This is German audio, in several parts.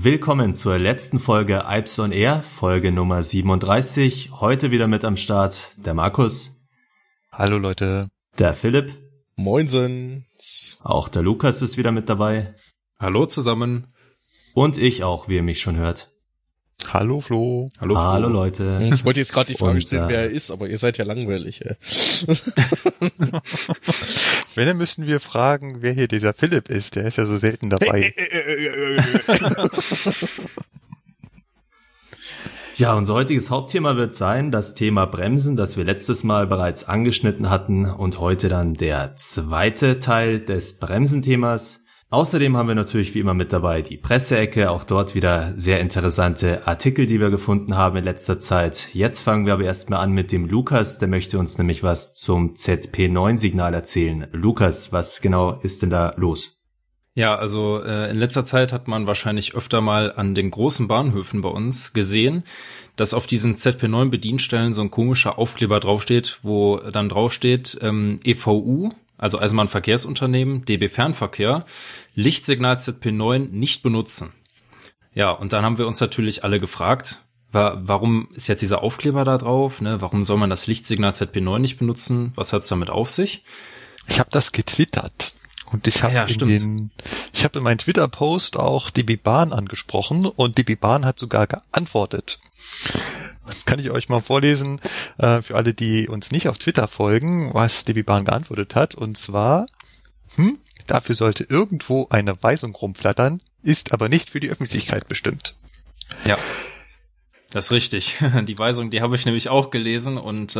Willkommen zur letzten Folge Alps on Air, Folge Nummer 37. Heute wieder mit am Start der Markus. Hallo Leute. Der Philipp. Moinsen. Auch der Lukas ist wieder mit dabei. Hallo zusammen. Und ich auch, wie ihr mich schon hört. Hallo Flo. Hallo Flo. Hallo Leute. Ich wollte jetzt gerade die Frage stellen, wer er ist, aber ihr seid ja langweilig. Wenn, dann müssen wir fragen, wer hier dieser Philipp ist. Der ist ja so selten dabei. Ja, unser heutiges Hauptthema wird sein das Thema Bremsen, das wir letztes Mal bereits angeschnitten hatten und heute dann der zweite Teil des Bremsenthemas. Außerdem haben wir natürlich wie immer mit dabei die Presseecke, auch dort wieder sehr interessante Artikel, die wir gefunden haben in letzter Zeit. Jetzt fangen wir aber erstmal an mit dem Lukas, der möchte uns nämlich was zum ZP9-Signal erzählen. Lukas, was genau ist denn da los? Ja, also in letzter Zeit hat man wahrscheinlich öfter mal an den großen Bahnhöfen bei uns gesehen, dass auf diesen ZP9-Bedienstellen so ein komischer Aufkleber draufsteht, wo dann draufsteht EVU, also Eisenbahnverkehrsunternehmen, DB Fernverkehr, Lichtsignal ZP9 nicht benutzen. Ja, und dann haben wir uns natürlich alle gefragt, warum ist jetzt dieser Aufkleber da drauf? Ne? Warum soll man das Lichtsignal ZP9 nicht benutzen? Was hat's damit auf sich? Ich habe das getwittert. Und ich habe in meinem Twitter-Post auch DB Bahn angesprochen und DB Bahn hat sogar geantwortet. Das kann ich euch mal vorlesen, für alle, die uns nicht auf Twitter folgen, was DB Bahn geantwortet hat. Und zwar, dafür sollte irgendwo eine Weisung rumflattern, ist aber nicht für die Öffentlichkeit bestimmt. Ja, das ist richtig. Die Weisung, die habe ich nämlich auch gelesen und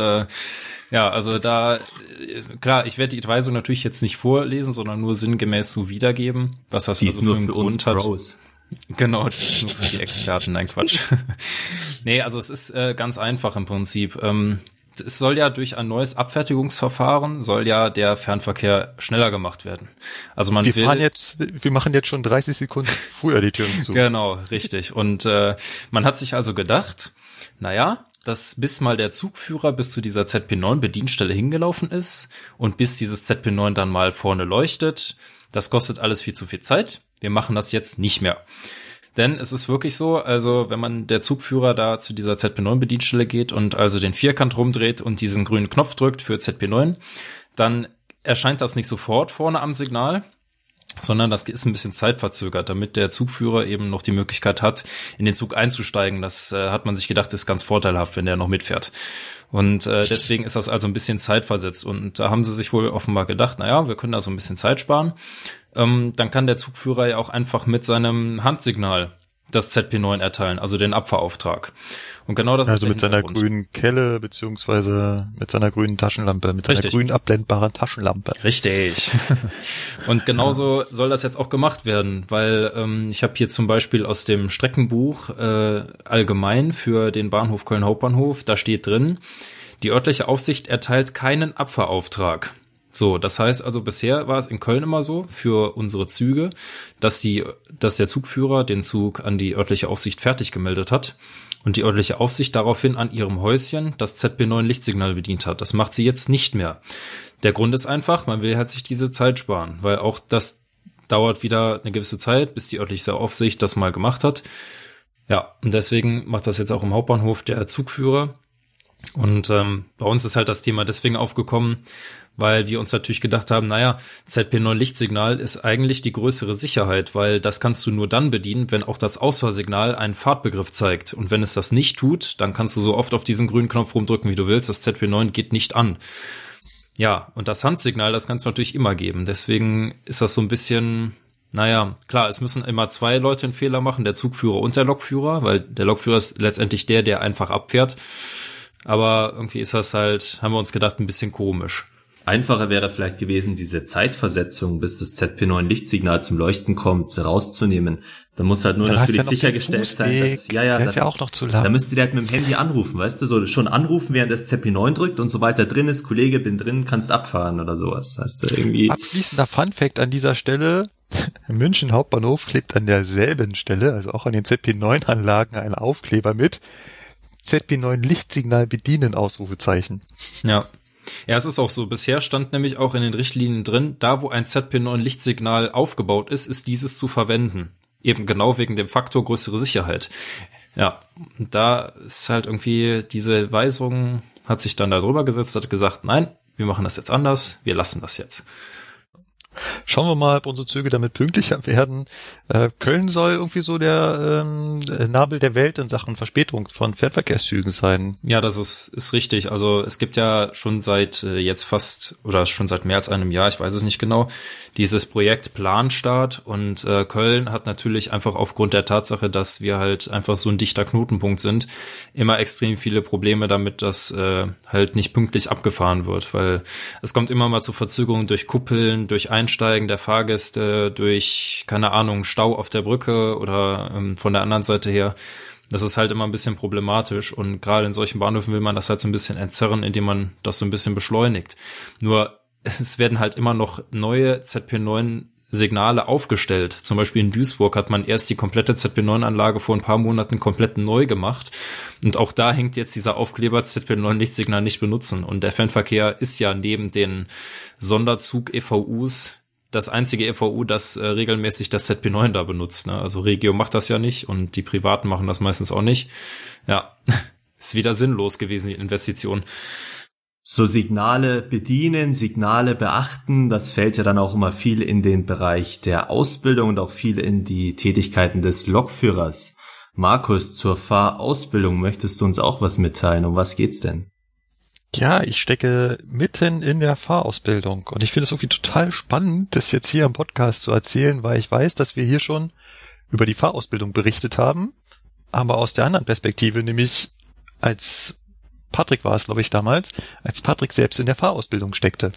also da, klar, ich werde die Weisung natürlich jetzt nicht vorlesen, sondern nur sinngemäß so wiedergeben, was das also für einen Grund hat. Pros. Genau, das ist nur für die Experten, nein, Quatsch. Nee, also es ist ganz einfach im Prinzip. Es soll ja durch ein neues Abfertigungsverfahren soll ja der Fernverkehr schneller gemacht werden. Also wir machen jetzt schon 30 Sekunden früher die Türen zu. Genau, richtig. Und man hat sich also gedacht, dass bis mal der Zugführer bis zu dieser ZP9-Bedienstelle hingelaufen ist und bis dieses ZP9 dann mal vorne leuchtet, das kostet alles viel zu viel Zeit. Wir machen das jetzt nicht mehr. Denn es ist wirklich so, also wenn der Zugführer da zu dieser ZP9-Bedienstelle geht und also den Vierkant rumdreht und diesen grünen Knopf drückt für ZP9, dann erscheint das nicht sofort vorne am Signal, sondern das ist ein bisschen zeitverzögert, damit der Zugführer eben noch die Möglichkeit hat, in den Zug einzusteigen. Das hat man sich gedacht, ist ganz vorteilhaft, wenn der noch mitfährt. Und deswegen ist das also ein bisschen zeitversetzt. Und da haben sie sich wohl offenbar gedacht, wir können da so ein bisschen Zeit sparen. Dann kann der Zugführer ja auch einfach mit seinem Handsignal das ZP9 erteilen, also den Abfahrauftrag. Und genau das ist mit seiner grünen Kelle, beziehungsweise mit seiner grünen Taschenlampe, mit seiner grün abblendbaren Taschenlampe. Richtig. Und genauso soll das jetzt auch gemacht werden, weil ich habe hier zum Beispiel aus dem Streckenbuch allgemein für den Bahnhof Köln Hauptbahnhof, da steht drin, die örtliche Aufsicht erteilt keinen Abfahrauftrag. So, das heißt also, bisher war es in Köln immer so für unsere Züge, dass der Zugführer den Zug an die örtliche Aufsicht fertig gemeldet hat und die örtliche Aufsicht daraufhin an ihrem Häuschen das ZP9 Lichtsignal bedient hat. Das macht sie jetzt nicht mehr. Der Grund ist einfach, man will halt sich diese Zeit sparen, weil auch das dauert wieder eine gewisse Zeit, bis die örtliche Aufsicht das mal gemacht hat. Ja, und deswegen macht das jetzt auch im Hauptbahnhof der Zugführer. Und bei uns ist halt das Thema deswegen aufgekommen, weil wir uns natürlich gedacht haben, ZP9 Lichtsignal ist eigentlich die größere Sicherheit, weil das kannst du nur dann bedienen, wenn auch das Ausfahrsignal einen Fahrtbegriff zeigt. Und wenn es das nicht tut, dann kannst du so oft auf diesen grünen Knopf rumdrücken, wie du willst. Das ZP9 geht nicht an. Ja, und das Handsignal, das kannst du natürlich immer geben. Deswegen ist das so ein bisschen, klar, es müssen immer zwei Leute einen Fehler machen, der Zugführer und der Lokführer, weil der Lokführer ist letztendlich der einfach abfährt. Aber irgendwie ist das halt, haben wir uns gedacht, ein bisschen komisch. Einfacher wäre vielleicht gewesen, diese Zeitversetzung, bis das ZP9 Lichtsignal zum Leuchten kommt, rauszunehmen. Da muss halt nur natürlich sichergestellt sein, dass, der ist ja auch noch zu lang. Da müsste der halt mit dem Handy anrufen, weißt du, so schon anrufen, während das ZP9 drückt und sobald er drin ist, Kollege, bin drin, kannst abfahren oder sowas, heißt du irgendwie. Abschließender Funfact an dieser Stelle. München Hauptbahnhof klebt an derselben Stelle, also auch an den ZP9-Anlagen, ein Aufkleber mit ZP9 Lichtsignal bedienen, Ausrufezeichen. Ja. Ja, es ist auch so. Bisher stand nämlich auch in den Richtlinien drin, da wo ein ZP9 Lichtsignal aufgebaut ist, ist dieses zu verwenden. Eben genau wegen dem Faktor größere Sicherheit. Ja, und da ist halt irgendwie diese Weisung, hat sich dann da drüber gesetzt, hat gesagt, nein, wir machen das jetzt anders, wir lassen das jetzt. Schauen wir mal, ob unsere Züge damit pünktlicher werden. Köln soll irgendwie so der Nabel der Welt in Sachen Verspätung von Fernverkehrszügen sein. Ja, das ist richtig. Also es gibt ja schon seit jetzt fast oder schon seit mehr als einem Jahr, ich weiß es nicht genau, dieses Projekt Planstart und Köln hat natürlich einfach aufgrund der Tatsache, dass wir halt einfach so ein dichter Knotenpunkt sind, immer extrem viele Probleme damit, dass halt nicht pünktlich abgefahren wird, weil es kommt immer mal zu Verzögerungen durch Kuppeln, durch Einsteigen der Fahrgäste, durch, keine Ahnung, Stau auf der Brücke oder von der anderen Seite her. Das ist halt immer ein bisschen problematisch und gerade in solchen Bahnhöfen will man das halt so ein bisschen entzerren, indem man das so ein bisschen beschleunigt. Nur es werden halt immer noch neue ZP9 Signale aufgestellt. Zum Beispiel in Duisburg hat man erst die komplette ZP9-Anlage vor ein paar Monaten komplett neu gemacht. Und auch da hängt jetzt dieser Aufkleber ZP9-Lichtsignal nicht benutzen. Und der Fernverkehr ist ja neben den Sonderzug-EVUs das einzige EVU, das regelmäßig das ZP9 da benutzt. Ne? Also Regio macht das ja nicht und die Privaten machen das meistens auch nicht. Ja, ist wieder sinnlos gewesen, die Investition. So Signale bedienen, Signale beachten, das fällt ja dann auch immer viel in den Bereich der Ausbildung und auch viel in die Tätigkeiten des Lokführers. Markus, zur Fahrausbildung möchtest du uns auch was mitteilen? Um was geht's denn? Ja, ich stecke mitten in der Fahrausbildung und ich finde es irgendwie total spannend, das jetzt hier im Podcast zu erzählen, weil ich weiß, dass wir hier schon über die Fahrausbildung berichtet haben, aber aus der anderen Perspektive, nämlich als Patrick war es, glaube ich, damals, als Patrick selbst in der Fahrausbildung steckte.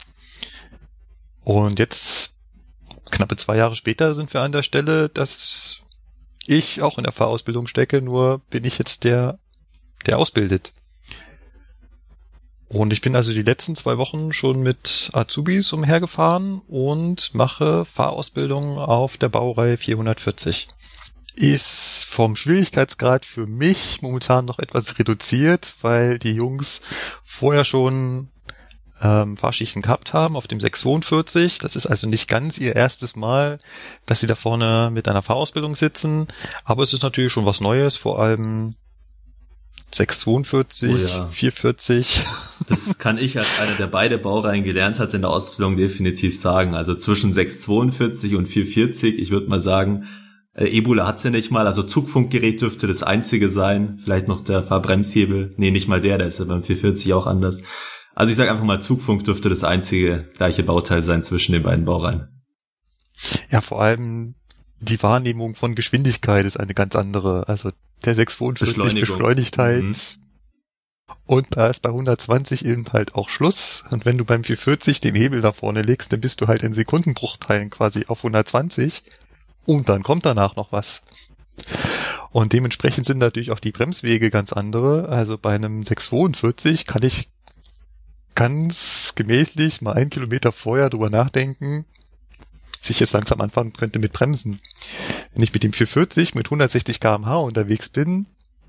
Und jetzt, knappe 2 Jahre später, sind wir an der Stelle, dass ich auch in der Fahrausbildung stecke, nur bin ich jetzt der ausbildet. Und ich bin also die letzten 2 Wochen schon mit Azubis umhergefahren und mache Fahrausbildung auf der Baureihe 440. Ist vom Schwierigkeitsgrad für mich momentan noch etwas reduziert, weil die Jungs vorher schon Fahrschichten gehabt haben auf dem 642. Das ist also nicht ganz ihr erstes Mal, dass sie da vorne mit einer Fahrausbildung sitzen. Aber es ist natürlich schon was Neues, vor allem 642, 440. Das kann ich als einer, der beide Baureihen gelernt hat in der Ausbildung, definitiv sagen. Also zwischen 642 und 440, ich würde mal sagen, Ebola hat's ja nicht mal, also Zugfunkgerät dürfte das einzige sein, vielleicht noch der Fahrbremshebel, nee, nicht mal der ist ja beim 440 auch anders. Also ich sage einfach mal, Zugfunk dürfte das einzige gleiche Bauteil sein zwischen den beiden Baureihen. Ja, vor allem die Wahrnehmung von Geschwindigkeit ist eine ganz andere, also der 642 beschleunigt halt und da ist bei 120 eben halt auch Schluss und wenn du beim 440 den Hebel da vorne legst, dann bist du halt in Sekundenbruchteilen quasi auf 120. Und dann kommt danach noch was. Und dementsprechend sind natürlich auch die Bremswege ganz andere. Also bei einem 642 kann ich ganz gemächlich mal 1 Kilometer vorher drüber nachdenken, dass ich jetzt langsam anfangen könnte mit Bremsen. Wenn ich mit dem 440 mit 160 km/h unterwegs bin,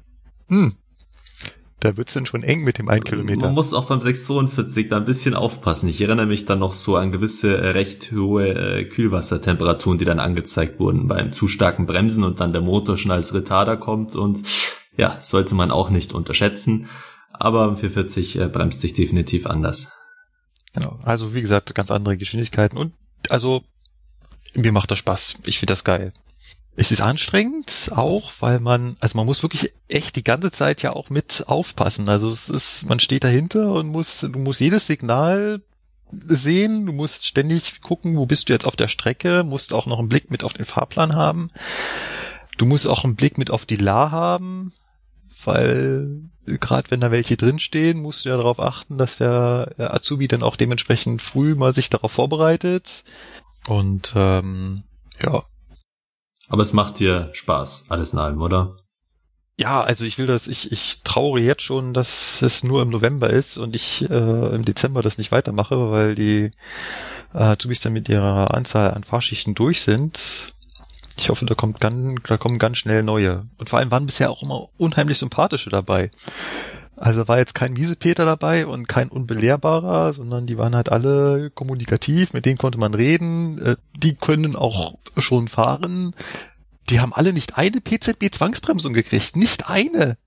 da wird's dann schon eng mit dem 1 Kilometer. Man muss auch beim 642 da ein bisschen aufpassen. Ich erinnere mich dann noch so an gewisse recht hohe Kühlwassertemperaturen, die dann angezeigt wurden beim zu starken Bremsen und dann der Motor schon als Retarder kommt und ja, sollte man auch nicht unterschätzen. Aber im 440 bremst sich definitiv anders. Genau, also wie gesagt, ganz andere Geschwindigkeiten und also mir macht das Spaß. Ich finde das geil. Es ist anstrengend auch, weil man muss wirklich echt die ganze Zeit ja auch mit aufpassen. Also man steht dahinter und du musst jedes Signal sehen, du musst ständig gucken, wo bist du jetzt auf der Strecke, musst auch noch einen Blick mit auf den Fahrplan haben. Du musst auch einen Blick mit auf die La haben, weil gerade wenn da welche drinstehen, musst du ja darauf achten, dass der Azubi dann auch dementsprechend früh mal sich darauf vorbereitet. Und ja. Aber es macht dir Spaß, alles in allem, oder? Ja, also ich trauere jetzt schon, dass es nur im November ist und ich im Dezember das nicht weitermache, weil die Azubis dann mit ihrer Anzahl an Fahrschichten durch sind. Ich hoffe, da kommen ganz schnell neue. Und vor allem waren bisher auch immer unheimlich sympathische dabei. Also war jetzt kein Miesepeter dabei und kein Unbelehrbarer, sondern die waren halt alle kommunikativ, mit denen konnte man reden, die können auch schon fahren. Die haben alle nicht eine PZB-Zwangsbremsung gekriegt. Nicht eine.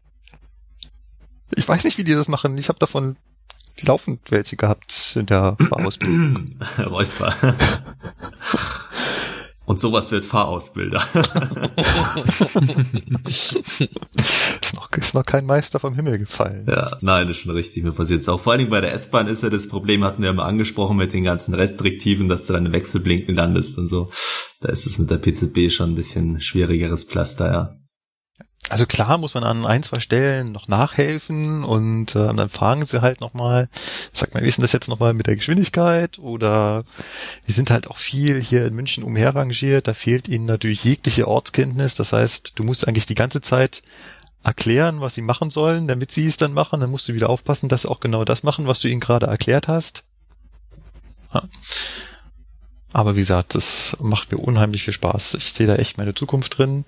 Ich weiß nicht, wie die das machen. Ich habe davon laufend welche gehabt in der Fahrausbildung. Räusper. Und sowas wird Fahrausbilder. Ist noch kein Meister vom Himmel gefallen. Ja, nein, das ist schon richtig. Mir passiert es auch. Vor allen Dingen bei der S-Bahn ist ja das Problem, hatten wir ja mal angesprochen mit den ganzen Restriktiven, dass du dann in Wechselblinken landest und so. Da ist es mit der PZB schon ein bisschen schwierigeres Pflaster, ja. Also klar muss man an 1, 2 Stellen noch nachhelfen und dann fragen sie halt nochmal, sagt man, wie ist denn das jetzt nochmal mit der Geschwindigkeit? Oder wir sind halt auch viel hier in München umherrangiert, da fehlt ihnen natürlich jegliche Ortskenntnis. Das heißt, du musst eigentlich die ganze Zeit erklären, was sie machen sollen, damit sie es dann machen. Dann musst du wieder aufpassen, dass sie auch genau das machen, was du ihnen gerade erklärt hast. Ja. Aber wie gesagt, das macht mir unheimlich viel Spaß. Ich sehe da echt meine Zukunft drin.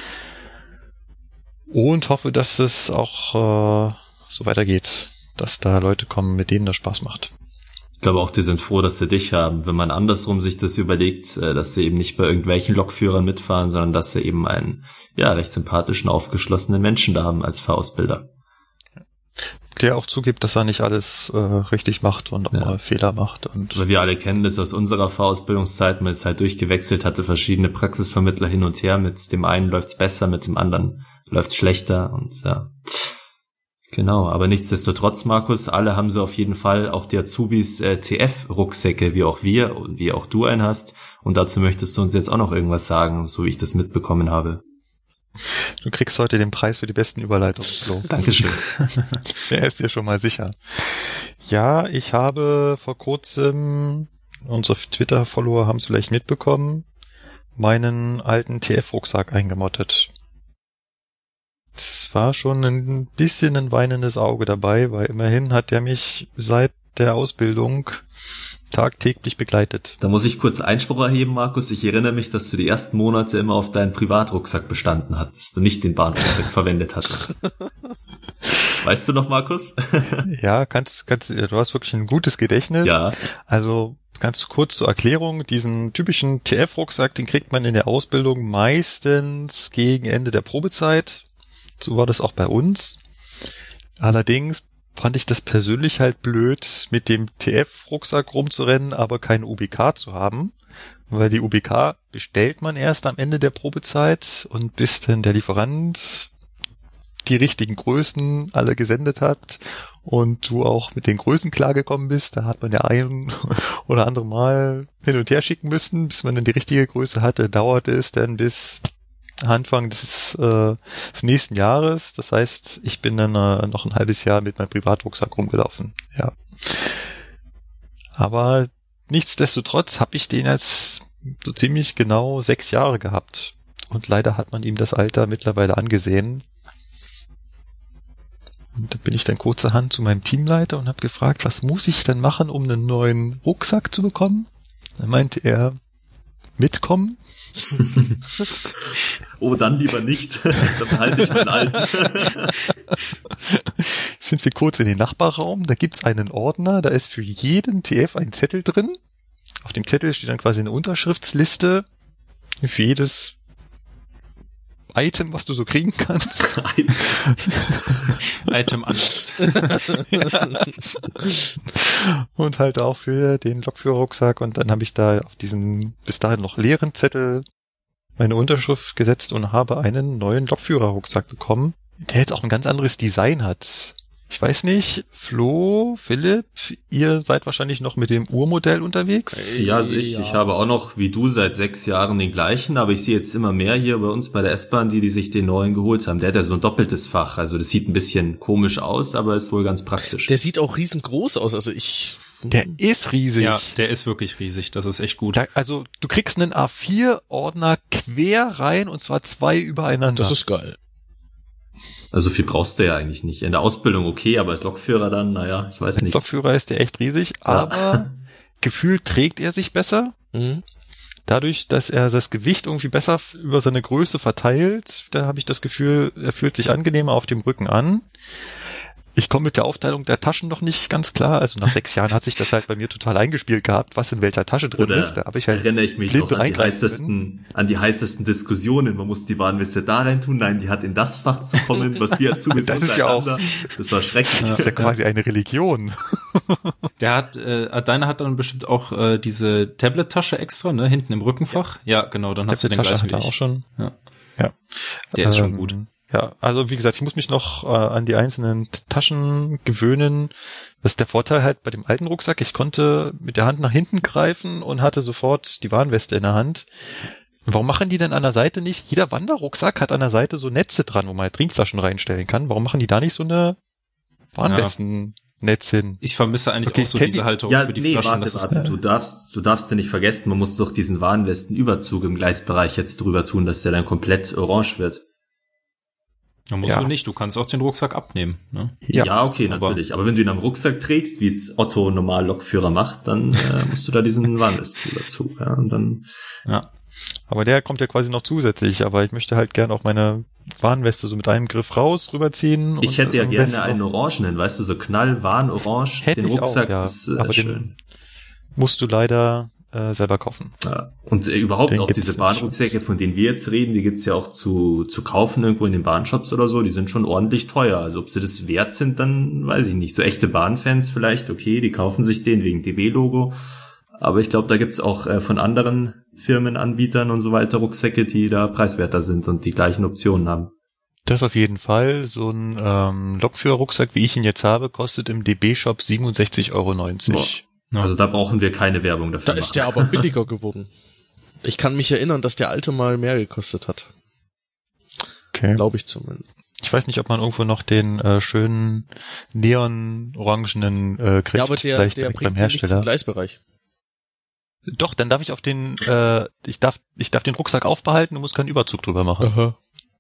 Und hoffe, dass es auch so weitergeht, dass da Leute kommen, mit denen das Spaß macht. Ich glaube auch, die sind froh, dass sie dich haben. Wenn man andersrum sich das überlegt, dass sie eben nicht bei irgendwelchen Lokführern mitfahren, sondern dass sie eben einen recht sympathischen, aufgeschlossenen Menschen da haben als Fahrausbilder. Der auch zugibt, dass er nicht alles richtig macht und auch mal Fehler macht. Und weil wir alle kennen das aus unserer Fahrausbildungszeit, man ist halt durchgewechselt, hatte verschiedene Praxisvermittler hin und her. Mit dem einen läuft's besser, mit dem anderen läuft's schlechter und ja. Genau, aber nichtsdestotrotz, Markus, alle haben sie auf jeden Fall, auch die Azubis, TF-Rucksäcke, wie auch wir und wie auch du einen hast. Und dazu möchtest du uns jetzt auch noch irgendwas sagen, so wie ich das mitbekommen habe. Du kriegst heute den Preis für die besten Überleitungen, Flo. Dankeschön. Der ist dir schon mal sicher. Ja, ich habe vor kurzem, unsere Twitter-Follower haben es vielleicht mitbekommen, meinen alten TF-Rucksack eingemottet. Es war schon ein bisschen ein weinendes Auge dabei, weil immerhin hat der mich seit der Ausbildung tagtäglich begleitet. Da muss ich kurz Einspruch erheben, Markus. Ich erinnere mich, dass du die ersten Monate immer auf deinen Privatrucksack bestanden hattest und nicht den Bahnrucksack verwendet hattest. Weißt du noch, Markus? Ja, du hast wirklich ein gutes Gedächtnis. Ja. Also ganz kurz zur Erklärung, diesen typischen TF-Rucksack, den kriegt man in der Ausbildung meistens gegen Ende der Probezeit. So war das auch bei uns. Allerdings fand ich das persönlich halt blöd, mit dem TF-Rucksack rumzurennen, aber kein UBK zu haben, weil die UBK bestellt man erst am Ende der Probezeit und bis dann der Lieferant die richtigen Größen alle gesendet hat und du auch mit den Größen klargekommen bist, da hat man ja ein oder andere Mal hin und her schicken müssen, bis man dann die richtige Größe hatte, dauerte es dann bis Anfang des nächsten Jahres. Das heißt, ich bin dann noch ein halbes Jahr mit meinem Privatrucksack rumgelaufen. Ja. Aber nichtsdestotrotz habe ich den jetzt so ziemlich genau 6 Jahre gehabt. Und leider hat man ihm das Alter mittlerweile angesehen. Und da bin ich dann kurzerhand zu meinem Teamleiter und habe gefragt, was muss ich denn machen, um einen neuen Rucksack zu bekommen? Dann meinte er, mitkommen. Oh, dann lieber nicht. Dann behalte ich meinen alten. Sind wir kurz in den Nachbarraum, da gibt's einen Ordner, da ist für jeden TF ein Zettel drin. Auf dem Zettel steht dann quasi eine Unterschriftsliste für jedes Item, was du so kriegen kannst. Item an. Und halt auch für den Lokführerrucksack. Und dann habe ich da auf diesen bis dahin noch leeren Zettel meine Unterschrift gesetzt und habe einen neuen Lokführerrucksack bekommen, der jetzt auch ein ganz anderes Design hat. Ich weiß nicht, Flo, Philipp, ihr seid wahrscheinlich noch mit dem Urmodell unterwegs? Ja, also ich habe auch noch, wie du, seit 6 Jahren den gleichen, aber ich sehe jetzt immer mehr hier bei uns bei der S-Bahn, die sich den neuen geholt haben. Der hat ja so ein doppeltes Fach, also das sieht ein bisschen komisch aus, aber ist wohl ganz praktisch. Der sieht auch riesengroß aus, Der ist riesig. Ja, der ist wirklich riesig, das ist echt gut. Also du kriegst einen A4-Ordner quer rein und zwar 2 übereinander. Das ist geil. Also viel brauchst du ja eigentlich nicht. In der Ausbildung okay, aber als Lokführer dann, naja, ich weiß nicht. Als Lokführer ist der echt riesig, aber gefühlt trägt er sich besser. Mhm. Dadurch, dass er das Gewicht irgendwie besser über seine Größe verteilt, da habe ich das Gefühl, er fühlt sich angenehmer auf dem Rücken an. Ich komme mit der Aufteilung der Taschen noch nicht ganz klar. Also nach 6 Jahren hat sich das halt bei mir total eingespielt gehabt, was in welcher Tasche drin ist. Da habe ich halt erinnere ich mich noch an die heißesten Diskussionen. Man muss die Warnweste da rein tun. Nein, die hat in das Fach zu kommen, was wir zugesetzt haben. Das ist ja auch, das war schrecklich. Das ist ja quasi eine Religion. Deiner hat dann bestimmt auch diese Tablet-Tasche extra, ne, hinten im Rückenfach. Ja, genau, dann hast du den gleichen auch schon. Ja. Der ist schon gut. Ja, also wie gesagt, ich muss mich noch an die einzelnen Taschen gewöhnen. Das ist der Vorteil halt bei dem alten Rucksack. Ich konnte mit der Hand nach hinten greifen und hatte sofort die Warnweste in der Hand. Warum machen die denn an der Seite nicht? Jeder Wanderrucksack hat an der Seite so Netze dran, wo man halt Trinkflaschen reinstellen kann. Warum machen die da nicht so eine Warnwestennetz hin? Ich vermisse eigentlich auch so diese Halterung für die Flaschen. Warte. Du darfst ja nicht vergessen, man muss doch diesen Warnwestenüberzug im Gleisbereich jetzt drüber tun, dass der dann komplett orange wird. Da musst du nicht, du kannst auch den Rucksack abnehmen. Ne? Ja, okay, natürlich. Aber wenn du ihn am Rucksack trägst, wie es Otto normal Lokführer macht, dann musst du da diesen Warnwestenüberzug. Ja, und dann. Ja. Aber der kommt ja quasi noch zusätzlich. Aber ich möchte halt gerne auch meine Warnweste so mit einem Griff rüberziehen. Ich hätte ja gerne einen orangenen, weißt du, so knallwarnorange. Hätte den Rucksack, ich auch, ja. Das aber schön. Den musst du leider selber kaufen. Ja. Und überhaupt Den auch diese Bahnrucksäcke, von denen wir jetzt reden, die gibt's ja auch zu kaufen irgendwo in den Bahnshops oder so, die sind schon ordentlich teuer. Also ob sie das wert sind, dann weiß ich nicht. So echte Bahnfans vielleicht, okay, die kaufen sich den wegen DB-Logo. Aber ich glaube, da gibt's auch von anderen Firmenanbietern und so weiter Rucksäcke, die da preiswerter sind und die gleichen Optionen haben. Das auf jeden Fall. So ein Lokführerrucksack, wie ich ihn jetzt habe, kostet im DB-Shop 67,90 €. Boah. Also da brauchen wir keine Werbung dafür. Da ist der aber billiger geworden. Ich kann mich erinnern, dass der alte mal mehr gekostet hat. Okay. Glaube ich zumindest. Ich weiß nicht, ob man irgendwo noch den schönen neon-orangenen kriegt. Ja, aber der bringt ja nichts im Gleisbereich. Doch, dann darf ich auf den, ich darf den Rucksack aufbehalten und muss keinen Überzug drüber machen. Aha.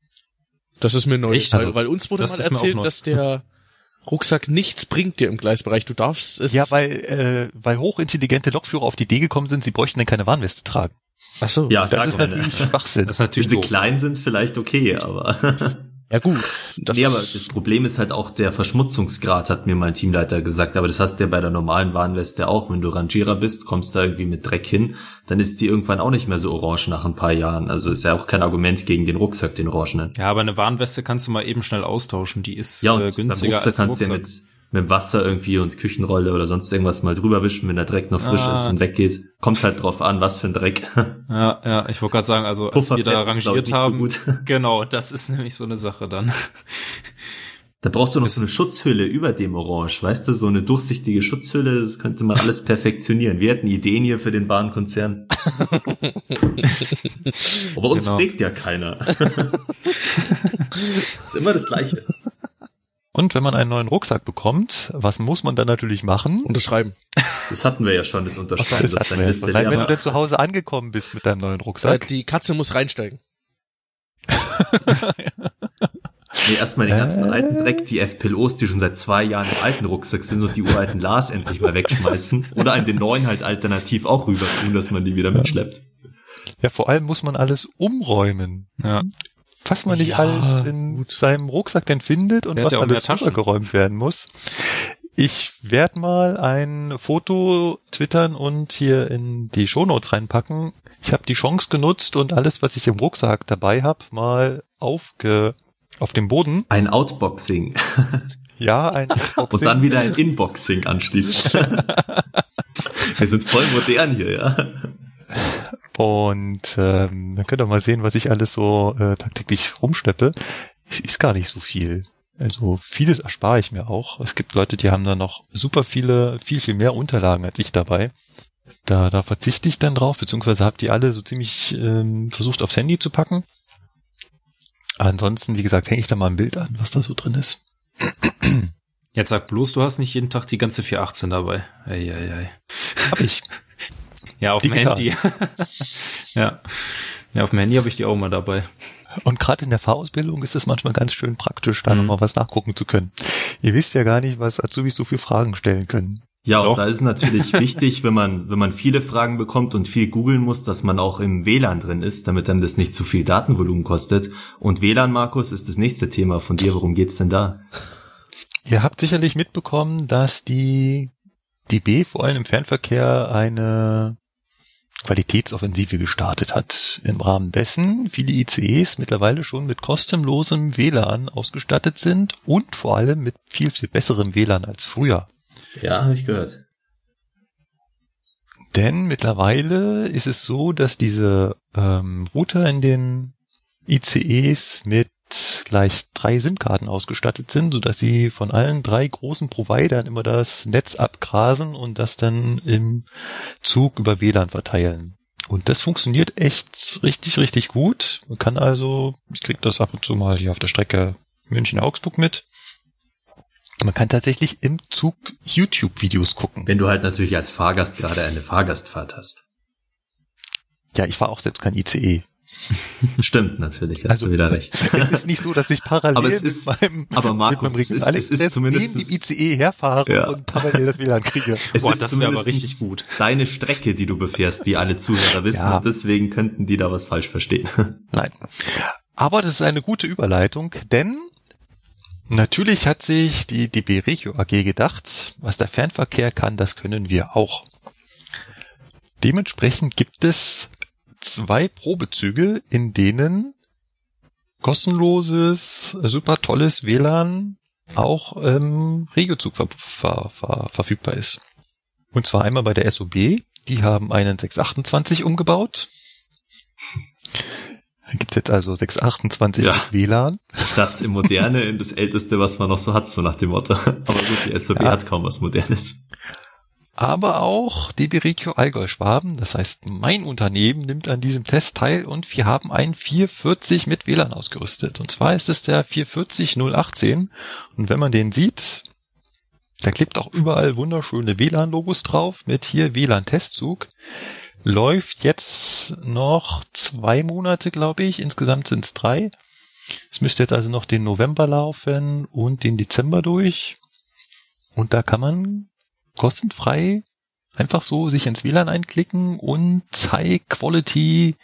Das ist mir neu. Echt? Weil uns wurde mal erzählt, dass der Rucksack nichts bringt dir im Gleisbereich. Du darfst es... Ja, weil hochintelligente Lokführer auf die Idee gekommen sind, sie bräuchten dann keine Warnweste tragen. Ach so. Ja, das ist natürlich Schwachsinn. Das ist natürlich wenn sie klein sind, vielleicht okay, aber... Ja gut. Aber das Problem ist halt auch der Verschmutzungsgrad, hat mir mein Teamleiter gesagt. Aber das hast du ja bei der normalen Warnweste auch. Wenn du Rangierer bist, kommst da irgendwie mit Dreck hin, dann ist die irgendwann auch nicht mehr so orange nach ein paar Jahren. Also ist ja auch kein Argument gegen den Rucksack, den orangenen. Ja, aber eine Warnweste kannst du mal eben schnell austauschen. Die ist günstiger als ein Rucksack. Kannst du ja mit Wasser irgendwie und Küchenrolle oder sonst irgendwas mal drüber wischen, wenn der Dreck noch frisch ist und weggeht. Kommt halt drauf an, was für ein Dreck. Ja, ich wollte gerade sagen, also als wir da rangiert haben, so genau, das ist nämlich so eine Sache dann. Da brauchst du noch so eine Schutzhülle über dem Orange, weißt du, so eine durchsichtige Schutzhülle, das könnte man alles perfektionieren. Wir hätten Ideen hier für den Bahnkonzern. Aber uns pflegt ja keiner. Ist immer das Gleiche. Und wenn man einen neuen Rucksack bekommt, was muss man dann natürlich machen? Unterschreiben. Das hatten wir ja schon, das Unterschreiben. Wenn du dann zu Hause angekommen bist mit deinem neuen Rucksack. Die Katze muss reinsteigen. Nee, erstmal den ganzen alten Dreck, die FPLOs, die schon seit 2 Jahren im alten Rucksack sind und die uralten Lars endlich mal wegschmeißen. Oder an den neuen halt alternativ auch rüber tun, dass man die wieder mitschleppt. Ja, vor allem muss man alles umräumen. Ja. Was man nicht alles in seinem Rucksack denn findet und was alles rübergeräumt werden muss. Ich werde mal ein Foto twittern und hier in die Shownotes reinpacken. Ich habe die Chance genutzt und alles, was ich im Rucksack dabei habe, mal auf dem Boden. Ein Outboxing. Ja, ein Outboxing. Und dann wieder ein Inboxing anschließend. Wir sind voll modern hier, ja. Und dann könnt ihr mal sehen, was ich alles so tagtäglich rumschleppe. Es ist gar nicht so viel. Also vieles erspare ich mir auch. Es gibt Leute, die haben da noch super viel mehr Unterlagen als ich dabei. Da verzichte ich dann drauf, beziehungsweise habe die alle so ziemlich versucht aufs Handy zu packen. Ansonsten, wie gesagt, hänge ich da mal ein Bild an, was da so drin ist. Jetzt sag bloß, du hast nicht jeden Tag die ganze 418 dabei. Ei. Hab ich. Ja, auf dem Handy. Ja, auf dem Handy habe ich die auch mal dabei. Und gerade in der Fahrausbildung ist es manchmal ganz schön praktisch, da nochmal was nachgucken zu können. Ihr wisst ja gar nicht, was Azubis so viele Fragen stellen können. Ja, und da ist natürlich wichtig, wenn man viele Fragen bekommt und viel googeln muss, dass man auch im WLAN drin ist, damit dann das nicht zu viel Datenvolumen kostet. Und WLAN, Markus, ist das nächste Thema von dir. Worum geht's denn da? Ihr habt sicherlich mitbekommen, dass die DB vor allem im Fernverkehr eine Qualitätsoffensive gestartet hat, im Rahmen dessen viele ICEs mittlerweile schon mit kostenlosem WLAN ausgestattet sind und vor allem mit viel, viel besserem WLAN als früher. Ja, habe ich gehört. Denn mittlerweile ist es so, dass diese Router in den ICEs mit gleich 3 SIM-Karten ausgestattet sind, sodass sie von allen 3 großen Providern immer das Netz abgrasen und das dann im Zug über WLAN verteilen. Und das funktioniert echt richtig, richtig gut. Man kann also, ich kriege das ab und zu mal hier auf der Strecke München-Augsburg mit. Man kann tatsächlich im Zug YouTube-Videos gucken. Wenn du halt natürlich als Fahrgast gerade eine Fahrgastfahrt hast. Ja, ich fahre auch selbst kein ICE. Stimmt, natürlich, hast du wieder recht. Es ist nicht so, dass ich parallel mit meinem es ist zumindest neben dem ICE herfahre und parallel das WLAN kriege. Das wäre aber richtig gut. Deine Strecke, die du befährst, wie alle Zuhörer wissen, und deswegen könnten die da was falsch verstehen. Nein. Aber das ist eine gute Überleitung, denn natürlich hat sich die DB Regio AG gedacht, was der Fernverkehr kann, das können wir auch. Dementsprechend gibt es 2 Probezüge, in denen kostenloses, super tolles WLAN auch im Regiozug verfügbar ist. Und zwar einmal bei der SOB, die haben einen 628 umgebaut. Da gibt es jetzt also 628 mit WLAN. Statt im Moderne in das Älteste, was man noch so hat, so nach dem Motto. Aber gut, die SOB hat kaum was Modernes. Aber auch DB Regio Allgäu-Schwaben, das heißt mein Unternehmen, nimmt an diesem Test teil und wir haben einen 440 mit WLAN ausgerüstet. Und zwar ist es der 440 018 und wenn man den sieht, da klebt auch überall wunderschöne WLAN-Logos drauf mit hier WLAN-Testzug. Läuft jetzt noch 2 Monate, glaube ich, insgesamt sind es 3. Es müsste jetzt also noch den November laufen und den Dezember durch und da kann man kostenfrei einfach so sich ins WLAN einklicken und High-Quality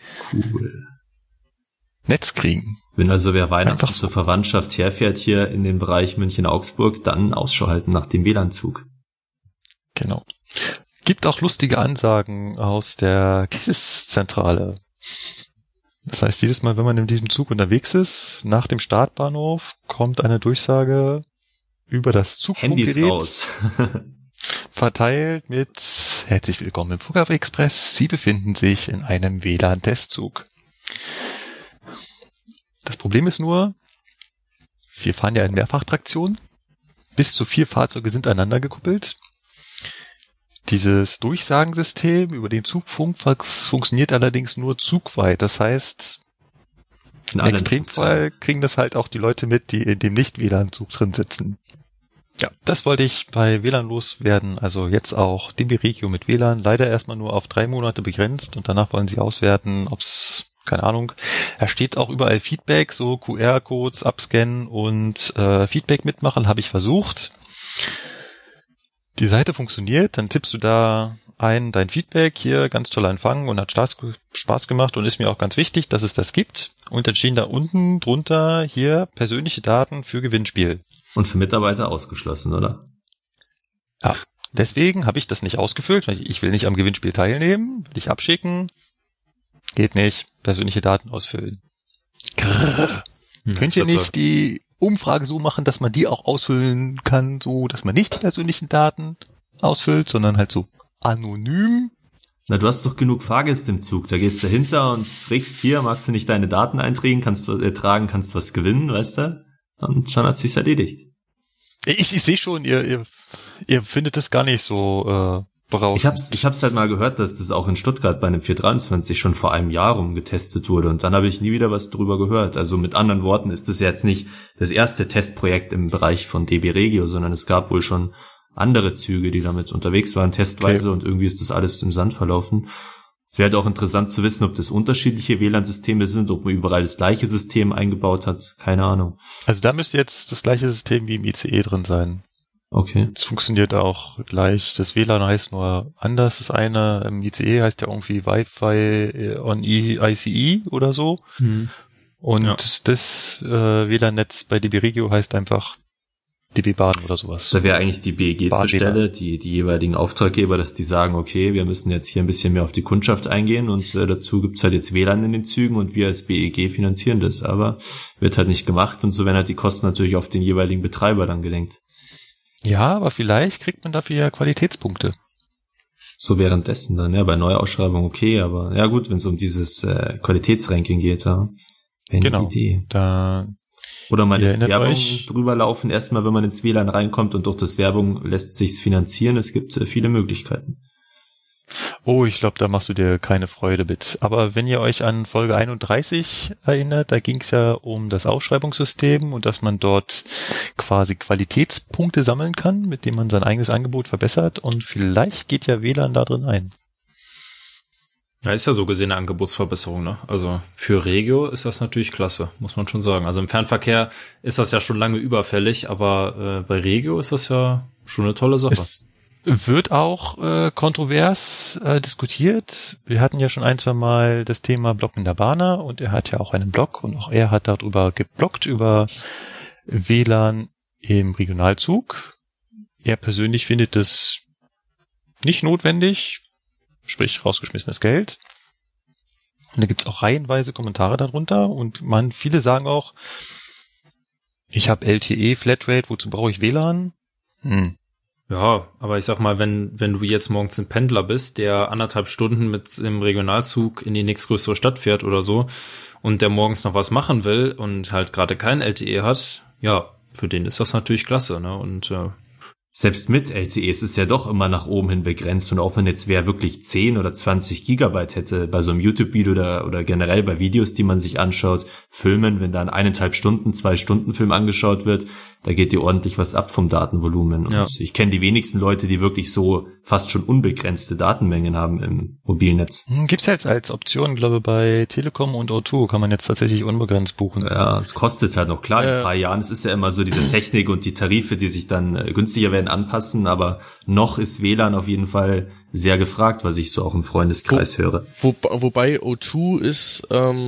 Netz kriegen. Wenn also wer Weihnachten zur Verwandtschaft herfährt hier in den Bereich München-Augsburg, dann Ausschau halten nach dem WLAN-Zug. Genau. Gibt auch lustige Ansagen aus der KISS-Zentrale. Das heißt, jedes Mal, wenn man in diesem Zug unterwegs ist, nach dem Startbahnhof kommt eine Durchsage über das Zugfunkgerät. Handys raus. Verteilt mit herzlich willkommen im Flughafen Express. Sie befinden sich in einem WLAN-Testzug. Das Problem ist nur, wir fahren ja in Mehrfachtraktion. Bis zu 4 Fahrzeuge sind aneinander gekuppelt. Dieses Durchsagensystem über den Zugfunk funktioniert allerdings nur zugweit. Das heißt, im Extremfall kriegen das halt auch die Leute mit, die in dem Nicht-WLAN-Zug drin sitzen. Ja, das wollte ich bei WLAN loswerden. Also jetzt auch DB Regio mit WLAN. Leider erstmal nur auf 3 Monate begrenzt und danach wollen sie auswerten, ob's, keine Ahnung, da steht auch überall Feedback, so QR-Codes abscannen und Feedback mitmachen, habe ich versucht. Die Seite funktioniert, dann tippst du da ein dein Feedback, hier ganz toller Empfang und hat Spaß gemacht und ist mir auch ganz wichtig, dass es das gibt. Und dann stehen da unten drunter hier persönliche Daten für Gewinnspiel. Und für Mitarbeiter ausgeschlossen, oder? Ja, deswegen habe ich das nicht ausgefüllt, weil ich will nicht am Gewinnspiel teilnehmen, will ich abschicken. Geht nicht, persönliche Daten ausfüllen. Könnt ihr nicht die Umfrage so machen, dass man die auch ausfüllen kann, so dass man nicht die persönlichen Daten ausfüllt, sondern halt so anonym? Na, du hast doch genug Fahrgäste im Zug, da gehst du dahinter und fragst hier, magst du nicht deine Daten eintragen, kannst was gewinnen, weißt du? Und schon hat sich's erledigt. Ich sehe schon, ihr findet das gar nicht so berauschend. Ich hab's halt mal gehört, dass das auch in Stuttgart bei einem 423 schon vor einem Jahr rum getestet wurde und dann habe ich nie wieder was drüber gehört. Also mit anderen Worten ist das jetzt nicht das erste Testprojekt im Bereich von DB Regio, sondern es gab wohl schon andere Züge, die damit unterwegs waren, testweise, und irgendwie ist das alles im Sand verlaufen. Es wäre halt auch interessant zu wissen, ob das unterschiedliche WLAN-Systeme sind, ob man überall das gleiche System eingebaut hat, keine Ahnung. Also da müsste jetzt das gleiche System wie im ICE drin sein. Okay. Es funktioniert auch gleich. Das WLAN heißt nur anders. Das eine im ICE heißt ja irgendwie Wi-Fi on ICE oder so. Und das WLAN-Netz bei DB Regio heißt einfach DB Bahn oder sowas. Da wäre eigentlich die BEG zur Stelle, die jeweiligen Auftraggeber, dass die sagen, okay, wir müssen jetzt hier ein bisschen mehr auf die Kundschaft eingehen und dazu gibt's halt jetzt WLAN in den Zügen und wir als BEG finanzieren das, aber wird halt nicht gemacht und so werden halt die Kosten natürlich auf den jeweiligen Betreiber dann gelenkt. Ja, aber vielleicht kriegt man dafür ja Qualitätspunkte. So währenddessen dann, ja, bei Neuausschreibung okay, aber ja gut, wenn es um dieses Qualitätsranking geht, ja. Genau, Idee. Oder man lässt Werbung drüber laufen, erstmal, wenn man ins WLAN reinkommt und durch das Werbung lässt sich's finanzieren. Es gibt viele Möglichkeiten. Oh, ich glaube, da machst du dir keine Freude mit. Aber wenn ihr euch an Folge 31 erinnert, da ging es ja um das Ausschreibungssystem und dass man dort quasi Qualitätspunkte sammeln kann, mit denen man sein eigenes Angebot verbessert und vielleicht geht ja WLAN da drin ein. Ja, ist ja so gesehen eine Angebotsverbesserung, ne? Also für Regio ist das natürlich klasse, muss man schon sagen. Also im Fernverkehr ist das ja schon lange überfällig, aber bei Regio ist das ja schon eine tolle Sache. Es wird auch kontrovers diskutiert. Wir hatten ja schon ein, zwei Mal das Thema Blog in der Bahner und er hat ja auch einen Blog und auch er hat darüber gebloggt, über WLAN im Regionalzug. Er persönlich findet es nicht notwendig, sprich rausgeschmissenes Geld. Und da gibt's auch reihenweise Kommentare darunter und viele sagen auch, ich habe LTE, Flatrate, wozu brauche ich WLAN? Ja, aber ich sag mal, wenn du jetzt morgens ein Pendler bist, der 1,5 Stunden mit dem Regionalzug in die nächstgrößere Stadt fährt oder so und der morgens noch was machen will und halt gerade kein LTE hat, ja, für den ist das natürlich klasse, ne? Und selbst mit LTE ist es ja doch immer nach oben hin begrenzt und auch wenn jetzt wer wirklich 10 oder 20 Gigabyte hätte bei so einem YouTube-Video oder generell bei Videos, die man sich anschaut, Filmen, wenn da ein 1,5 Stunden, 2 Stunden Film angeschaut wird, da geht dir ordentlich was ab vom Datenvolumen. Und ich kenne die wenigsten Leute, die wirklich so fast schon unbegrenzte Datenmengen haben im Mobilnetz. Gibt's jetzt als Option, glaube ich, bei Telekom und O2 kann man jetzt tatsächlich unbegrenzt buchen. Ja, es kostet halt noch, klar, in ein paar Jahren. Es ist ja immer so diese Technik und die Tarife, die sich dann günstiger werden, anpassen, aber noch ist WLAN auf jeden Fall sehr gefragt, was ich so auch im Freundeskreis höre. Wobei O2 ist,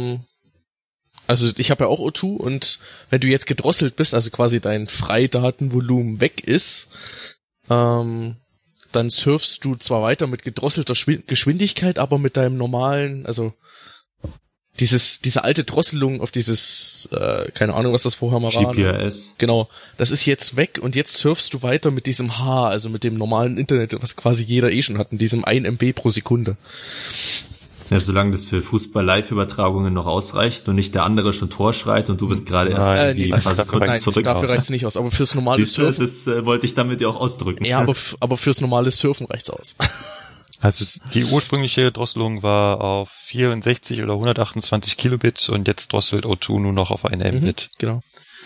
also ich habe ja auch O2 und wenn du jetzt gedrosselt bist, also quasi dein Freidatenvolumen weg ist, dann surfst du zwar weiter mit gedrosselter Geschwindigkeit, aber mit deinem normalen, also diese alte Drosselung auf dieses, keine Ahnung, was das vorher mal war. GPRS. Genau, das ist jetzt weg und jetzt surfst du weiter mit diesem H, also mit dem normalen Internet, was quasi jeder schon hat, in diesem 1 MB pro Sekunde. Ja, solange das für Fußball-Live-Übertragungen noch ausreicht und nicht der andere schon Tor schreit und du bist gerade erst irgendwie ein paar Sekunden zurück. Dafür reicht's nicht aus, aber fürs normale Surfen. Das wollte ich damit ja auch ausdrücken. Ja, aber fürs normale Surfen reicht's aus. Also die ursprüngliche Drosselung war auf 64 oder 128 Kilobit und jetzt drosselt O2 nur noch auf 1 Mbit. Genau.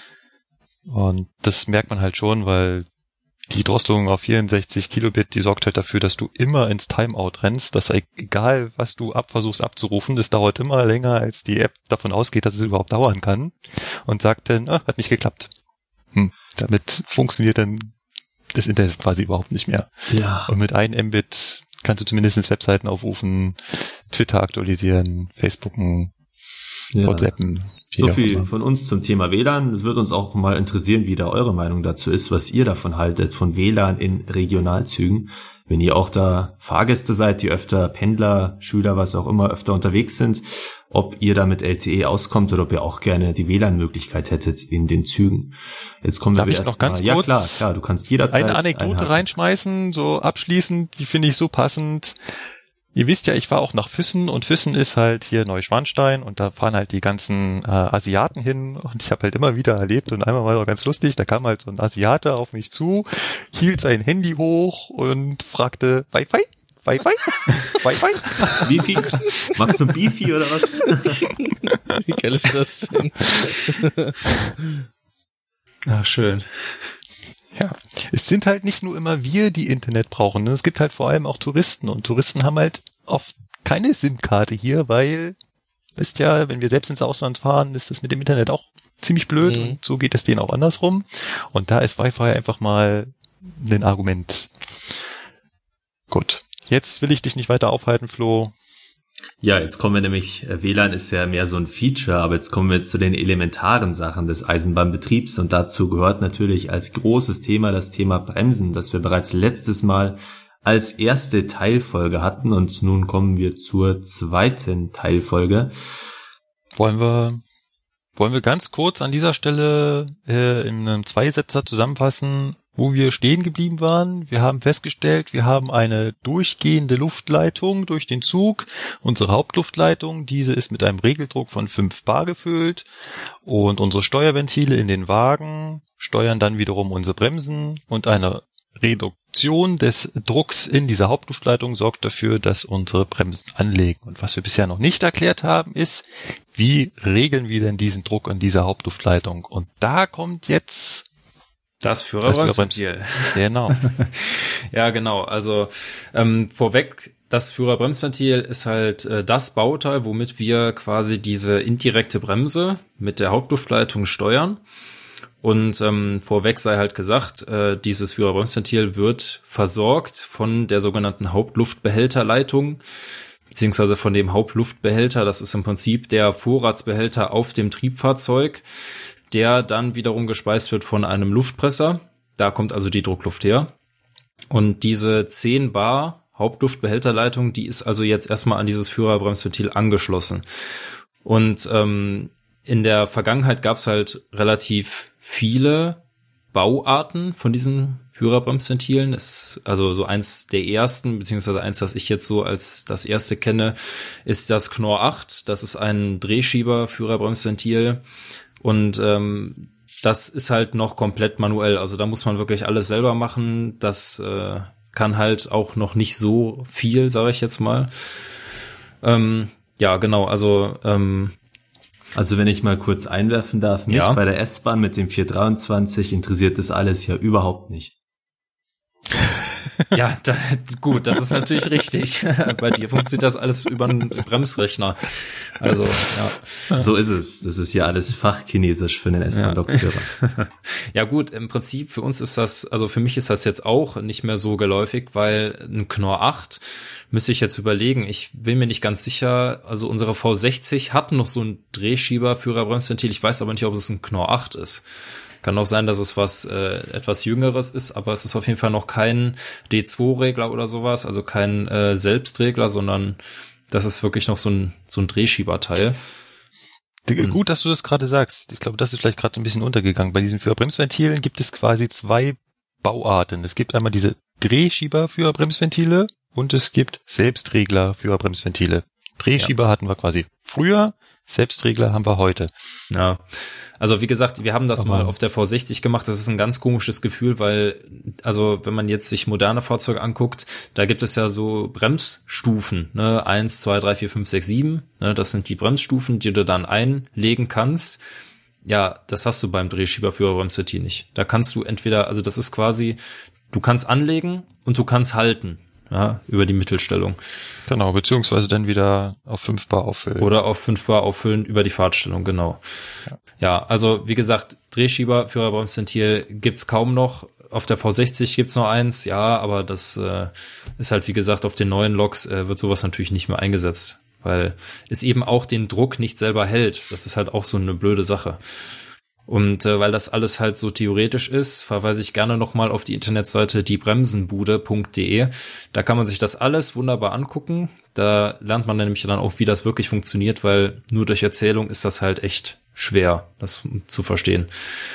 Und das merkt man halt schon, weil die Drosselung auf 64 Kilobit, die sorgt halt dafür, dass du immer ins Timeout rennst, dass egal, was du versuchst abzurufen, das dauert immer länger, als die App davon ausgeht, dass es überhaupt dauern kann und sagt dann, hat nicht geklappt. Damit funktioniert dann das Internet quasi überhaupt nicht mehr. Ja. Und mit 1 Mbit kannst du zumindest Webseiten aufrufen, Twitter aktualisieren, Facebooken, WhatsAppen. So viel von uns zum Thema WLAN. Es wird uns auch mal interessieren, wie da eure Meinung dazu ist, was ihr davon haltet, von WLAN in Regionalzügen. Wenn ihr auch da Fahrgäste seid, die öfter Pendler, Schüler, was auch immer, öfter unterwegs sind, ob ihr da mit LTE auskommt oder ob ihr auch gerne die WLAN-Möglichkeit hättet in den Zügen. Jetzt kommen wir noch ganz kurz Ja klar, du kannst jederzeit eine Anekdote reinschmeißen, so abschließend, die finde ich so passend. Ihr wisst ja, ich war auch nach Füssen und Füssen ist halt hier Neuschwanstein und da fahren halt die ganzen Asiaten hin und ich habe halt immer wieder erlebt und einmal war auch ganz lustig, da kam halt so ein Asiate auf mich zu, hielt sein Handy hoch und fragte, Wi-Fi? Wi-Fi? Wi-Fi? Wie viel? Machst du ein Beefy oder was? Wie geil ist das denn? Ja, schön. Ja, es sind halt nicht nur immer wir, die Internet brauchen. Es gibt halt vor allem auch Touristen und Touristen haben halt oft keine SIM-Karte hier, weil, wisst ja, wenn wir selbst ins Ausland fahren, ist das mit dem Internet auch ziemlich blöd und so geht es denen auch andersrum. Und da ist Wi-Fi einfach mal ein Argument. Gut, jetzt will ich dich nicht weiter aufhalten, Flo. Ja, jetzt kommen wir nämlich, WLAN ist ja mehr so ein Feature, aber jetzt kommen wir zu den elementaren Sachen des Eisenbahnbetriebs und dazu gehört natürlich als großes Thema das Thema Bremsen, das wir bereits letztes Mal als erste Teilfolge hatten und nun kommen wir zur zweiten Teilfolge. Wollen wir ganz kurz an dieser Stelle in einem Zweisätzer zusammenfassen, wo wir stehen geblieben waren. Wir haben festgestellt, wir haben eine durchgehende Luftleitung durch den Zug, unsere Hauptluftleitung, diese ist mit einem Regeldruck von 5 bar gefüllt und unsere Steuerventile in den Wagen steuern dann wiederum unsere Bremsen und eine Reduktion des Drucks in dieser Hauptluftleitung sorgt dafür, dass unsere Bremsen anlegen. Und was wir bisher noch nicht erklärt haben, ist, wie regeln wir denn diesen Druck in dieser Hauptluftleitung? Und da kommt jetzt das Führerbremsventil. Genau. Ja, genau. Also vorweg, das Führerbremsventil ist halt das Bauteil, womit wir quasi diese indirekte Bremse mit der Hauptluftleitung steuern. Und vorweg sei halt gesagt, dieses Führerbremsventil wird versorgt von der sogenannten Hauptluftbehälterleitung, beziehungsweise von dem Hauptluftbehälter. Das ist im Prinzip der Vorratsbehälter auf dem Triebfahrzeug, der dann wiederum gespeist wird von einem Luftpresser. Da kommt also die Druckluft her. Und diese 10 bar Hauptluftbehälterleitung, die ist also jetzt erstmal an dieses Führerbremsventil angeschlossen. Und in der Vergangenheit gab es halt relativ viele Bauarten von diesen Führerbremsventilen. Ist also so eins der ersten, beziehungsweise eins, das ich jetzt so als das erste kenne, ist das Knorr 8. Das ist ein Drehschieber-Führerbremsventil. Und das ist halt noch komplett manuell. Also da muss man wirklich alles selber machen. Das kann halt auch noch nicht so viel, sage ich jetzt mal. Ja, genau. Also wenn ich mal kurz einwerfen darf, mich bei der S-Bahn mit dem 423 interessiert das alles ja überhaupt nicht. Ja, gut, das ist natürlich richtig. Bei dir funktioniert das alles über einen Bremsrechner. Also, ja. So ist es. Das ist ja alles Fachchinesisch für einen S-Bahn-Lokführer. Ja gut, im Prinzip für uns ist das, also für mich ist das jetzt auch nicht mehr so geläufig, weil ein Knorr 8 müsste ich jetzt überlegen. Ich bin mir nicht ganz sicher, also unsere V60 hat noch so ein Drehschieber-Führerbremsventil. Ich weiß aber nicht, ob es ein Knorr 8 ist. Kann auch sein, dass es was etwas Jüngeres ist, aber es ist auf jeden Fall noch kein D2-Regler oder sowas, also kein Selbstregler, sondern das ist wirklich noch so ein Drehschieberteil. Gut, dass du das gerade sagst. Ich glaube, das ist vielleicht gerade ein bisschen untergegangen. Bei diesen Führerbremsventilen gibt es quasi 2 Bauarten. Es gibt einmal diese Drehschieber-Führerbremsventile und es gibt Selbstregler-Führerbremsventile. Drehschieber hatten wir quasi früher, Selbstregler haben wir heute. Ja, also wie gesagt, wir haben das mal auf der V60 gemacht. Das ist ein ganz komisches Gefühl, weil, also wenn man jetzt sich moderne Fahrzeuge anguckt, da gibt es ja so Bremsstufen, ne, 1, 2, 3, 4, 5, 6, 7, ne, das sind die Bremsstufen, die du dann einlegen kannst. Ja, das hast du beim Drehschieber-Führerbremsventil nicht. Da kannst du entweder, also das ist quasi, du kannst anlegen und du kannst halten. Ja, über die Mittelstellung. Genau, beziehungsweise dann wieder auf 5 bar auffüllen. Oder auf 5 bar auffüllen über die Fahrtstellung, genau. Ja, also wie gesagt, Drehschieber, Führerbremsventil gibt's kaum noch. Auf der V60 gibt's noch eins, ja, aber das ist halt, wie gesagt, auf den neuen Loks wird sowas natürlich nicht mehr eingesetzt, weil es eben auch den Druck nicht selber hält. Das ist halt auch so eine blöde Sache. Und weil das alles halt so theoretisch ist, verweise ich gerne nochmal auf die Internetseite diebremsenbude.de. Da kann man sich das alles wunderbar angucken. Da lernt man nämlich dann auch, wie das wirklich funktioniert, weil nur durch Erzählung ist das halt echt schwer, das zu verstehen.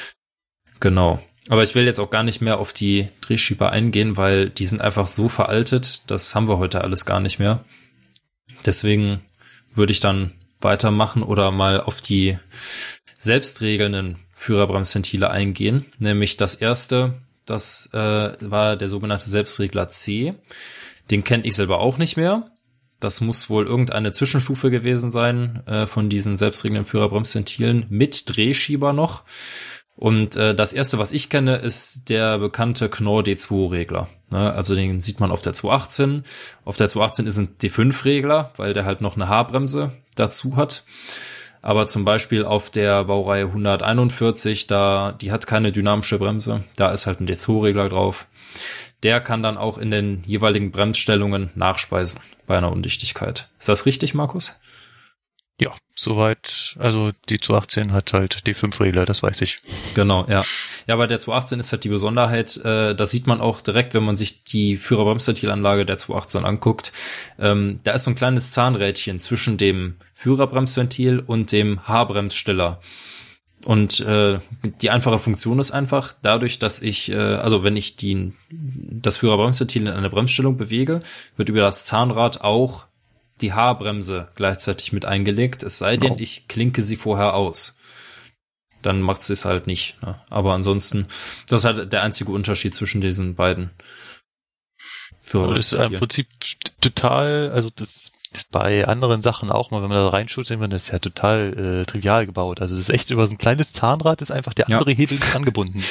Genau. Aber ich will jetzt auch gar nicht mehr auf die Drehschieber eingehen, weil die sind einfach so veraltet. Das haben wir heute alles gar nicht mehr. Deswegen würde ich dann weitermachen oder mal auf die selbstregelnden Führerbremsventile eingehen. Nämlich das erste, das war der sogenannte Selbstregler C. Den kenne ich selber auch nicht mehr. Das muss wohl irgendeine Zwischenstufe gewesen sein von diesen selbstregelnden Führerbremsventilen mit Drehschieber noch. Und das erste, was ich kenne, ist der bekannte Knorr D2-Regler. Ne? Also den sieht man auf der 218. Auf der 218 ist ein D5-Regler, weil der halt noch eine Haarbremse dazu hat. Aber zum Beispiel auf der Baureihe 141, die hat keine dynamische Bremse, da ist halt ein D2-Regler drauf. Der kann dann auch in den jeweiligen Bremsstellungen nachspeisen. bei einer Undichtigkeit. Ist das richtig, Markus? Ja, soweit. Also die 218 hat halt D5-Regler, das weiß ich. Genau, ja. Ja, bei der 218 ist halt die Besonderheit, das sieht man auch direkt, wenn man sich die Führerbremsventilanlage der 218 anguckt. Da ist so ein kleines Zahnrädchen zwischen dem Führerbremsventil und dem Haarbremssteller. Und die einfache Funktion ist einfach, dadurch, dass ich, also wenn ich das Führerbremsventil in eine Bremsstellung bewege, wird über das Zahnrad auch die Haarbremse gleichzeitig mit eingelegt, es sei denn, ich klinke sie vorher aus. Dann macht sie es halt nicht. Ne? Aber ansonsten, das ist halt der einzige Unterschied zwischen diesen beiden. Das ist im Prinzip total, also das ist bei anderen Sachen auch mal, wenn man da reinschaut, sehen wir, das ist ja total trivial gebaut. Also das ist echt über so ein kleines Zahnrad, ist einfach der andere Hebel nicht angebunden.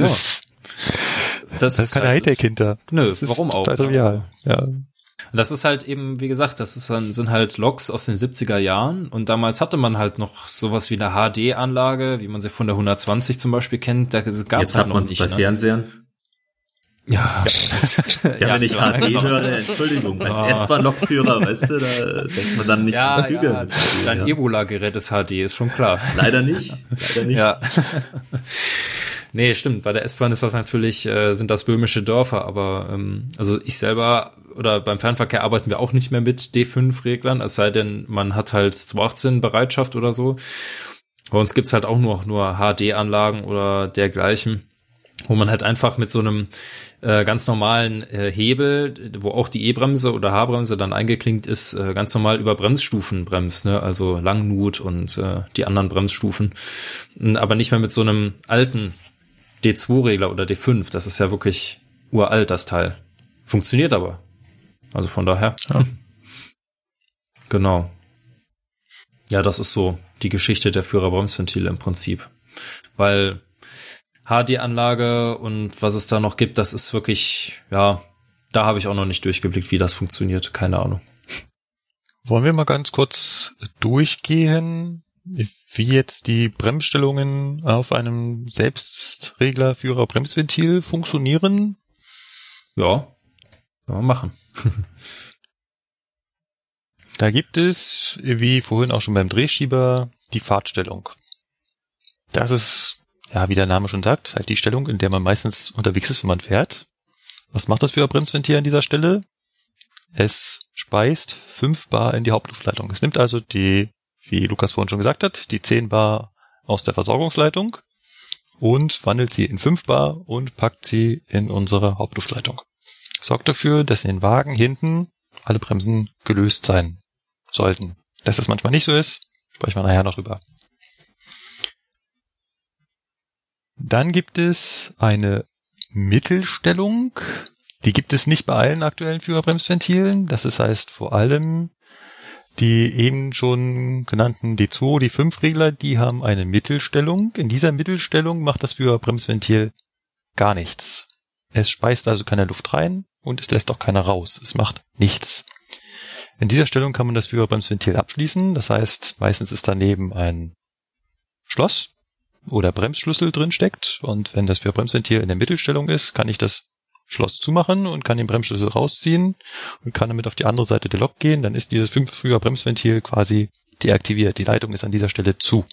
Das ist keine Hightech hinter. Nö, warum auch? Total trivial. Ja. Und das ist halt eben, wie gesagt, sind halt Loks aus den 70er Jahren und damals hatte man halt noch sowas wie eine HD-Anlage, wie man sie von der 120 zum Beispiel kennt, da gab es halt noch nicht. Jetzt hat man es bei Fernsehern. Ja. Wenn ich HD höre, Entschuldigung, als S-Bahn-Lokführer, weißt du, da denkt man dann nicht an Züge. Dein Ebola-Gerät ist HD, ist schon klar. Leider nicht. Ja. Nee, stimmt. Bei der S-Bahn ist das natürlich, sind das böhmische Dörfer, aber also ich selber oder beim Fernverkehr arbeiten wir auch nicht mehr mit D5-Reglern, es sei denn, man hat halt 218 Bereitschaft oder so. Bei uns gibt's halt auch nur HD-Anlagen oder dergleichen, wo man halt einfach mit so einem ganz normalen Hebel, wo auch die E-Bremse oder H-Bremse dann eingeklinkt ist, ganz normal über Bremsstufen bremst, ne? Also Langnut und die anderen Bremsstufen, aber nicht mehr mit so einem alten D2-Regler oder D5, das ist ja wirklich uralt, das Teil. Funktioniert aber. Also von daher. Ja. Genau. Ja, das ist so die Geschichte der Führerbremsventile im Prinzip. Weil HD-Anlage und was es da noch gibt, das ist wirklich, ja, da habe ich auch noch nicht durchgeblickt, wie das funktioniert. Keine Ahnung. Wollen wir mal ganz kurz durchgehen, wie jetzt die Bremsstellungen auf einem Selbstregler Führerbremsventil funktionieren? Ja, kann man machen. Da gibt es, wie vorhin auch schon beim Drehschieber, die Fahrtstellung. Das ist, ja, wie der Name schon sagt, halt die Stellung, in der man meistens unterwegs ist, wenn man fährt. Was macht das Führerbremsventil an dieser Stelle? Es speist 5 Bar in die Hauptluftleitung. Es nimmt also die, wie Lukas vorhin schon gesagt hat, die 10 Bar aus der Versorgungsleitung und wandelt sie in 5 Bar und packt sie in unsere Hauptluftleitung. Sorgt dafür, dass in den Wagen hinten alle Bremsen gelöst sein sollten. Dass das manchmal nicht so ist, sprechen wir nachher noch drüber. Dann gibt es eine Mittelstellung. Die gibt es nicht bei allen aktuellen Führerbremsventilen. Das heißt vor allem die eben schon genannten D2, D5-Regler, die haben eine Mittelstellung. In dieser Mittelstellung macht das Führerbremsventil gar nichts. Es speist also keine Luft rein und es lässt auch keiner raus. Es macht nichts. In dieser Stellung kann man das Führerbremsventil abschließen. Das heißt, meistens ist daneben ein Schloss oder Bremsschlüssel drin steckt. Und wenn das Führerbremsventil in der Mittelstellung ist, kann ich das Schloss zumachen und kann den Bremsschlüssel rausziehen und kann damit auf die andere Seite der Lok gehen. Dann ist dieses Führerbremsventil quasi deaktiviert. Die Leitung ist an dieser Stelle zu.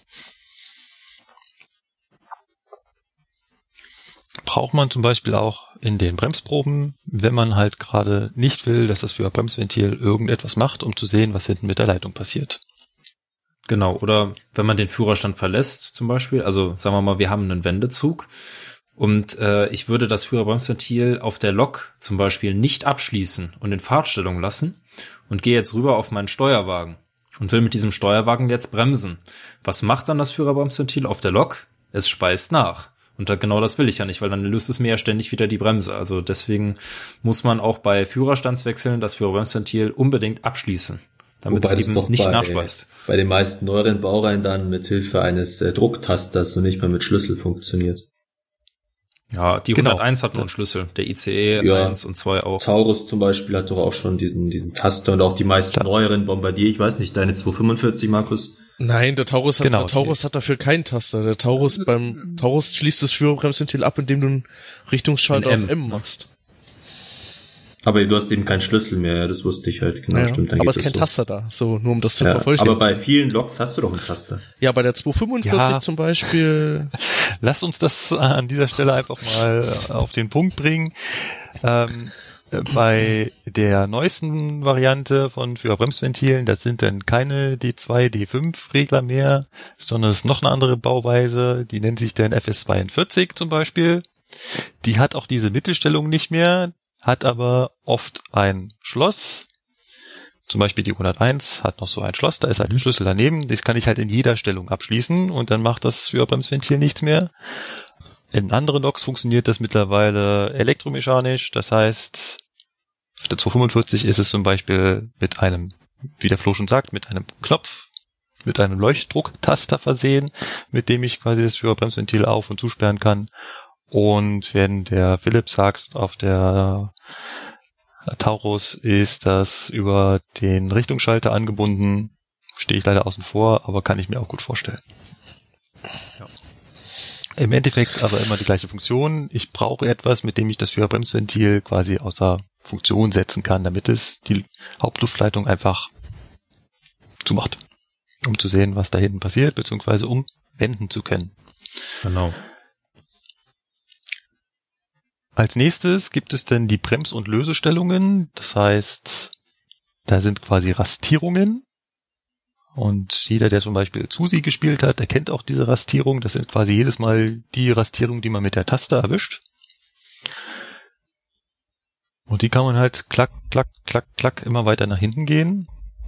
Braucht man zum Beispiel auch in den Bremsproben, wenn man halt gerade nicht will, dass das Führerbremsventil irgendetwas macht, um zu sehen, was hinten mit der Leitung passiert. Genau, oder wenn man den Führerstand verlässt zum Beispiel, also sagen wir mal, wir haben einen Wendezug und ich würde das Führerbremsventil auf der Lok zum Beispiel nicht abschließen und in Fahrtstellung lassen und gehe jetzt rüber auf meinen Steuerwagen und will mit diesem Steuerwagen jetzt bremsen. Was macht dann das Führerbremsventil auf der Lok? Es speist nach. Und genau das will ich ja nicht, weil dann löst es mir ja ständig wieder die Bremse. Also deswegen muss man auch bei Führerstandswechseln das Führerbremsventil unbedingt abschließen, damit es eben nicht nachspeist. Bei den meisten neueren Baureihen dann mit Hilfe eines Drucktasters und nicht mehr mit Schlüssel funktioniert. Ja, die 101 hat nur einen Schlüssel, der ICE 1 und 2 auch. Taurus zum Beispiel hat doch auch schon diesen Taster und auch die meisten neueren Bombardier, ich weiß nicht, deine 245, Markus? Nein, der Taurus hat dafür keinen Taster. Der Taurus, beim Taurus schließt das Führerbremsventil ab, indem du einen Richtungsschalter auf M machst. Aber du hast eben keinen Schlüssel mehr, ja, das wusste ich halt, genau, ja, stimmt. Dann aber geht es ist kein so. Taster da, so nur um das zu Ja, vervollständigen. aber bei vielen Loks hast du doch einen Taster. Ja, bei der 245 zum Beispiel. Lasst uns das an dieser Stelle einfach mal auf den Punkt bringen. Bei der neuesten Variante von Führerbremsventilen, das sind dann keine D2, D5 Regler mehr, sondern es ist noch eine andere Bauweise, die nennt sich dann FS42 zum Beispiel. Die hat auch diese Mittelstellung nicht mehr, hat aber oft ein Schloss. Zum Beispiel die 101 hat noch so ein Schloss, da ist halt ein Schlüssel daneben, das kann ich halt in jeder Stellung abschließen und dann macht das Führerbremsventil nichts mehr. In anderen Loks funktioniert das mittlerweile elektromechanisch, das heißt, auf der 245 ist es zum Beispiel mit einem, wie der Flo schon sagt, mit einem Knopf, mit einem Leuchtdrucktaster versehen, mit dem ich quasi das Führerbremsventil auf- und zusperren kann. Und wenn der Philipp sagt, auf der Taurus ist das über den Richtungsschalter angebunden, stehe ich leider außen vor, aber kann ich mir auch gut vorstellen. Ja. Im Endeffekt aber immer die gleiche Funktion. Ich brauche etwas, mit dem ich das Führerbremsventil quasi außer Funktion setzen kann, damit es die Hauptluftleitung einfach zumacht, um zu sehen, was da hinten passiert, beziehungsweise um wenden zu können. Genau. Als nächstes gibt es dann die Brems- und Lösestellungen. Das heißt, da sind quasi Rastierungen. Und jeder, der zum Beispiel Susi gespielt hat, der kennt auch diese Rastierung. Das sind quasi jedes Mal die Rastierung, die man mit der Taste erwischt. Und die kann man halt klack, klack, klack, klack immer weiter nach hinten gehen.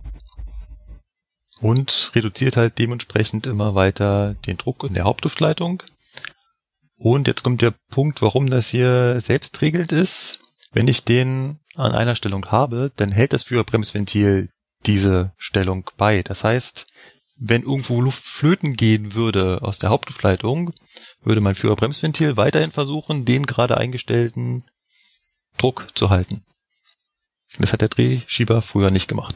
Und reduziert halt dementsprechend immer weiter den Druck in der Hauptluftleitung. Und jetzt kommt der Punkt, warum das hier selbstregelnd ist. Wenn ich den an einer Stellung habe, dann hält das Führerbremsventil diese Stellung bei. Das heißt, wenn irgendwo Luft flöten gehen würde aus der Hauptluftleitung, würde mein Führerbremsventil weiterhin versuchen, den gerade eingestellten Druck zu halten. Das hat der Drehschieber früher nicht gemacht.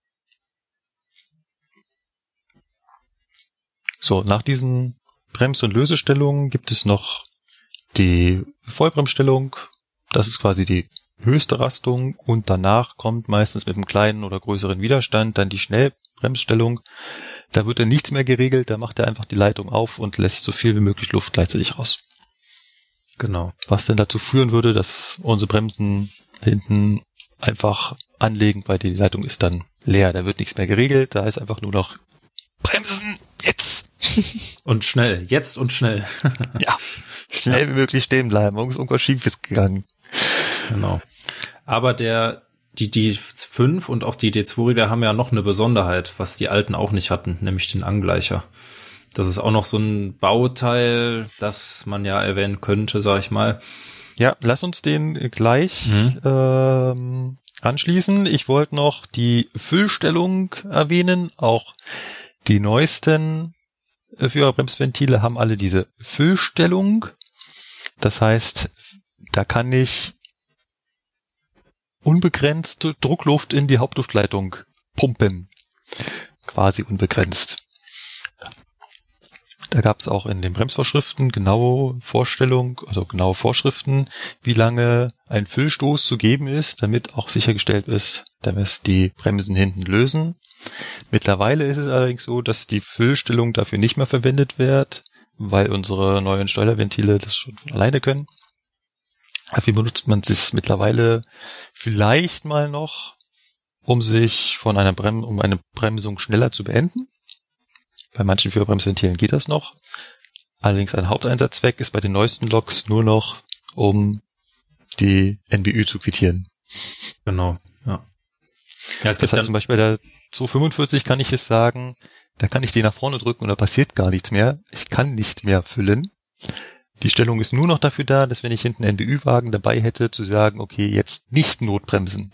So, nach diesen Brems- und Lösestellungen gibt es noch die Vollbremsstellung. Das ist quasi die höchste Rastung und danach kommt meistens mit einem kleinen oder größeren Widerstand dann die Schnellbremsstellung. Da wird dann nichts mehr geregelt, da macht er einfach die Leitung auf und lässt so viel wie möglich Luft gleichzeitig raus. Genau. Was denn dazu führen würde, dass unsere Bremsen hinten einfach anlegen, weil die Leitung ist dann leer. Da wird nichts mehr geregelt, da ist einfach nur noch Bremsen, jetzt! Und schnell, jetzt und schnell. Ja, schnell wie möglich stehen bleiben, irgendwas schief ist gegangen. Genau. Aber die 5 und auch die D2-Räder haben ja noch eine Besonderheit, was die alten auch nicht hatten, nämlich den Angleicher. Das ist auch noch so ein Bauteil, das man ja erwähnen könnte, sag ich mal. Ja, lass uns den gleich anschließen. Ich wollte noch die Füllstellung erwähnen. Auch die neuesten Führerbremsventile haben alle diese Füllstellung. Das heißt, da kann ich unbegrenzt Druckluft in die Hauptluftleitung pumpen. Quasi unbegrenzt. Da gab es auch in den Bremsvorschriften genaue Vorschriften, wie lange ein Füllstoß zu geben ist, damit auch sichergestellt ist, dass die Bremsen hinten lösen. Mittlerweile ist es allerdings so, dass die Füllstellung dafür nicht mehr verwendet wird, weil unsere neuen Steuerventile das schon von alleine können. Dafür benutzt man es mittlerweile vielleicht mal noch, um eine Bremsung schneller zu beenden. Bei manchen Führerbremsventilen geht das noch. Allerdings ein Haupteinsatzzweck ist bei den neuesten Loks nur noch, um die NBÜ zu quittieren. Genau, ja. Ja, das heißt zum Beispiel bei der 245 kann ich es sagen, da kann ich den nach vorne drücken und da passiert gar nichts mehr. Ich kann nicht mehr füllen. Die Stellung ist nur noch dafür da, dass wenn ich hinten einen NBÜ-Wagen dabei hätte, zu sagen, okay, jetzt nicht Notbremsen.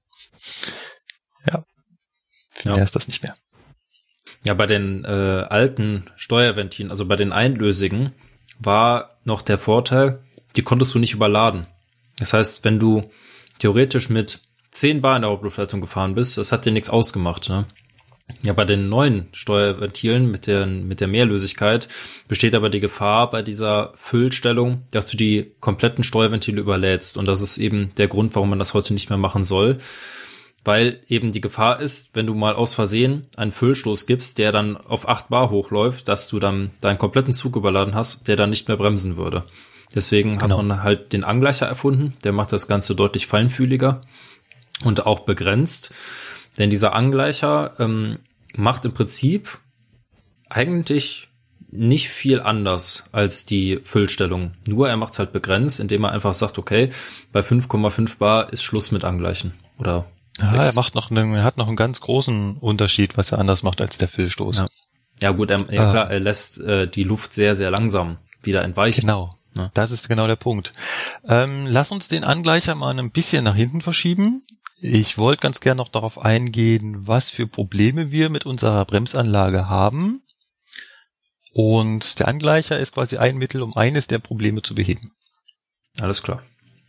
Ja, viel mehr ist das nicht mehr. Ja, bei den alten Steuerventilen, also bei den einlösigen, war noch der Vorteil, die konntest du nicht überladen. Das heißt, wenn du theoretisch mit 10 Bar in der Hauptluftleitung gefahren bist, das hat dir nichts ausgemacht, ne? Ja, bei den neuen Steuerventilen mit der Mehrlösigkeit besteht aber die Gefahr bei dieser Füllstellung, dass du die kompletten Steuerventile überlädst. Und das ist eben der Grund, warum man das heute nicht mehr machen soll. Weil eben die Gefahr ist, wenn du mal aus Versehen einen Füllstoß gibst, der dann auf 8 Bar hochläuft, dass du dann deinen kompletten Zug überladen hast, der dann nicht mehr bremsen würde. Deswegen hat man halt den Angleicher erfunden. Der macht das Ganze deutlich feinfühliger und auch begrenzt. Denn dieser Angleicher macht im Prinzip eigentlich nicht viel anders als die Füllstellung. Nur er macht es halt begrenzt, indem er einfach sagt, okay, bei 5,5 Bar ist Schluss mit Angleichen. Oder 6. Er hat noch einen ganz großen Unterschied, was er anders macht als der Füllstoß. Ja gut, klar, er lässt die Luft sehr, sehr langsam wieder entweichen. Genau, ja. Das ist genau der Punkt. Lass uns den Angleicher mal ein bisschen nach hinten verschieben. Ich wollte ganz gern noch darauf eingehen, was für Probleme wir mit unserer Bremsanlage haben. Und der Angleicher ist quasi ein Mittel, um eines der Probleme zu beheben. Alles klar.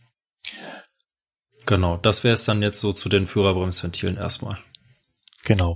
Genau, das wäre es dann jetzt so zu den Führerbremsventilen erstmal. Genau.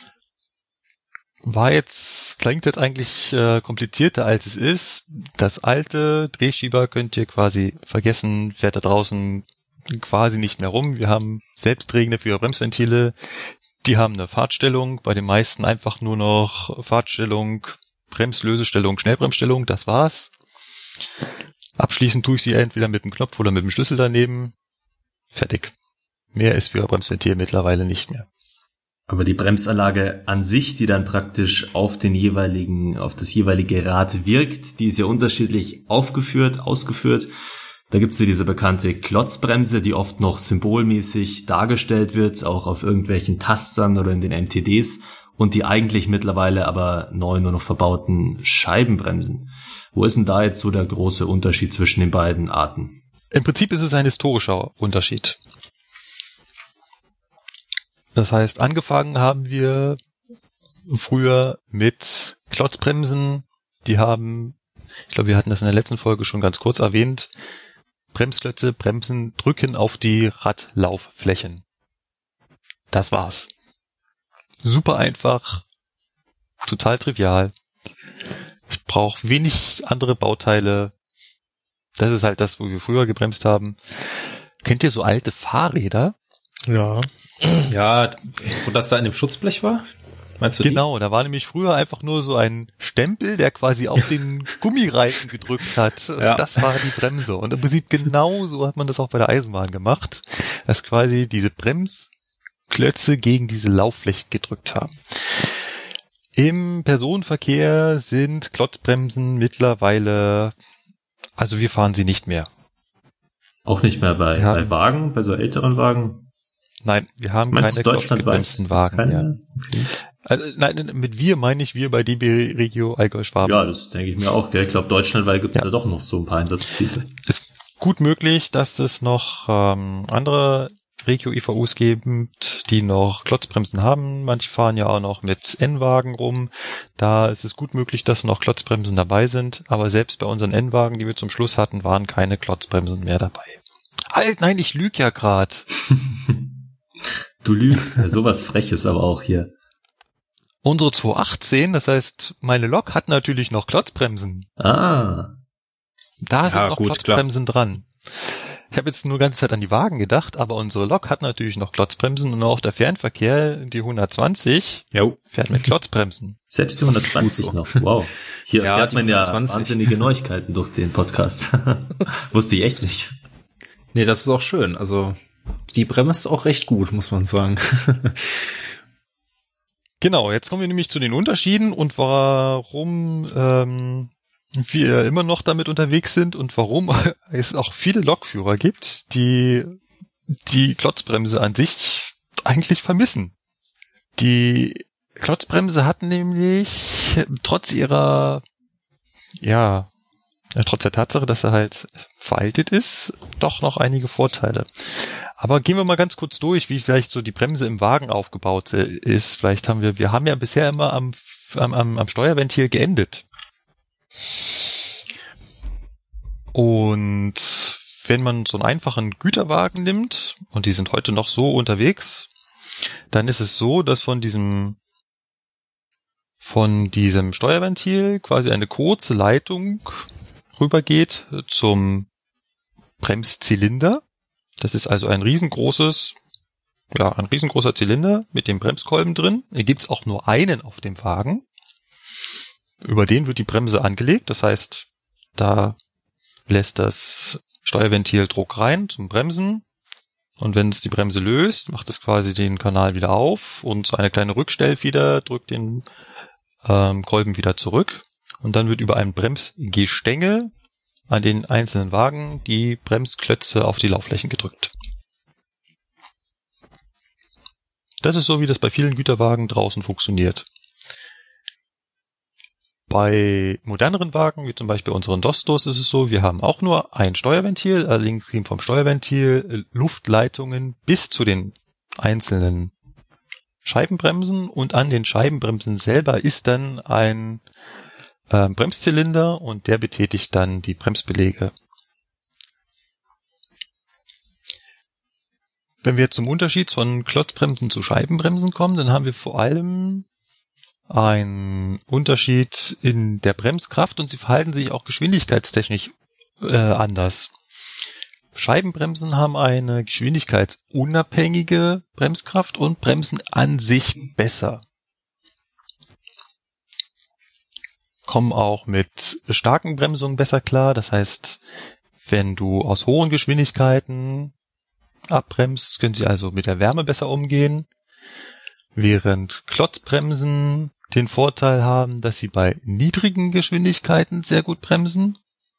Klingt jetzt eigentlich komplizierter als es ist. Das alte Drehschieber könnt ihr quasi vergessen, fährt da draußen quasi nicht mehr rum. Wir haben selbstdrehende Führerbremsventile, die haben eine Fahrtstellung, bei den meisten einfach nur noch Fahrtstellung, Bremslösestellung, Schnellbremsstellung, das war's. Abschließend tue ich sie entweder mit dem Knopf oder mit dem Schlüssel daneben. Fertig. Mehr ist Führerbremsventil mittlerweile nicht mehr. Aber die Bremsanlage an sich, die dann praktisch auf das jeweilige Rad wirkt, die ist ja unterschiedlich ausgeführt. Da gibt's ja diese bekannte Klotzbremse, die oft noch symbolmäßig dargestellt wird, auch auf irgendwelchen Tastern oder in den MTDs, und die eigentlich mittlerweile aber neu nur noch verbauten Scheibenbremsen. Wo ist denn da jetzt so der große Unterschied zwischen den beiden Arten? Im Prinzip ist es ein historischer Unterschied. Das heißt, angefangen haben wir früher mit Klotzbremsen, die haben, ich glaube, wir hatten das in der letzten Folge schon ganz kurz erwähnt, Bremsklötze, Bremsen drücken auf die Radlaufflächen. Das war's. Super einfach, total trivial. Ich brauche wenig andere Bauteile. Das ist halt das, wo wir früher gebremst haben. Kennt ihr so alte Fahrräder? Ja. Ja, wo das da in dem Schutzblech war? Meinst du genau, da war nämlich früher einfach nur so ein Stempel, der quasi auf den Gummireifen gedrückt hat. Ja. Das war die Bremse. Und im Prinzip genau so hat man das auch bei der Eisenbahn gemacht, dass quasi diese Bremsklötze gegen diese Laufflächen gedrückt haben. Im Personenverkehr sind Klotzbremsen mittlerweile, also wir fahren sie nicht mehr. Auch nicht mehr bei Wagen, bei so älteren Wagen? Nein, wir haben keine klotzgebremsten Wagen mehr. Okay. Also, nein, mit wir meine ich wir bei DB Regio Allgäu-Schwaben. Ja, das denke ich mir auch. Gell? Ich glaube, deutschlandweit gibt es da doch noch so ein paar Einsatzgebiete. Ist gut möglich, dass es noch andere Regio-IVUs gibt, die noch Klotzbremsen haben. Manche fahren ja auch noch mit N-Wagen rum. Da ist es gut möglich, dass noch Klotzbremsen dabei sind. Aber selbst bei unseren N-Wagen, die wir zum Schluss hatten, waren keine Klotzbremsen mehr dabei. Nein, ich lüge ja grad. Du lügst. Ja, sowas Freches aber auch hier. Unsere 218, das heißt, meine Lok hat natürlich noch Klotzbremsen. Ah. Da sind noch Klotzbremsen dran. Ich habe jetzt nur ganze Zeit an die Wagen gedacht, aber unsere Lok hat natürlich noch Klotzbremsen und auch der Fernverkehr, die 120, fährt mit Klotzbremsen. Selbst die 120 noch, wow. Hier fährt man ja wahnsinnige Neuigkeiten durch den Podcast. Wusste ich echt nicht. Nee, das ist auch schön. Also die bremst auch recht gut, muss man sagen. Genau, jetzt kommen wir nämlich zu den Unterschieden und warum wir immer noch damit unterwegs sind und warum es auch viele Lokführer gibt, die die Klotzbremse an sich eigentlich vermissen. Die Klotzbremse hat nämlich trotz der Tatsache, dass er halt veraltet ist, doch noch einige Vorteile. Aber gehen wir mal ganz kurz durch, wie vielleicht so die Bremse im Wagen aufgebaut ist. Vielleicht haben wir haben ja bisher immer am Steuerventil geendet. Und wenn man so einen einfachen Güterwagen nimmt, und die sind heute noch so unterwegs, dann ist es so, dass von diesem von diesem Steuerventil quasi eine kurze Leitung rübergeht zum Bremszylinder. Das ist also ein riesengroßer Zylinder mit dem Bremskolben drin. Hier gibt's auch nur einen auf dem Wagen. Über den wird die Bremse angelegt. Das heißt, da lässt das Steuerventil Druck rein zum Bremsen. Und wenn es die Bremse löst, macht es quasi den Kanal wieder auf und so eine kleine Rückstellfeder drückt den Kolben wieder zurück. Und dann wird über ein Bremsgestänge an den einzelnen Wagen die Bremsklötze auf die Laufflächen gedrückt. Das ist so, wie das bei vielen Güterwagen draußen funktioniert. Bei moderneren Wagen, wie zum Beispiel unseren Dostos, ist es so, wir haben auch nur ein Steuerventil, allerdings gehen vom Steuerventil Luftleitungen bis zu den einzelnen Scheibenbremsen und an den Scheibenbremsen selber ist dann ein Bremszylinder und der betätigt dann die Bremsbeläge. Wenn wir zum Unterschied von Klotzbremsen zu Scheibenbremsen kommen, dann haben wir vor allem einen Unterschied in der Bremskraft und sie verhalten sich auch geschwindigkeitstechnisch anders. Scheibenbremsen haben eine geschwindigkeitsunabhängige Bremskraft und bremsen an sich besser. Kommen auch mit starken Bremsungen besser klar. Das heißt, wenn du aus hohen Geschwindigkeiten abbremst, können sie also mit der Wärme besser umgehen. Während Klotzbremsen den Vorteil haben, dass sie bei niedrigen Geschwindigkeiten sehr gut bremsen.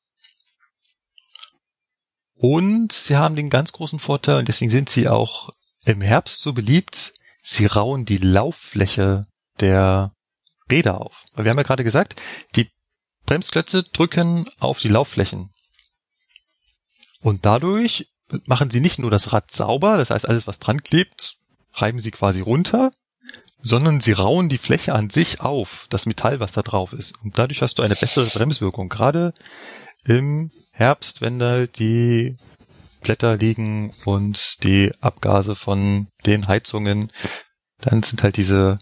Und sie haben den ganz großen Vorteil, und deswegen sind sie auch im Herbst so beliebt, sie rauen die Lauffläche der Räder auf. Weil wir haben ja gerade gesagt, die Bremsklötze drücken auf die Laufflächen. Und dadurch machen sie nicht nur das Rad sauber, das heißt alles, was dran klebt, reiben sie quasi runter, sondern sie rauen die Fläche an sich auf, das Metall, was da drauf ist. Und dadurch hast du eine bessere Bremswirkung. Gerade im Herbst, wenn da die Blätter liegen und die Abgase von den Heizungen, dann sind halt diese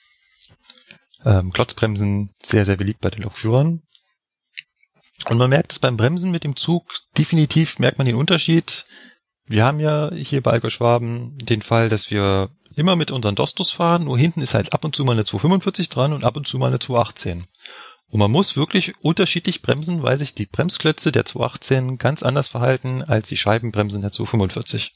Klotzbremsen sehr, sehr beliebt bei den Lokführern. Und man merkt es beim Bremsen mit dem Zug, definitiv merkt man den Unterschied. Wir haben ja hier bei Allgäu Schwaben den Fall, dass wir immer mit unseren Dostos fahren, nur hinten ist halt ab und zu mal eine 245 dran und ab und zu mal eine 218. Und man muss wirklich unterschiedlich bremsen, weil sich die Bremsklötze der 218 ganz anders verhalten als die Scheibenbremsen der 245.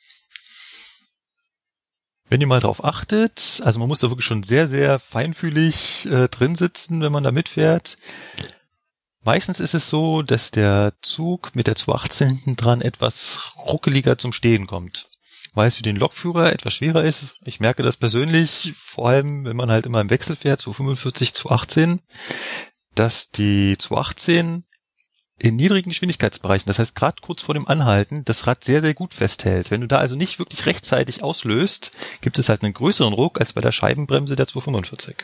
Wenn ihr mal drauf achtet, also man muss da wirklich schon sehr, sehr feinfühlig drin sitzen, wenn man da mitfährt. Meistens ist es so, dass der Zug mit der 218 hinten dran etwas ruckeliger zum Stehen kommt, weil es für den Lokführer etwas schwerer ist. Ich merke das persönlich, vor allem wenn man halt immer im Wechsel fährt, 245, 218, dass die 218 in niedrigen Geschwindigkeitsbereichen, das heißt gerade kurz vor dem Anhalten, das Rad sehr, sehr gut festhält. Wenn du da also nicht wirklich rechtzeitig auslöst, gibt es halt einen größeren Ruck als bei der Scheibenbremse der 245.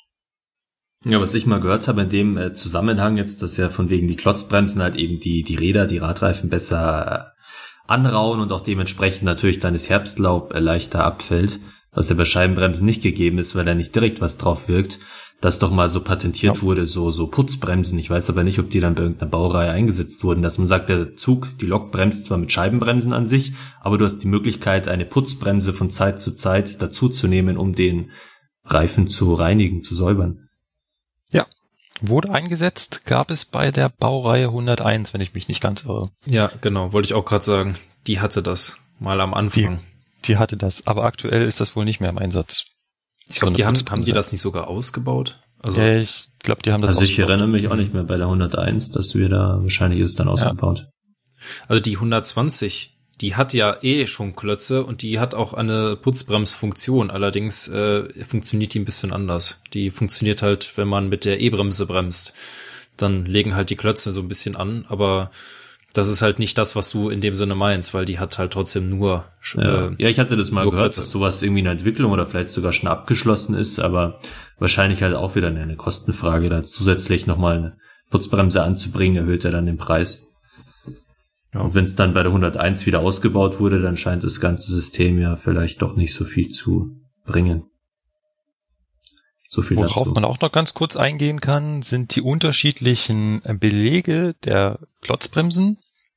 Ja, was ich mal gehört habe in dem Zusammenhang jetzt, dass ja von wegen die Klotzbremsen halt eben die Räder, die Radreifen besser anrauen und auch dementsprechend natürlich dann das Herbstlaub leichter abfällt, was ja bei Scheibenbremsen nicht gegeben ist, weil da nicht direkt was drauf wirkt. Das doch mal so patentiert wurde, so Putzbremsen. Ich weiß aber nicht, ob die dann bei irgendeiner Baureihe eingesetzt wurden, dass man sagt, der Zug, die Lok bremst zwar mit Scheibenbremsen an sich, aber du hast die Möglichkeit, eine Putzbremse von Zeit zu Zeit dazuzunehmen, um den Reifen zu reinigen, zu säubern. Ja, wurde eingesetzt, gab es bei der Baureihe 101, wenn ich mich nicht ganz irre. Ja, genau, wollte ich auch gerade sagen. Die hatte das mal am Anfang. Die hatte das, aber aktuell ist das wohl nicht mehr im Einsatz. Ich glaube, haben die das nicht sogar ausgebaut? Also, ja, ich glaube, die haben das ausgebaut. Also ich erinnere mich auch nicht mehr bei der 101, dass wir da, wahrscheinlich ist es dann ausgebaut. Ja. Also die 120, die hat ja schon Klötze und die hat auch eine Putzbremsfunktion. Allerdings funktioniert die ein bisschen anders. Die funktioniert halt, wenn man mit der E-Bremse bremst. Dann legen halt die Klötze so ein bisschen an, aber das ist halt nicht das, was du in dem Sinne meinst, weil die hat halt trotzdem nur ja, ich hatte das mal gehört, Klötze. Dass sowas irgendwie in der Entwicklung oder vielleicht sogar schon abgeschlossen ist, aber wahrscheinlich halt auch wieder eine Kostenfrage, da zusätzlich nochmal eine Putzbremse anzubringen, erhöht er dann den Preis. Ja. Und wenn es dann bei der 101 wieder ausgebaut wurde, dann scheint das ganze System ja vielleicht doch nicht so viel zu bringen. So viel dazu. Worauf man auch noch ganz kurz eingehen kann, sind die unterschiedlichen Belege der Klotzbremsen.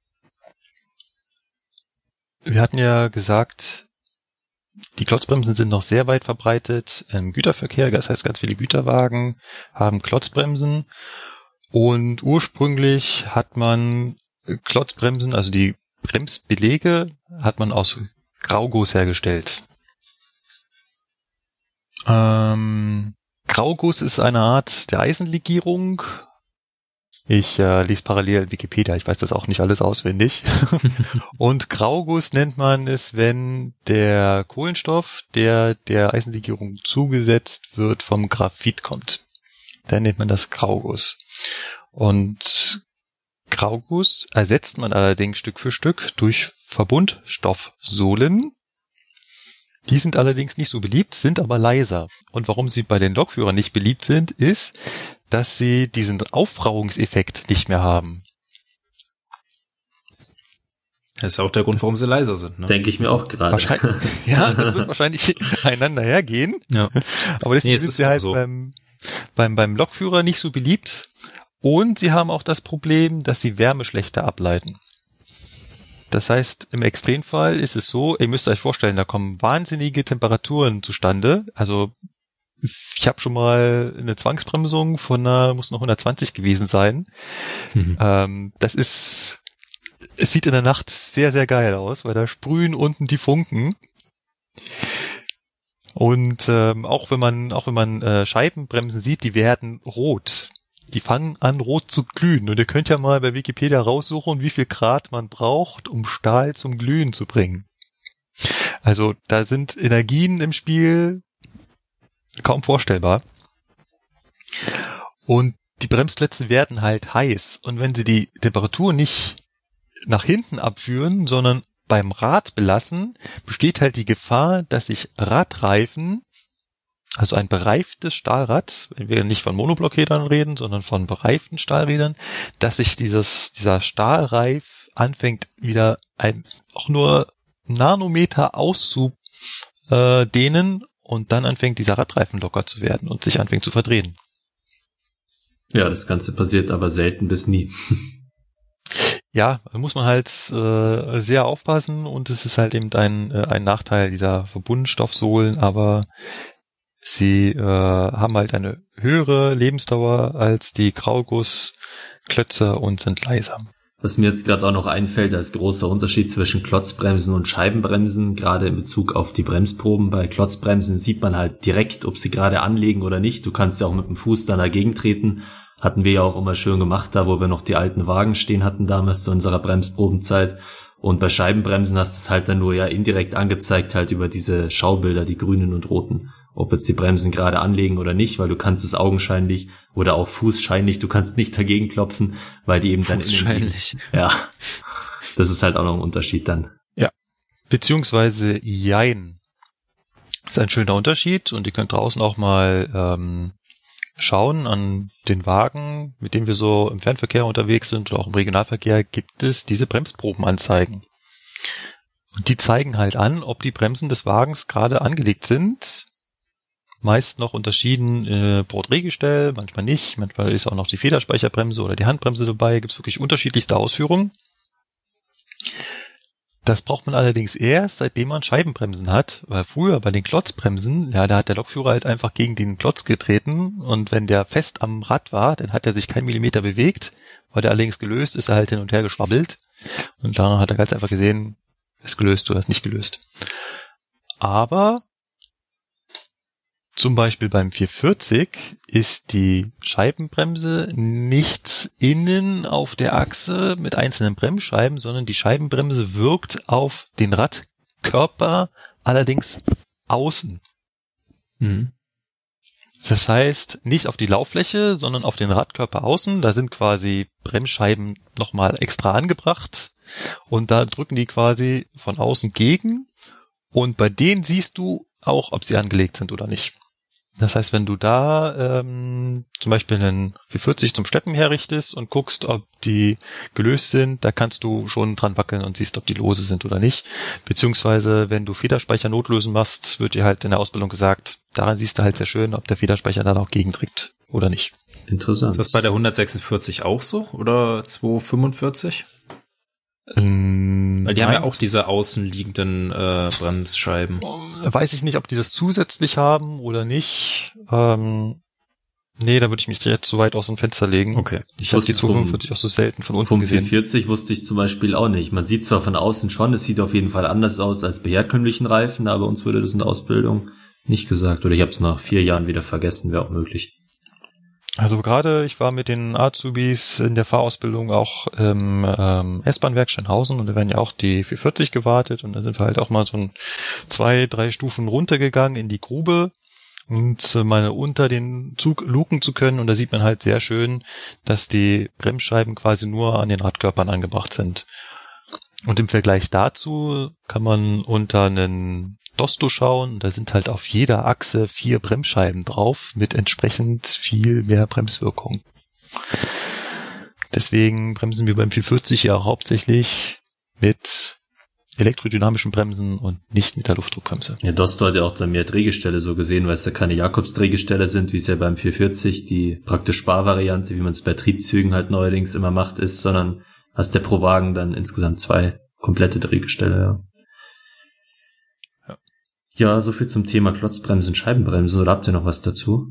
Wir hatten ja gesagt, die Klotzbremsen sind noch sehr weit verbreitet im Güterverkehr. Das heißt, ganz viele Güterwagen haben Klotzbremsen. Und ursprünglich hat man Klotzbremsen, also die Bremsbelege, hat man aus Grauguss hergestellt. Grauguss ist eine Art der Eisenlegierung. Ich lese parallel Wikipedia, ich weiß das auch nicht alles auswendig. Und Grauguss nennt man es, wenn der Kohlenstoff, der Eisenlegierung zugesetzt wird, vom Graphit kommt. Dann nennt man das Grauguss. Und Grauguss ersetzt man allerdings Stück für Stück durch Verbundstoffsohlen. Die sind allerdings nicht so beliebt, sind aber leiser. Und warum sie bei den Lokführern nicht beliebt sind, ist, dass sie diesen Aufrauungseffekt nicht mehr haben. Das ist auch der Grund, warum sie leiser sind. Ne? Denke ich mir auch gerade. Ja, das wird wahrscheinlich einander hergehen. Ja. Aber deswegen sind sie halt so beim Lokführer nicht so beliebt. Und sie haben auch das Problem, dass sie Wärme schlechter ableiten. Das heißt, im Extremfall ist es so, ihr müsst euch vorstellen, da kommen wahnsinnige Temperaturen zustande. Also ich habe schon mal eine Zwangsbremsung muss noch 120 gewesen sein. Es sieht in der Nacht sehr, sehr geil aus, weil da sprühen unten die Funken. Und auch wenn man Scheibenbremsen sieht, die werden rot. Die fangen an, rot zu glühen. Und ihr könnt ja mal bei Wikipedia raussuchen, wie viel Grad man braucht, um Stahl zum Glühen zu bringen. Also da sind Energien im Spiel kaum vorstellbar. Und die Bremsplätze werden halt heiß. Und wenn sie die Temperatur nicht nach hinten abführen, sondern beim Rad belassen, besteht halt die Gefahr, dass sich Radreifen, also ein bereiftes Stahlrad, wenn wir nicht von Monoblockrädern reden, sondern von bereiften Stahlrädern, dass sich dieser Stahlreif anfängt wieder auch nur Nanometer auszudehnen und dann anfängt dieser Radreifen locker zu werden und sich anfängt zu verdrehen. Ja, das Ganze passiert aber selten bis nie. Ja, da muss man halt sehr aufpassen und es ist halt eben ein Nachteil dieser Verbundstoffsohlen, aber sie haben halt eine höhere Lebensdauer als die Graugussklötze und sind leiser. Was mir jetzt gerade auch noch einfällt, da ist großer Unterschied zwischen Klotzbremsen und Scheibenbremsen, gerade in Bezug auf die Bremsproben. Bei Klotzbremsen sieht man halt direkt, ob sie gerade anlegen oder nicht. Du kannst ja auch mit dem Fuß dann dagegen treten. Hatten wir ja auch immer schön gemacht, da wo wir noch die alten Wagen stehen hatten damals zu unserer Bremsprobenzeit. Und bei Scheibenbremsen hast du es halt dann nur ja indirekt angezeigt, halt über diese Schaubilder, die grünen und roten. Ob jetzt die Bremsen gerade anlegen oder nicht, weil du kannst es augenscheinlich oder auch fußscheinlich, du kannst nicht dagegen klopfen, weil die eben dann fußscheinlich. Ja, das ist halt auch noch ein Unterschied dann. Ja, beziehungsweise jein. Das ist ein schöner Unterschied und ihr könnt draußen auch mal schauen an den Wagen, mit dem wir so im Fernverkehr unterwegs sind oder auch im Regionalverkehr, gibt es diese Bremsprobenanzeigen. Und die zeigen halt an, ob die Bremsen des Wagens gerade angelegt sind. Meist noch unterschieden pro Drehgestell, manchmal nicht, manchmal ist auch noch die Federspeicherbremse oder die Handbremse dabei, gibt es wirklich unterschiedlichste Ausführungen. Das braucht man allerdings erst, seitdem man Scheibenbremsen hat, weil früher bei den Klotzbremsen, ja, da hat der Lokführer halt einfach gegen den Klotz getreten und wenn der fest am Rad war, dann hat er sich keinen Millimeter bewegt, war der allerdings gelöst, ist er halt hin und her geschwabbelt und dann hat er ganz einfach gesehen, ist gelöst oder ist nicht gelöst. Aber zum Beispiel beim 440 ist die Scheibenbremse nicht innen auf der Achse mit einzelnen Bremsscheiben, sondern die Scheibenbremse wirkt auf den Radkörper allerdings außen. Mhm. Das heißt, nicht auf die Lauffläche, sondern auf den Radkörper außen. Da sind quasi Bremsscheiben nochmal extra angebracht und da drücken die quasi von außen gegen und bei denen siehst du auch, ob sie angelegt sind oder nicht. Das heißt, wenn du da zum Beispiel einen 440 zum Schleppen herrichtest und guckst, ob die gelöst sind, da kannst du schon dran wackeln und siehst, ob die lose sind oder nicht. Beziehungsweise, wenn du Federspeicher notlösen machst, wird dir halt in der Ausbildung gesagt, daran siehst du halt sehr schön, ob der Federspeicher dann auch gegenträgt oder nicht. Interessant. Ist das bei der 146 auch so oder 245? Weil die haben ja auch diese außenliegenden Bremsscheiben. Weiß ich nicht, ob die das zusätzlich haben oder nicht. Nee, da würde ich mich jetzt so weit aus dem Fenster legen. Okay. Ich habe die 245 auch so selten von unten gesehen. Vom 440 wusste ich zum Beispiel auch nicht. Man sieht zwar von außen schon, es sieht auf jeden Fall anders aus als bei herkömmlichen Reifen, aber uns wurde das in der Ausbildung nicht gesagt. Oder ich habe es nach 4 Jahren wieder vergessen, wäre auch möglich. Also gerade, ich war mit den Azubis in der Fahrausbildung auch im S-Bahn-Werk Schönhausen und da werden ja auch die 440 gewartet und da sind wir halt auch mal so 2-3 Stufen runtergegangen in die Grube und mal unter den Zug luken zu können und da sieht man halt sehr schön, dass die Bremsscheiben quasi nur an den Radkörpern angebracht sind. Und im Vergleich dazu kann man unter einen Dosto schauen, da sind halt auf jeder Achse 4 Bremsscheiben drauf mit entsprechend viel mehr Bremswirkung. Deswegen bremsen wir beim 440 ja hauptsächlich mit elektrodynamischen Bremsen und nicht mit der Luftdruckbremse. Ja, Dosto hat ja auch dann mehr Drehgestelle so gesehen, weil es da keine Jakobs-Drehgestelle sind, wie es ja beim 440 die praktisch Sparvariante, wie man es bei Triebzügen halt neuerdings immer macht, ist, sondern hast der pro Wagen dann insgesamt 2 komplette Drehgestelle, ja. Ja, so viel zum Thema Klotzbremsen, Scheibenbremsen. Oder habt ihr noch was dazu?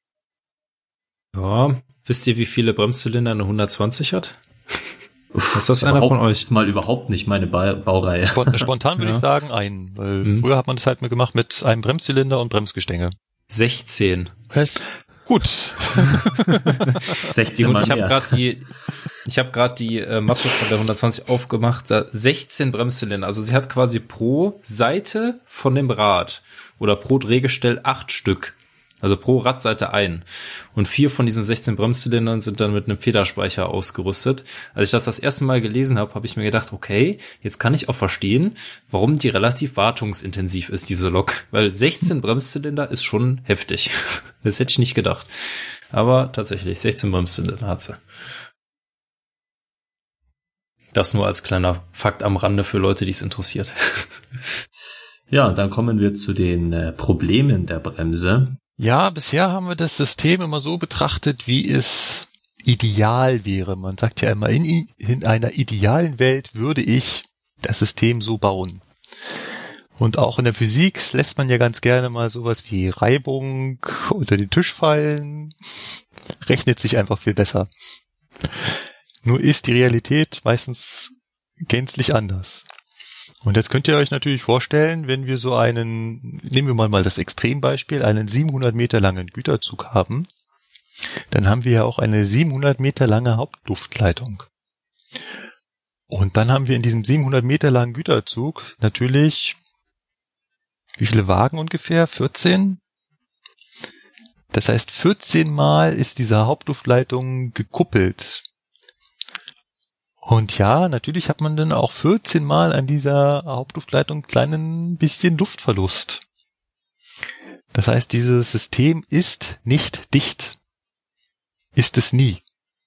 Ja, wisst ihr, wie viele Bremszylinder eine 120 hat? Ist das einer von euch? Das ist mal überhaupt nicht meine Baureihe. Spontan würde ich sagen einen, weil früher hat man das halt mal gemacht mit einem Bremszylinder und Bremsgestänge. 16. Was? Gut. 16 mal mehr. Ich habe gerade die Mappe von der 120 aufgemacht. 16 Bremszylinder. Also sie hat quasi pro Seite von dem Rad oder pro Drehgestell 8 Stück. Also pro Radseite ein. Und 4 von diesen 16 Bremszylindern sind dann mit einem Federspeicher ausgerüstet. Als ich das erste Mal gelesen habe, habe ich mir gedacht, okay, jetzt kann ich auch verstehen, warum die relativ wartungsintensiv ist, diese Lok. Weil 16 Bremszylinder ist schon heftig. Das hätte ich nicht gedacht. Aber tatsächlich, 16 Bremszylinder hat sie. Das nur als kleiner Fakt am Rande für Leute, die es interessiert. Ja, dann kommen wir zu den Problemen der Bremse. Ja, bisher haben wir das System immer so betrachtet, wie es ideal wäre. Man sagt ja immer, in einer idealen Welt würde ich das System so bauen. Und auch in der Physik lässt man ja ganz gerne mal sowas wie Reibung unter den Tisch fallen. Rechnet sich einfach viel besser. Nur ist die Realität meistens gänzlich anders. Und jetzt könnt ihr euch natürlich vorstellen, wenn wir so einen, nehmen wir mal das Extrembeispiel, einen 700 Meter langen Güterzug haben, dann haben wir ja auch eine 700 Meter lange Hauptluftleitung. Und dann haben wir in diesem 700 Meter langen Güterzug natürlich, wie viele Wagen ungefähr? 14? Das heißt, 14 Mal ist diese Hauptluftleitung gekuppelt. Und ja, natürlich hat man dann auch 14 Mal an dieser Hauptluftleitung einen kleinen bisschen Luftverlust. Das heißt, dieses System ist nicht dicht. Ist es nie.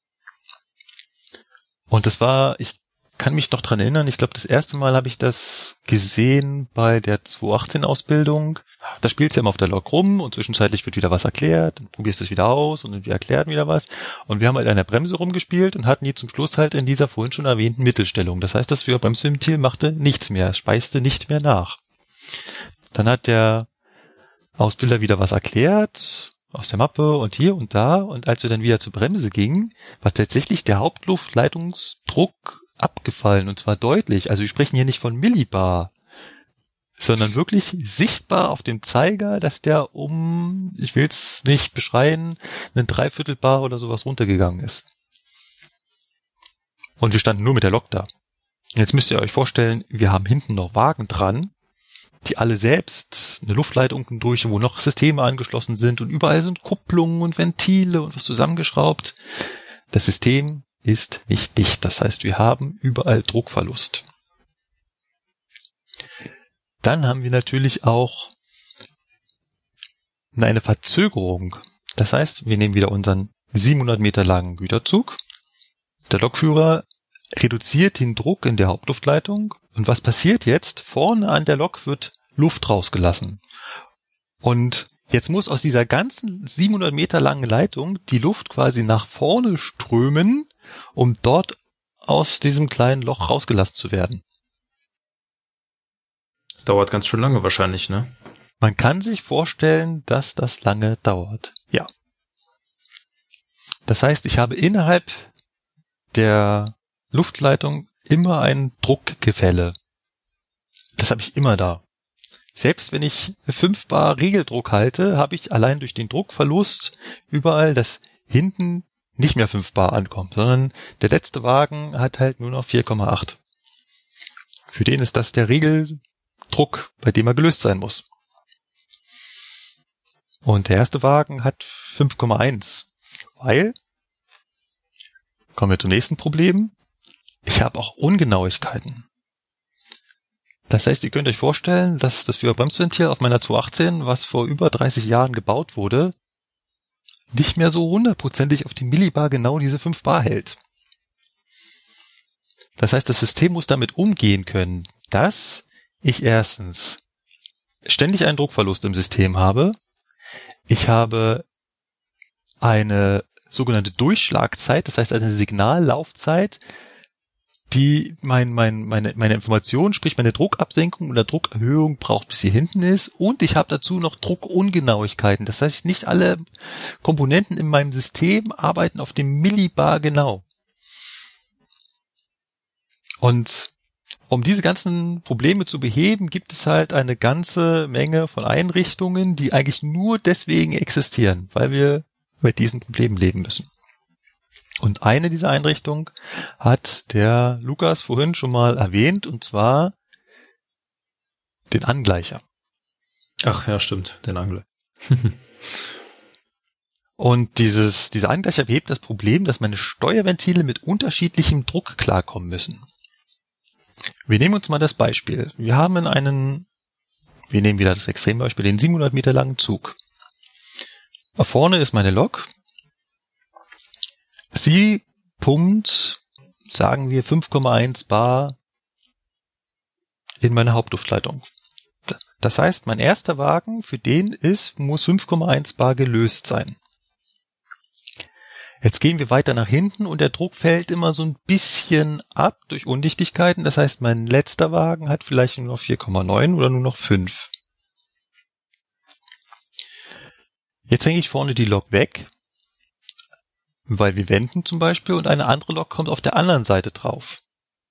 Und das war, ich kann mich noch dran erinnern, ich glaube, das erste Mal habe ich das gesehen bei der 218-Ausbildung. Da spielst du ja immer auf der Lok rum und zwischenzeitlich wird wieder was erklärt, dann probierst du es wieder aus und wir erklären wieder was. Und wir haben halt an der Bremse rumgespielt und hatten die zum Schluss halt in dieser vorhin schon erwähnten Mittelstellung. Das heißt, das Bremsventil machte nichts mehr, speiste nicht mehr nach. Dann hat der Ausbilder wieder was erklärt aus der Mappe und hier und da. Und als wir dann wieder zur Bremse gingen, war tatsächlich der Hauptluftleitungsdruck abgefallen und zwar deutlich. Also wir sprechen hier nicht von Millibar, sondern wirklich sichtbar auf dem Zeiger, dass der ich will es nicht beschreien, einen 3/4 Bar oder sowas runtergegangen ist. Und wir standen nur mit der Lok da. Jetzt müsst ihr euch vorstellen, wir haben hinten noch Wagen dran, die alle selbst eine Luftleitung durch, wo noch Systeme angeschlossen sind und überall sind Kupplungen und Ventile und was zusammengeschraubt. Das System ist nicht dicht. Das heißt, wir haben überall Druckverlust. Dann haben wir natürlich auch eine Verzögerung. Das heißt, wir nehmen wieder unseren 700 Meter langen Güterzug. Der Lokführer reduziert den Druck in der Hauptluftleitung. Und was passiert jetzt? Vorne an der Lok wird Luft rausgelassen. Und jetzt muss aus dieser ganzen 700 Meter langen Leitung die Luft quasi nach vorne strömen, um dort aus diesem kleinen Loch rausgelassen zu werden. Dauert ganz schön lange wahrscheinlich, ne? Man kann sich vorstellen, dass das lange dauert. Ja. Das heißt, ich habe innerhalb der Luftleitung immer ein Druckgefälle. Das habe ich immer da. Selbst wenn ich 5 Bar Regeldruck halte, habe ich allein durch den Druckverlust überall, dass hinten nicht mehr 5 Bar ankommt, sondern der letzte Wagen hat halt nur noch 4,8. Für den ist das der Regeldruck, bei dem er gelöst sein muss. Und der erste Wagen hat 5,1, weil, kommen wir zum nächsten Problem, ich habe auch Ungenauigkeiten. Das heißt, ihr könnt euch vorstellen, dass das Führerbremsventil auf meiner 218, was vor über 30 Jahren gebaut wurde, nicht mehr so hundertprozentig auf die Millibar genau diese 5 Bar hält. Das heißt, das System muss damit umgehen können, dass ich erstens ständig einen Druckverlust im System habe. Ich habe eine sogenannte Durchschlagzeit, das heißt eine Signallaufzeit, die meine Information, sprich meine Druckabsenkung oder Druckerhöhung braucht, bis sie hinten ist. Und ich habe dazu noch Druckungenauigkeiten. Das heißt, nicht alle Komponenten in meinem System arbeiten auf dem Millibar genau. Und um diese ganzen Probleme zu beheben, gibt es halt eine ganze Menge von Einrichtungen, die eigentlich nur deswegen existieren, weil wir mit diesen Problemen leben müssen. Und eine dieser Einrichtungen hat der Lukas vorhin schon mal erwähnt, und zwar den Angleicher. Ach ja, stimmt, den Angleicher. Und dieser Angleicher behebt das Problem, dass meine Steuerventile mit unterschiedlichem Druck klarkommen müssen. Wir nehmen uns mal das Beispiel. Wir nehmen wieder das Extrembeispiel, den 700 Meter langen Zug. Vorne ist meine Lok. Sie pumpt, sagen wir, 5,1 Bar in meine Hauptluftleitung. Das heißt, mein erster Wagen, für den muss 5,1 Bar gelöst sein. Jetzt gehen wir weiter nach hinten und der Druck fällt immer so ein bisschen ab durch Undichtigkeiten. Das heißt, mein letzter Wagen hat vielleicht nur noch 4,9 oder nur noch 5. Jetzt hänge ich vorne die Lok weg, weil wir wenden zum Beispiel und eine andere Lok kommt auf der anderen Seite drauf.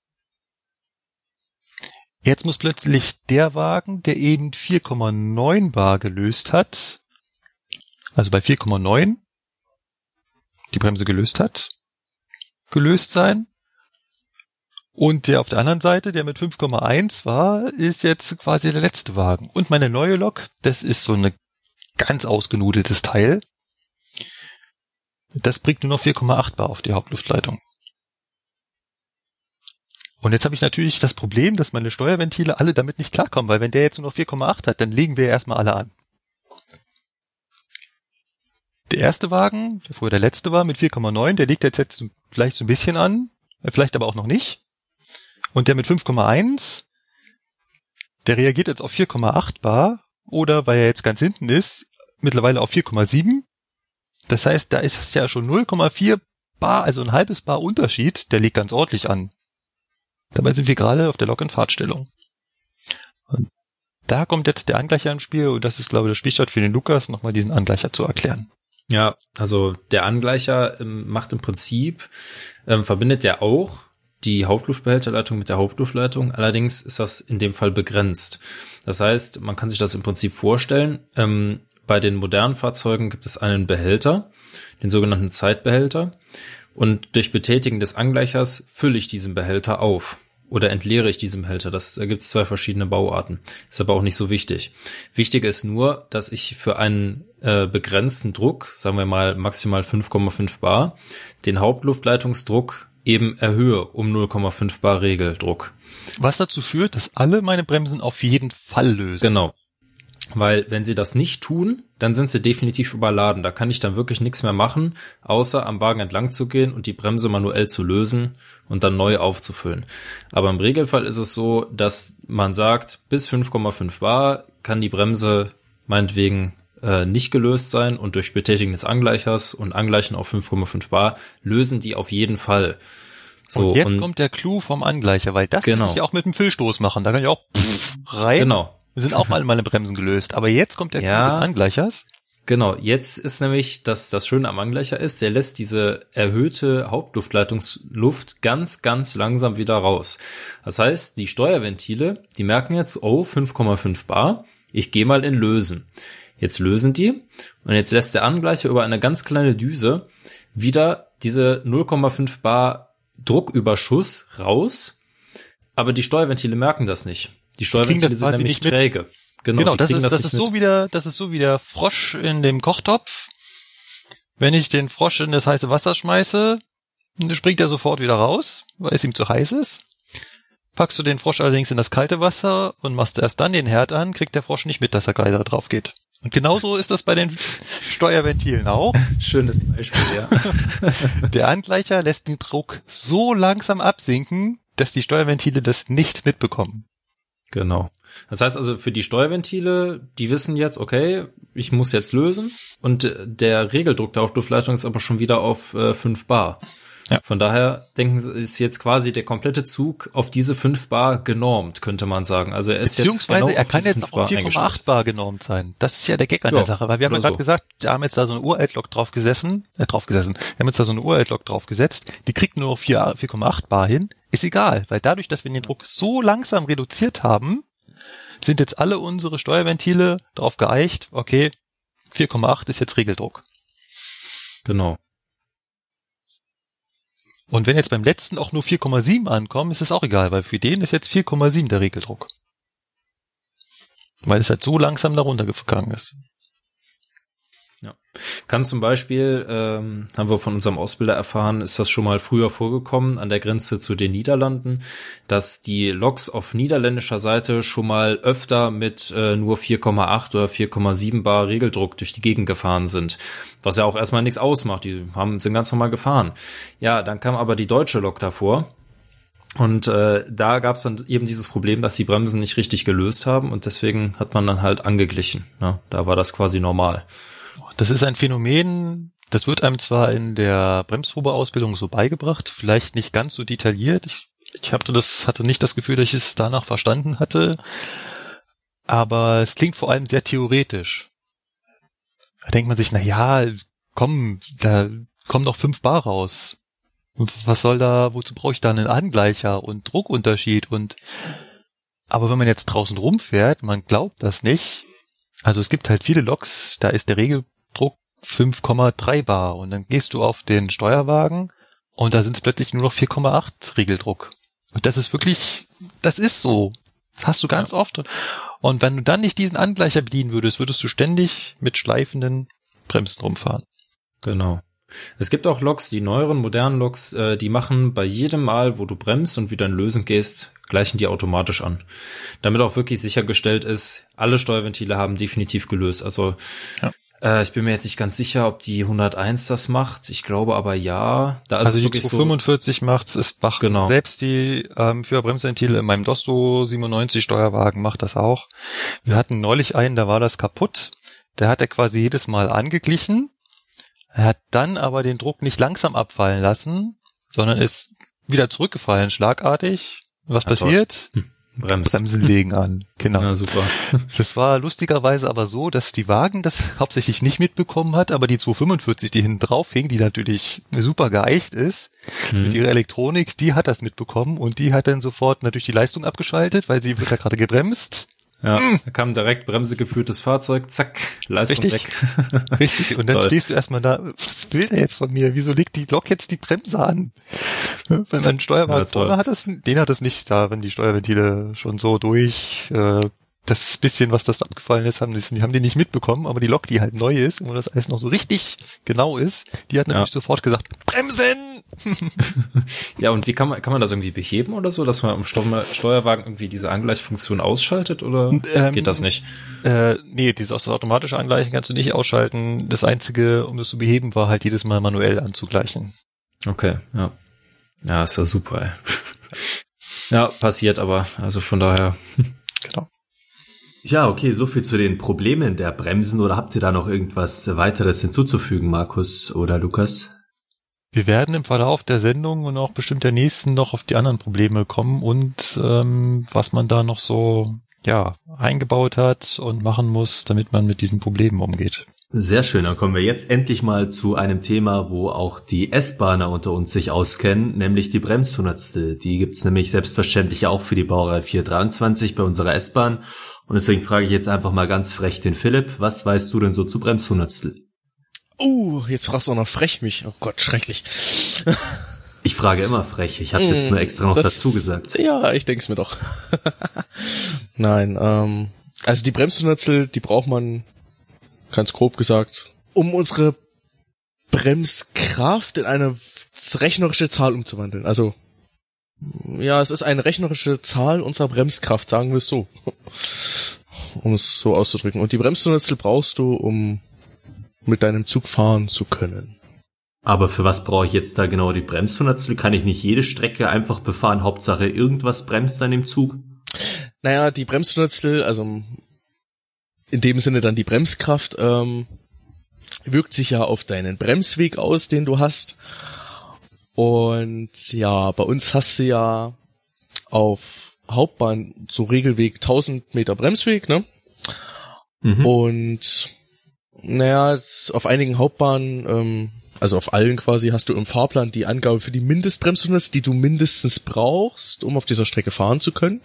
Jetzt muss plötzlich der Wagen, der eben 4,9 Bar gelöst hat, also bei 4,9 die Bremse gelöst hat, gelöst sein. Und der auf der anderen Seite, der mit 5,1 war, ist jetzt quasi der letzte Wagen. Und meine neue Lok, das ist so ein ganz ausgenudeltes Teil. Das bringt nur noch 4,8 Bar auf die Hauptluftleitung. Und jetzt habe ich natürlich das Problem, dass meine Steuerventile alle damit nicht klarkommen, weil wenn der jetzt nur noch 4,8 hat, dann legen wir erstmal alle an. Der erste Wagen, der vorher der letzte war, mit 4,9, der legt jetzt vielleicht so ein bisschen an, vielleicht aber auch noch nicht. Und der mit 5,1, der reagiert jetzt auf 4,8 Bar oder, weil er jetzt ganz hinten ist, mittlerweile auf 4,7. Das heißt, da ist es ja schon 0,4 Bar, also ein halbes Bar Unterschied, der legt ganz ordentlich an. Dabei sind wir gerade auf der Lok in Fahrtstellung. Und da kommt jetzt der Angleicher ins Spiel und das ist, glaube ich, das Stichwort für den Lukas, nochmal diesen Angleicher zu erklären. Ja, also der Angleicher macht im Prinzip, verbindet ja auch die Hauptluftbehälterleitung mit der Hauptluftleitung. Allerdings ist das in dem Fall begrenzt. Das heißt, man kann sich das im Prinzip vorstellen, bei den modernen Fahrzeugen gibt es einen Behälter, den sogenannten Zeitbehälter. Und durch Betätigen des Angleichers fülle ich diesen Behälter auf oder entleere ich diesen Behälter. Da gibt es 2 verschiedene Bauarten. Ist aber auch nicht so wichtig. Wichtig ist nur, dass ich für einen begrenzten Druck, sagen wir mal maximal 5,5 Bar, den Hauptluftleitungsdruck eben erhöhe um 0,5 Bar Regeldruck. Was dazu führt, dass alle meine Bremsen auf jeden Fall lösen. Genau. Weil wenn sie das nicht tun, dann sind sie definitiv überladen. Da kann ich dann wirklich nichts mehr machen, außer am Wagen entlang zu gehen und die Bremse manuell zu lösen und dann neu aufzufüllen. Aber im Regelfall ist es so, dass man sagt, bis 5,5 bar kann die Bremse meinetwegen nicht gelöst sein und durch Betätigen des Angleichers und Angleichen auf 5,5 bar lösen die auf jeden Fall. So, und jetzt kommt der Clou vom Angleicher, weil das kann ich ja auch mit dem Füllstoß machen. Da kann ich auch rein. Genau. Sind auch alle meine Bremsen gelöst. Aber jetzt kommt der Clou des Angleichers. Genau, jetzt ist nämlich, dass das Schöne am Angleicher ist, der lässt diese erhöhte Hauptluftleitungsluft ganz, ganz langsam wieder raus. Das heißt, die Steuerventile, die merken jetzt, 5,5 bar, ich gehe mal in Lösen. Jetzt lösen die und jetzt lässt der Angleicher über eine ganz kleine Düse wieder diese 0,5 bar Drucküberschuss raus, aber die Steuerventile merken das nicht. Die Steuerventile sind nämlich träge. Genau, das ist so wie der Frosch in dem Kochtopf. Wenn ich den Frosch in das heiße Wasser schmeiße, springt er sofort wieder raus, weil es ihm zu heiß ist. Packst du den Frosch allerdings in das kalte Wasser und machst erst dann den Herd an, kriegt der Frosch nicht mit, dass er gleich drauf geht. Und genauso ist das bei den Steuerventilen auch. Schönes Beispiel, ja. Der Angleicher lässt den Druck so langsam absinken, dass die Steuerventile das nicht mitbekommen. Genau. Das heißt also für die Steuerventile, die wissen jetzt, okay, ich muss jetzt lösen und der Regeldruck der Hauptluftleitung ist aber schon wieder auf 5 bar. Ja. Von daher denken Sie, ist jetzt quasi der komplette Zug auf diese 5 bar genormt, könnte man sagen. Also er ist jetzt genau er kann jetzt auf 4,8 bar genormt sein. Das ist ja der Gag an der Sache, weil wir haben ja gerade gesagt, wir haben jetzt da so eine Uraltlok draufgesessen. Wir haben jetzt da so eine Uraltlok draufgesetzt, die kriegt nur 4,8 bar hin. Ist egal, weil dadurch, dass wir den Druck so langsam reduziert haben, sind jetzt alle unsere Steuerventile drauf geeicht, okay, 4,8 ist jetzt Regeldruck. Genau. Und wenn jetzt beim letzten auch nur 4,7 ankommen, ist es auch egal, weil für den ist jetzt 4,7 der Regeldruck. Weil es halt so langsam da runtergegangen ist. Ja. Kann zum Beispiel, haben wir von unserem Ausbilder erfahren, ist das schon mal früher vorgekommen an der Grenze zu den Niederlanden, dass die Loks auf niederländischer Seite schon mal öfter mit nur 4,8 oder 4,7 bar Regeldruck durch die Gegend gefahren sind. Was ja auch erstmal nichts ausmacht, die sind ganz normal gefahren. Ja, dann kam aber die deutsche Lok davor. Und da gab es dann eben dieses Problem, dass die Bremsen nicht richtig gelöst haben und deswegen hat man dann halt angeglichen. Ne? Da war das quasi normal. Das ist ein Phänomen, das wird einem zwar in der Bremsprobeausbildung so beigebracht, vielleicht nicht ganz so detailliert. Ich hatte nicht das Gefühl, dass ich es danach verstanden hatte, aber es klingt vor allem sehr theoretisch. Da denkt man sich, da kommen doch 5 bar raus. Wozu brauche ich da einen Angleicher und Druckunterschied aber wenn man jetzt draußen rumfährt, man glaubt das nicht. Also es gibt halt viele Loks, da ist der Regeldruck 5,3 bar und dann gehst du auf den Steuerwagen und da sind es plötzlich nur noch 4,8 Regeldruck. Und das ist so. Das hast du ganz oft. Und wenn du dann nicht diesen Angleicher bedienen würdest du ständig mit schleifenden Bremsen rumfahren. Genau. Es gibt auch Loks, die neueren, modernen Loks, die machen bei jedem Mal, wo du bremst und wieder in Lösen gehst, gleichen die automatisch an. Damit auch wirklich sichergestellt ist, alle Steuerventile haben definitiv gelöst. Also ich bin mir jetzt nicht ganz sicher, ob die 101 das macht. Ich glaube aber ja. Da also die 245 macht's, es macht genau. Selbst die Führerbremsventile in meinem Dosto 97 Steuerwagen macht das auch. Wir hatten neulich einen, da war das kaputt. Der hat er quasi jedes Mal angeglichen. Er hat dann aber den Druck nicht langsam abfallen lassen, sondern ist wieder zurückgefallen, schlagartig. Was passiert? Bremsen legen an. Genau. Ja, super. Das war lustigerweise aber so, dass die Wagen das hauptsächlich nicht mitbekommen hat, aber die 245, die hinten drauf hing, die natürlich super geeicht ist, mit ihrer Elektronik, die hat das mitbekommen und die hat dann sofort natürlich die Leistung abgeschaltet, weil sie wird ja gerade gebremst. Ja, da kam direkt bremsegeführtes Fahrzeug, zack, Leistung weg. Richtig, und dann stehst du erstmal da, was will der jetzt von mir? Wieso legt die Lok jetzt die Bremse an? Wenn man einen Steuerwagen vorne hat, den hat es nicht da, wenn die Steuerventile schon so das bisschen, was das abgefallen ist, haben die nicht mitbekommen, aber die Lok, die halt neu ist, wo das alles noch so richtig genau ist, die hat natürlich sofort gesagt, bremsen! Ja, und wie kann man das irgendwie beheben oder so, dass man im Steuerwagen irgendwie diese Angleichfunktion ausschaltet oder geht das nicht? Nee, dieses automatische Angleichen kannst du nicht ausschalten. Das Einzige, um das zu beheben, war halt jedes Mal manuell anzugleichen. Okay, ja. Ja, ist ja super, ey. Ja, passiert aber, also von daher. Genau. Ja, okay, so viel zu den Problemen der Bremsen. Oder habt ihr da noch irgendwas weiteres hinzuzufügen, Markus oder Lukas? Wir werden im Verlauf der Sendung und auch bestimmt der nächsten noch auf die anderen Probleme kommen und was man da noch so eingebaut hat und machen muss, damit man mit diesen Problemen umgeht. Sehr schön, dann kommen wir jetzt endlich mal zu einem Thema, wo auch die S-Bahner unter uns sich auskennen, nämlich die Bremshundertstel. Die gibt's nämlich selbstverständlich auch für die Baureihe 423 bei unserer S-Bahn. Und deswegen frage ich jetzt einfach mal ganz frech den Philipp, was weißt du denn so zu Bremshundertstel? Jetzt fragst du auch noch frech mich. Oh Gott, schrecklich. Ich frage immer frech, ich hab's jetzt nur extra noch dazu gesagt. Ja, ich denk's mir doch. Nein, also die Bremshundertstel, die braucht man, ganz grob gesagt, um unsere Bremskraft in eine rechnerische Zahl umzuwandeln. Also, ja, es ist eine rechnerische Zahl unserer Bremskraft, sagen wir es so. Um es so auszudrücken. Und die Bremshundertstel brauchst du, um mit deinem Zug fahren zu können. Aber für was brauche ich jetzt da genau die Bremshundertstel? Kann ich nicht jede Strecke einfach befahren? Hauptsache irgendwas bremst an dem Zug? Naja, die Bremshundertstel, also in dem Sinne dann die Bremskraft, wirkt sich ja auf deinen Bremsweg aus, den du hast. Und ja, bei uns hast du ja auf Hauptbahn so Regelweg 1000 Meter Bremsweg, ne? Mhm. Und naja, auf einigen Hauptbahnen, also auf allen quasi, hast du im Fahrplan die Angabe für die Mindestbremshundertstel, die du mindestens brauchst, um auf dieser Strecke fahren zu können.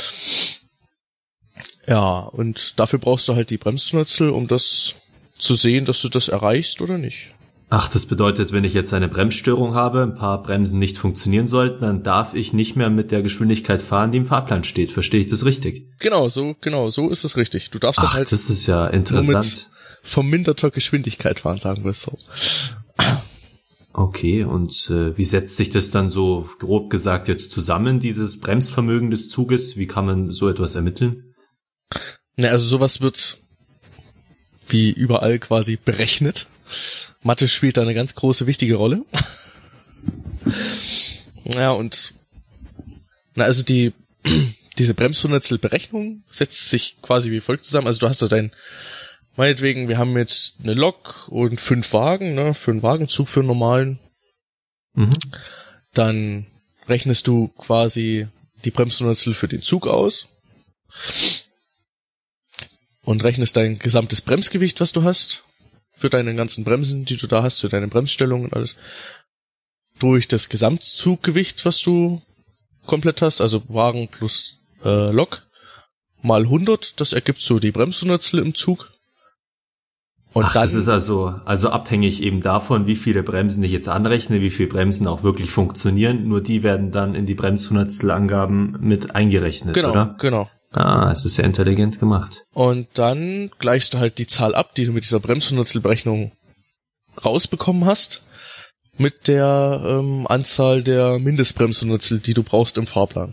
Ja, und dafür brauchst du halt die Bremshundertstel, um das zu sehen, dass du das erreichst oder nicht. Ach, das bedeutet, wenn ich jetzt eine Bremsstörung habe, ein paar Bremsen nicht funktionieren sollten, dann darf ich nicht mehr mit der Geschwindigkeit fahren, die im Fahrplan steht. Verstehe ich das richtig? Genau, so ist es richtig. Du darfst halt das ist ja interessant. Mit verminderter Geschwindigkeit fahren, sagen wir es so. Okay, und wie setzt sich das dann so grob gesagt jetzt zusammen, dieses Bremsvermögen des Zuges? Wie kann man so etwas ermitteln? Na, also sowas wird wie überall quasi berechnet. Mathe spielt da eine ganz große, wichtige Rolle. Ja, und also diese Bremshundertstel-Berechnung setzt sich quasi wie folgt zusammen. Also du hast da meinetwegen, wir haben jetzt eine Lok und 5 Wagen, ne, für einen Wagenzug, für einen normalen. Mhm. Dann rechnest du quasi die Bremshundertstel für den Zug aus und rechnest dein gesamtes Bremsgewicht, was du hast, für deine ganzen Bremsen, die du da hast, für deine Bremsstellung und alles, durch das Gesamtzuggewicht, was du komplett hast, also Wagen plus Lok, mal 100, das ergibt so die Bremshundertstel im Zug. Und dann, das ist also abhängig eben davon, wie viele Bremsen ich jetzt anrechne, wie viele Bremsen auch wirklich funktionieren, nur die werden dann in die Bremshundertstel-Angaben mit eingerechnet, genau, oder? Genau. Es ist sehr intelligent gemacht. Und dann gleichst du halt die Zahl ab, die du mit dieser Bremshundertstel-Berechnung rausbekommen hast, mit der Anzahl der Mindestbremshundertstel, die du brauchst im Fahrplan.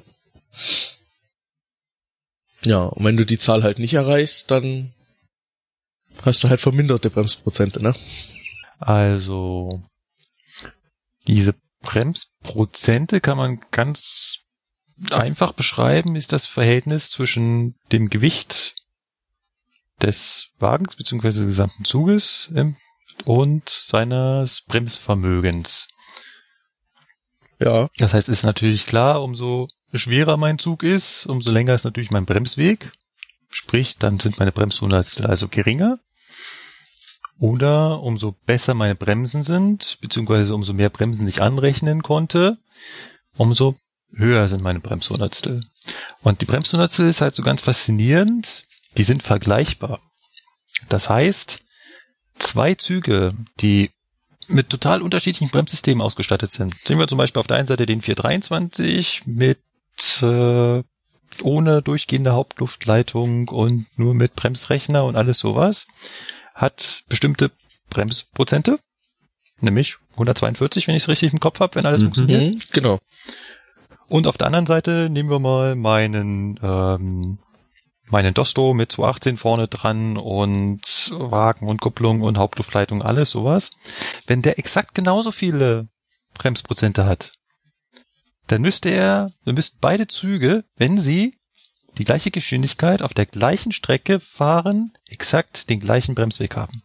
Ja, und wenn du die Zahl halt nicht erreichst, dann hast du halt verminderte Bremsprozente, ne? Also, diese Bremsprozente kann man ganz einfach beschreiben, ist das Verhältnis zwischen dem Gewicht des Wagens bzw. des gesamten Zuges und seines Bremsvermögens. Ja. Das heißt, es ist natürlich klar, umso schwerer mein Zug ist, umso länger ist natürlich mein Bremsweg. Sprich, dann sind meine Bremshundertstel also geringer. Oder umso besser meine Bremsen sind, beziehungsweise umso mehr Bremsen ich anrechnen konnte, umso höher sind meine Bremshundertstel. Und die Bremshundertstel ist halt so ganz faszinierend, die sind vergleichbar. Das heißt, 2 Züge, die mit total unterschiedlichen Bremssystemen ausgestattet sind. Sehen wir zum Beispiel auf der einen Seite den 423 mit ohne durchgehende Hauptluftleitung und nur mit Bremsrechner und alles sowas, hat bestimmte Bremsprozente, nämlich 142, wenn ich es richtig im Kopf habe, wenn alles funktioniert. Genau. Und auf der anderen Seite nehmen wir mal meinen Dosto mit 218 vorne dran und Wagen und Kupplung und Hauptluftleitung, alles sowas. Wenn der exakt genauso viele Bremsprozente hat, dann müssten beide Züge, wenn sie die gleiche Geschwindigkeit auf der gleichen Strecke fahren, exakt den gleichen Bremsweg haben.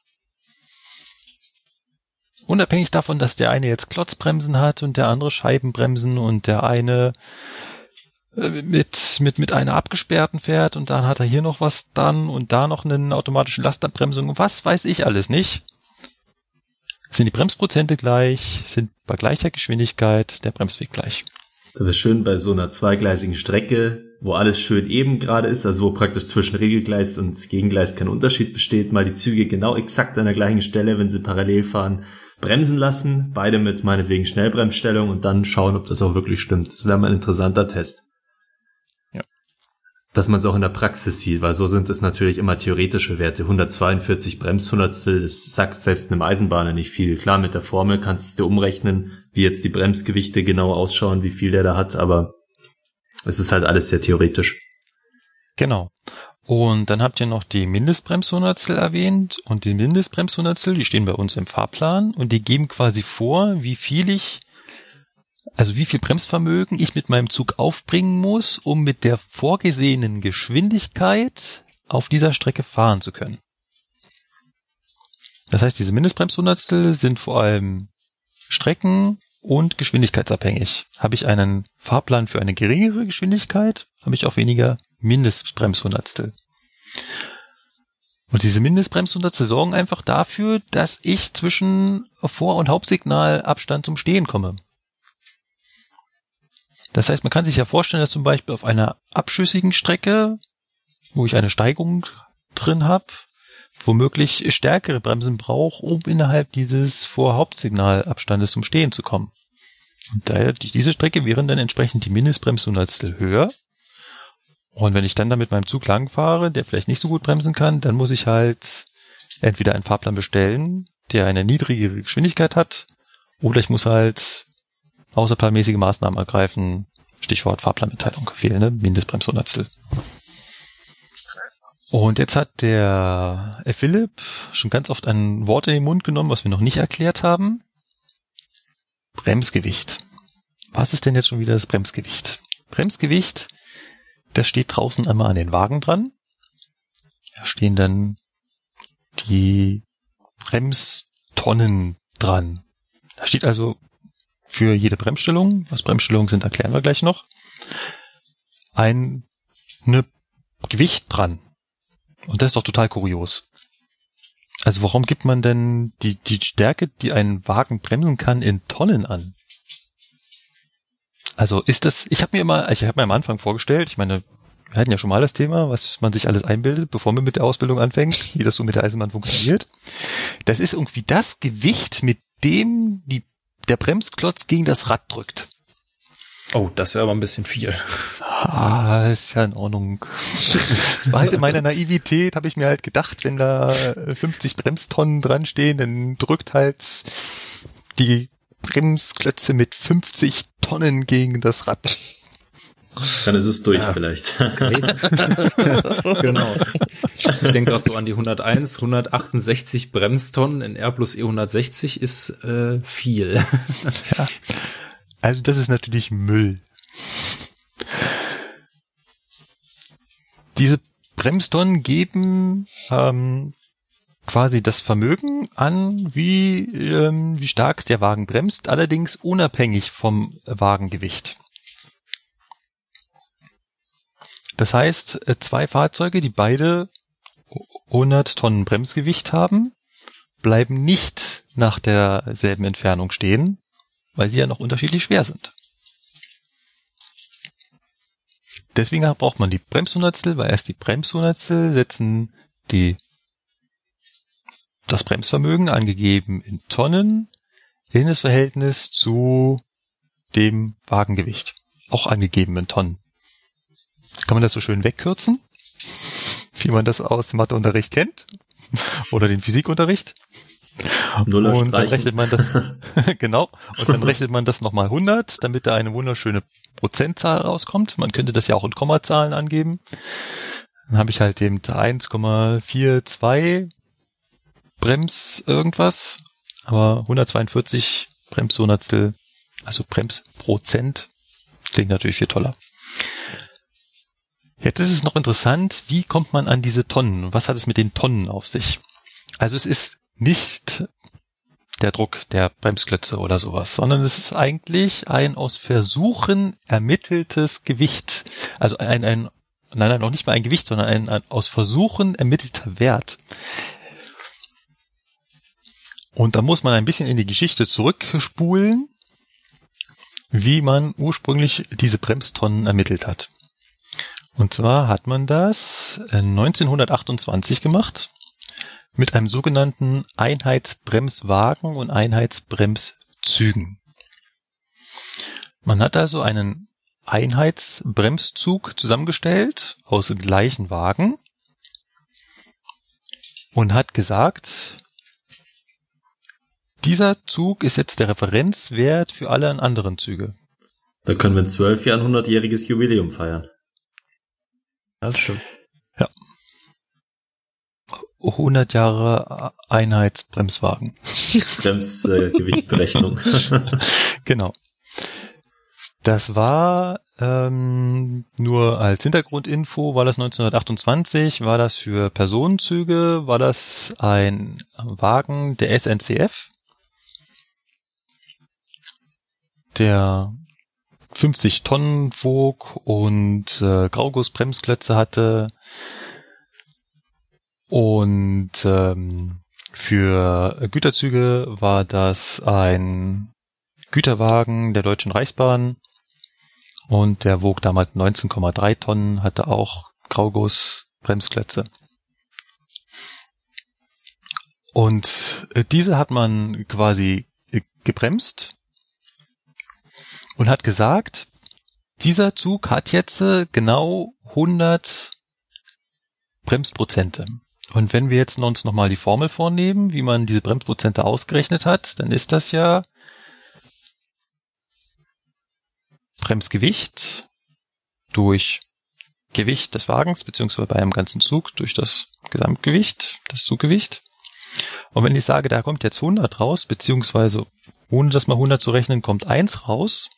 Unabhängig davon, dass der eine jetzt Klotzbremsen hat und der andere Scheibenbremsen und der eine mit einer abgesperrten fährt und dann hat er hier noch was dann und da noch eine automatische Lasterbremsung und was weiß ich alles nicht. Sind die Bremsprozente gleich, sind bei gleicher Geschwindigkeit der Bremsweg gleich. Das wäre schön bei so einer zweigleisigen Strecke, wo alles schön eben gerade ist, also wo praktisch zwischen Regelgleis und Gegengleis kein Unterschied besteht, mal die Züge genau exakt an der gleichen Stelle, wenn sie parallel fahren, bremsen lassen, beide mit meinetwegen Schnellbremsstellung und dann schauen, ob das auch wirklich stimmt. Das wäre mal ein interessanter Test. Ja. Dass man es auch in der Praxis sieht, weil so sind es natürlich immer theoretische Werte. 142 Bremshundertstel, das sagt selbst einem Eisenbahner nicht viel. Klar, mit der Formel kannst du dir umrechnen, wie jetzt die Bremsgewichte genau ausschauen, wie viel der da hat, aber es ist halt alles sehr theoretisch. Genau. Und dann habt ihr noch die Mindestbremshundertstel erwähnt und die Mindestbremshundertstel, die stehen bei uns im Fahrplan und die geben quasi vor, wie viel Bremsvermögen ich mit meinem Zug aufbringen muss, um mit der vorgesehenen Geschwindigkeit auf dieser Strecke fahren zu können. Das heißt, diese Mindestbremshundertstel sind vor allem strecken- und geschwindigkeitsabhängig. Habe ich einen Fahrplan für eine geringere Geschwindigkeit, habe ich auch weniger Mindestbremshundertstel. Und diese Mindestbremshundertstel sorgen einfach dafür, dass ich zwischen Vor- und Hauptsignalabstand zum Stehen komme. Das heißt, man kann sich ja vorstellen, dass zum Beispiel auf einer abschüssigen Strecke, wo ich eine Steigung drin habe, womöglich stärkere Bremsen brauche, um innerhalb dieses Vor-Hauptsignalabstandes zum Stehen zu kommen. Und daher, diese Strecke wären dann entsprechend die Mindestbremshundertstel höher. Und wenn ich dann da mit meinem Zug langfahre, der vielleicht nicht so gut bremsen kann, dann muss ich halt entweder einen Fahrplan bestellen, der eine niedrigere Geschwindigkeit hat, oder ich muss halt außerplanmäßige Maßnahmen ergreifen, Stichwort Fahrplanmitteilung, fehlende Mindestbremshundertstel. Und jetzt hat der Philipp schon ganz oft ein Wort in den Mund genommen, was wir noch nicht erklärt haben. Bremsgewicht. Was ist denn jetzt schon wieder das Bremsgewicht? Bremsgewicht, das steht draußen einmal an den Wagen dran. Da stehen dann die Bremstonnen dran. Da steht also für jede Bremsstellung, was Bremsstellungen sind, erklären wir gleich noch, ein Gewicht dran. Und das ist doch total kurios. Also warum gibt man denn die Stärke, die ein Wagen bremsen kann, in Tonnen an? Also ist das, ich habe mir am Anfang vorgestellt, ich meine, wir hatten ja schon mal das Thema, was man sich alles einbildet, bevor man mit der Ausbildung anfängt, wie das so mit der Eisenbahn funktioniert. Das ist irgendwie das Gewicht, mit dem der Bremsklotz gegen das Rad drückt. Oh, das wäre aber ein bisschen viel. Ist ja in Ordnung. Das war halt in meiner Naivität, habe ich mir halt gedacht, wenn da 50 Bremstonnen dran stehen, dann drückt halt die Bremsklötze mit 50 Tonnen gegen das Rad. Dann ist es durch vielleicht. Genau. Ich denke gerade so an die 168 Bremstonnen in R plus E160 ist viel. Ja. Also das ist natürlich Müll. Diese Bremstonnen geben quasi das Vermögen an, wie stark der Wagen bremst, allerdings unabhängig vom Wagengewicht. Das heißt, zwei Fahrzeuge, die beide 100 Tonnen Bremsgewicht haben, bleiben nicht nach derselben Entfernung stehen, weil sie ja noch unterschiedlich schwer sind. Deswegen braucht man die Bremshundertstel, weil erst die Bremshundertstel setzen das Bremsvermögen, angegeben in Tonnen, in das Verhältnis zu dem Wagengewicht, auch angegeben in Tonnen. kann man das so schön wegkürzen, wie man das aus dem Matheunterricht kennt oder den Physikunterricht. Nuller und dann streichen. rechnet man das genau, und dann rechnet man das nochmal 100, damit da eine wunderschöne Prozentzahl rauskommt. Man könnte das ja auch in Kommazahlen angeben. Dann habe ich halt eben 1,42 Brems irgendwas, aber 142 Bremshundertstel, also Bremsprozent, klingt natürlich viel toller. Jetzt ist es noch interessant, wie kommt man an diese Tonnen? Was hat es mit den Tonnen auf sich? Also es ist nicht der Druck der Bremsklötze oder sowas, sondern es ist eigentlich ein aus Versuchen ermitteltes Gewicht. Also nein, noch nicht mal ein Gewicht, sondern ein aus Versuchen ermittelter Wert. Und da muss man ein bisschen in die Geschichte zurückspulen, wie man ursprünglich diese Bremstonnen ermittelt hat. Und zwar hat man das 1928 gemacht mit einem sogenannten Einheitsbremswagen und Einheitsbremszügen. Man hat also einen Einheitsbremszug zusammengestellt aus gleichen Wagen und hat gesagt, dieser Zug ist jetzt der Referenzwert für alle anderen Züge. Da können wir in 12 Jahren 100-jähriges Jubiläum feiern. Das stimmt. Ja. 100 Jahre Einheitsbremswagen. Bremsgewichtberechnung. Genau. Das war nur als Hintergrundinfo, war das 1928, war das für Personenzüge, war das ein Wagen der SNCF, der 50 Tonnen wog und Graugussbremsklötze hatte. Und für Güterzüge war das ein Güterwagen der Deutschen Reichsbahn und der wog damals 19,3 Tonnen, hatte auch Graugussbremsklötze. Und diese hat man quasi gebremst und hat gesagt, dieser Zug hat jetzt genau 100 Bremsprozente. Und wenn wir jetzt uns nochmal die Formel vornehmen, wie man diese Bremsprozente ausgerechnet hat, dann ist das ja Bremsgewicht durch Gewicht des Wagens, beziehungsweise bei einem ganzen Zug durch das Gesamtgewicht, das Zuggewicht. Und wenn ich sage, da kommt jetzt 100 raus, beziehungsweise ohne das mal 100 zu rechnen, kommt 1 raus,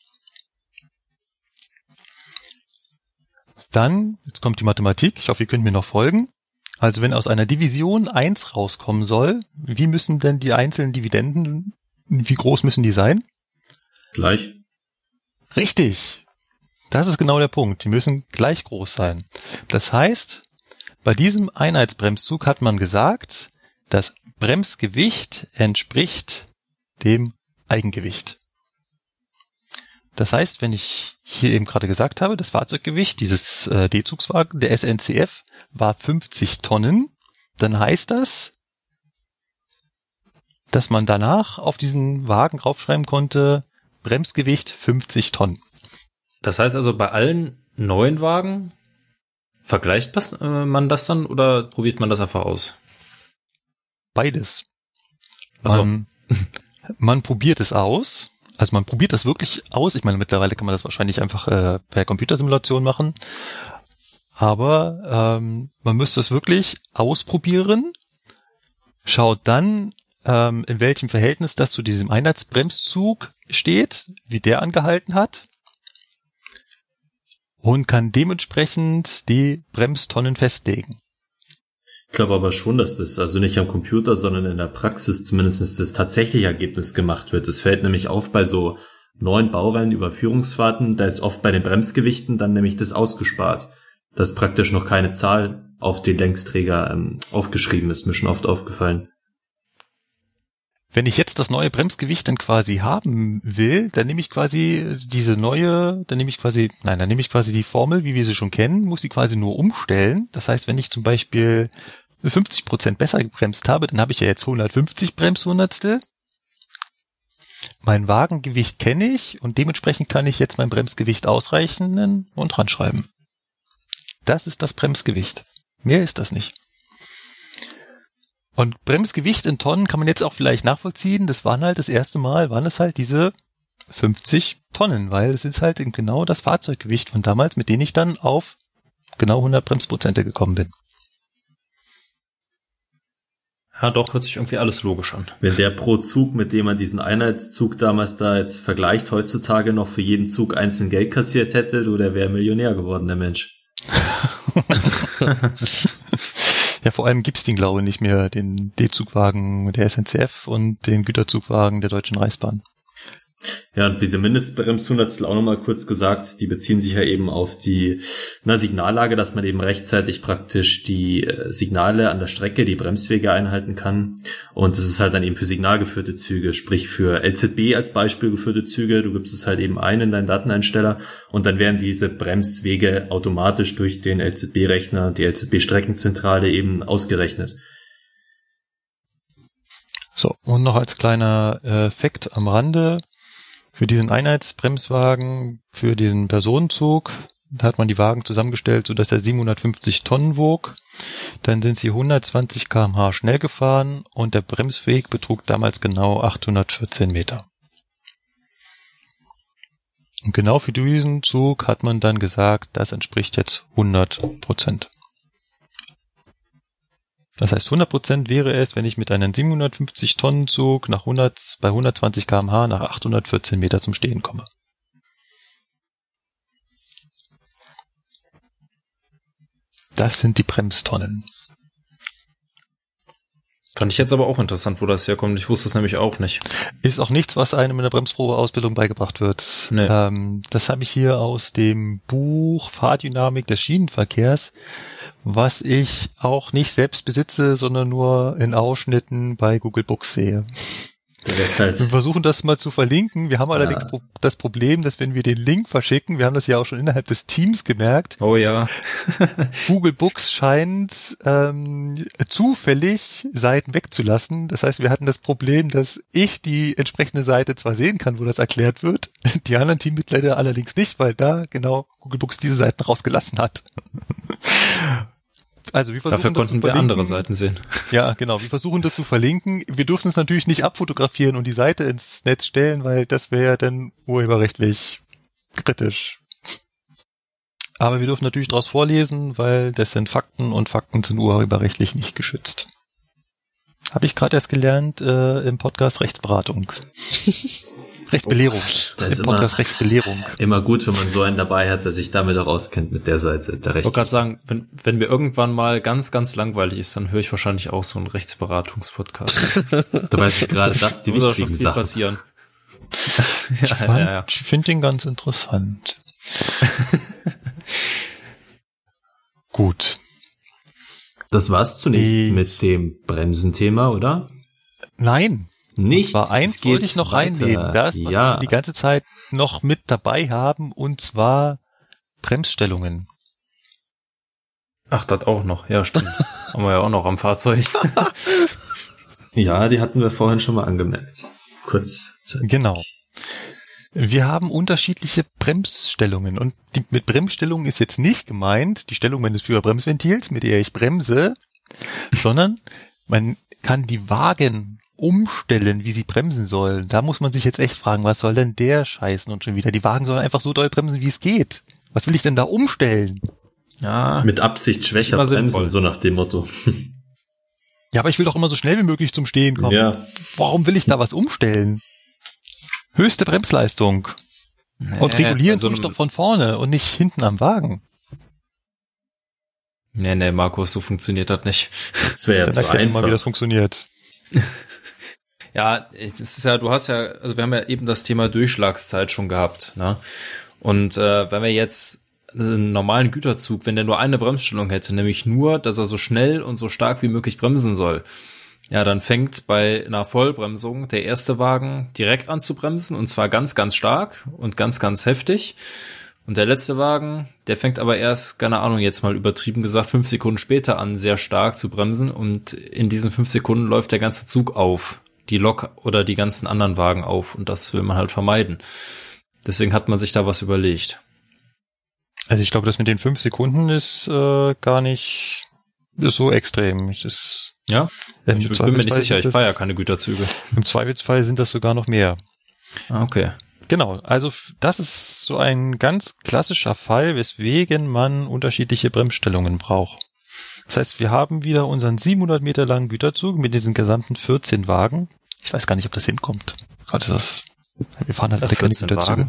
dann, jetzt kommt die Mathematik, ich hoffe, ihr könnt mir noch folgen. Also wenn aus einer Division 1 rauskommen soll, wie müssen denn die einzelnen Dividenden, wie groß müssen die sein? Gleich. Richtig. Das ist genau der Punkt. Die müssen gleich groß sein. Das heißt, bei diesem Einheitsbremszug hat man gesagt, das Bremsgewicht entspricht dem Eigengewicht. Das heißt, wenn ich hier eben gerade gesagt habe, das Fahrzeuggewicht dieses D-Zugswagen, der SNCF, war 50 Tonnen, dann heißt das, dass man danach auf diesen Wagen draufschreiben konnte, Bremsgewicht 50 Tonnen. Das heißt also, bei allen neuen Wagen vergleicht man das dann oder probiert man das einfach aus? Beides. Also Man probiert es aus. Also man probiert das wirklich aus. Ich meine, mittlerweile kann man das wahrscheinlich einfach per Computersimulation machen. Aber man müsste es wirklich ausprobieren. Schaut dann, in welchem Verhältnis das zu diesem Einheitsbremszug steht, wie der angehalten hat. Und kann dementsprechend die Bremstonnen festlegen. Ich glaube aber schon, dass das also nicht am Computer, sondern in der Praxis zumindest das tatsächliche Ergebnis gemacht wird. Es fällt nämlich auf bei so neuen Baureihenüberführungsfahrten, da ist oft bei den Bremsgewichten dann nämlich das ausgespart, dass praktisch noch keine Zahl auf den Längsträger aufgeschrieben ist. Mir schon oft aufgefallen. Wenn ich jetzt das neue Bremsgewicht dann quasi haben will, dann nehme ich quasi die Formel, wie wir sie schon kennen, muss sie quasi nur umstellen. Das heißt, wenn ich zum Beispiel 50% besser gebremst habe, dann habe ich ja jetzt 150 Bremshundertstel. Mein Wagengewicht kenne ich und dementsprechend kann ich jetzt mein Bremsgewicht ausrechnen und dran schreiben. Das ist das Bremsgewicht. Mehr ist das nicht. Und Bremsgewicht in Tonnen kann man jetzt auch vielleicht nachvollziehen. Das waren halt das erste Mal, waren es halt diese 50 Tonnen, weil es ist halt eben genau das Fahrzeuggewicht von damals, mit dem ich dann auf genau 100 Bremsprozente gekommen bin. Ja, doch, hört sich irgendwie alles logisch an. Wenn der pro Zug, mit dem man diesen Einheitszug damals da jetzt vergleicht, heutzutage noch für jeden Zug einzeln Geld kassiert hätte, der wäre Millionär geworden, der Mensch. Ja, vor allem gibt's den, glaube ich, nicht mehr, den D-Zugwagen der SNCF und den Güterzugwagen der Deutschen Reichsbahn. Ja, und diese Mindestbremshundertstel auch nochmal kurz gesagt, die beziehen sich ja eben auf die Signallage, dass man eben rechtzeitig praktisch die Signale an der Strecke, die Bremswege einhalten kann. Und das ist halt dann eben für signalgeführte Züge, sprich für LZB als Beispiel geführte Züge. Du gibst es halt eben ein in deinen Dateneinsteller und dann werden diese Bremswege automatisch durch den LZB-Rechner, die LZB-Streckenzentrale eben ausgerechnet. So, und noch als kleiner Fakt am Rande: Für diesen Einheitsbremswagen, für diesen Personenzug, da hat man die Wagen zusammengestellt, sodass er 750 Tonnen wog. Dann sind sie 120 km/h schnell gefahren und der Bremsweg betrug damals genau 814 Meter. Und genau für diesen Zug hat man dann gesagt, das entspricht jetzt 100%. Das heißt, 100% wäre es, wenn ich mit einem 750 Tonnen Zug bei 120 km/h nach 814 Meter zum Stehen komme. Das sind die Bremstonnen. Fand ich jetzt aber auch interessant, wo das herkommt. Ich wusste es nämlich auch nicht. Ist auch nichts, was einem in der Bremsprobeausbildung beigebracht wird. Nee. Das habe ich hier aus dem Buch Fahrdynamik des Schienenverkehrs, was ich auch nicht selbst besitze, sondern nur in Ausschnitten bei Google Books sehe. Wir versuchen das mal zu verlinken. Wir haben allerdings das Problem, dass wenn wir den Link verschicken, wir haben das ja auch schon innerhalb des Teams gemerkt. Oh ja. Google Books scheint zufällig Seiten wegzulassen. Das heißt, wir hatten das Problem, dass ich die entsprechende Seite zwar sehen kann, wo das erklärt wird, die anderen Teammitglieder allerdings nicht, weil da genau Google Books diese Seiten rausgelassen hat. Also wir versuchen, dafür konnten wir andere Seiten sehen. Ja, genau. Wir versuchen das zu verlinken. Wir dürfen es natürlich nicht abfotografieren und die Seite ins Netz stellen, weil das wäre dann urheberrechtlich kritisch. Aber wir dürfen natürlich daraus vorlesen, weil das sind Fakten und Fakten sind urheberrechtlich nicht geschützt. Habe ich gerade erst gelernt im Podcast Rechtsberatung. Rechtsbelehrung. Das ist Rechtsbelehrung. Immer gut, wenn man so einen dabei hat, der sich damit auch auskennt mit der Seite der Rechte. Ich wollte gerade sagen, wenn mir irgendwann mal ganz, ganz langweilig ist, dann höre ich wahrscheinlich auch so einen Rechtsberatungspodcast. Da weiß ich gerade, dass die wichtigen Sachen passieren. Ich finde den ganz interessant. Gut. Das war's zunächst mit dem Bremsenthema, oder? Nein. Nicht. Und zwar eins wollte ich noch reinnehmen, das, was wir die ganze Zeit noch mit dabei haben, und zwar Bremsstellungen. Ach, das auch noch. Ja, stimmt. Haben wir ja auch noch am Fahrzeug. Ja, die hatten wir vorhin schon mal angemerkt. Kurz. Genau. Wir haben unterschiedliche Bremsstellungen und mit Bremsstellungen ist jetzt nicht gemeint die Stellung meines Führerbremsventils, mit der ich bremse, sondern man kann die Wagen umstellen, wie sie bremsen sollen. Da muss man sich jetzt echt fragen, was soll denn der scheißen und schon wieder? Die Wagen sollen einfach so doll bremsen, wie es geht. Was will ich denn da umstellen? Ja. Mit Absicht schwächer bremsen, sinnvoll. So nach dem Motto. Ja, aber ich will doch immer so schnell wie möglich zum Stehen kommen. Ja. Warum will ich da was umstellen? Höchste Bremsleistung. Und regulieren tue ich doch von vorne und nicht hinten am Wagen. Nee, Markus, so funktioniert das nicht. Das wäre ja zu einfach. Mal, wie das funktioniert. Ja, es ist ja, also wir haben ja eben das Thema Durchschlagszeit schon gehabt, ne? Und wenn wir jetzt einen normalen Güterzug, wenn der nur eine Bremsstellung hätte, nämlich nur, dass er so schnell und so stark wie möglich bremsen soll, ja, dann fängt bei einer Vollbremsung der erste Wagen direkt an zu bremsen, und zwar ganz, ganz stark und ganz, ganz heftig. Und der letzte Wagen, der fängt aber erst, keine Ahnung, jetzt mal übertrieben gesagt, 5 Sekunden später an, sehr stark zu bremsen, und in diesen 5 Sekunden läuft der ganze Zug auf, die Lok oder die ganzen anderen Wagen auf, und das will man halt vermeiden. Deswegen hat man sich da was überlegt. Also ich glaube, das mit den 5 Sekunden ist gar nicht so extrem. Ja? Ich bin mir nicht sicher, ich fahre ja keine Güterzüge. Im Zweifelsfall sind das sogar noch mehr. Okay. Genau, also das ist so ein ganz klassischer Fall, weswegen man unterschiedliche Bremsstellungen braucht. Das heißt, wir haben wieder unseren 700 Meter langen Güterzug mit diesen gesamten 14 Wagen. Ich weiß gar nicht, ob das hinkommt. Wir fahren halt alle keine Güterzüge.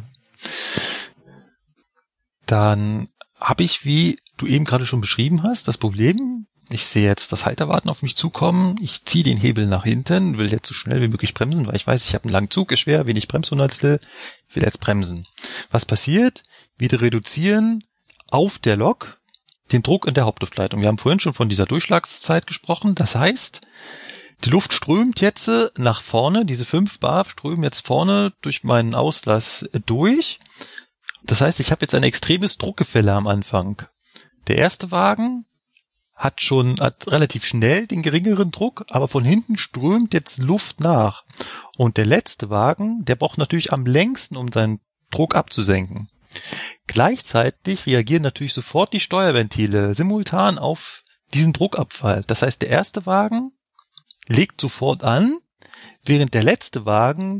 Dann habe ich, wie du eben gerade schon beschrieben hast, das Problem, ich sehe jetzt das Halterwarten auf mich zukommen, ich ziehe den Hebel nach hinten, will jetzt so schnell wie möglich bremsen, weil ich weiß, ich habe einen langen Zug, ist schwer, wenig Bremshundertstel, ich will jetzt bremsen. Was passiert? Wieder reduzieren auf der Lok den Druck in der Hauptluftleitung. Wir haben vorhin schon von dieser Durchschlagszeit gesprochen, das heißt, die Luft strömt jetzt nach vorne, diese 5 bar strömen jetzt vorne durch meinen Auslass durch. Das heißt, ich habe jetzt ein extremes Druckgefälle am Anfang. Der erste Wagen hat relativ schnell den geringeren Druck, aber von hinten strömt jetzt Luft nach. Und der letzte Wagen, der braucht natürlich am längsten, um seinen Druck abzusenken. Gleichzeitig reagieren natürlich sofort die Steuerventile simultan auf diesen Druckabfall. Das heißt, der erste Wagen legt sofort an, während der letzte Wagen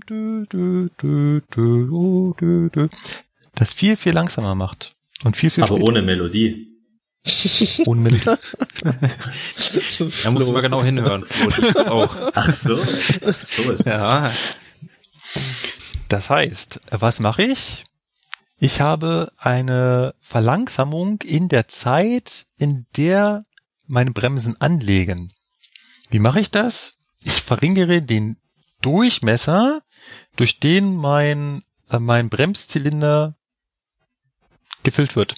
das viel, viel langsamer macht. Und viel, viel aber später. Ohne Melodie. Ohne Melodie. Da musst du mal genau hinhören, Flo, das auch. Ach so. So ist das. Ja. Das heißt, was mache ich? Ich habe eine Verlangsamung in der Zeit, in der meine Bremsen anlegen. Wie mache ich das? Ich verringere den Durchmesser, durch den mein Bremszylinder gefüllt wird.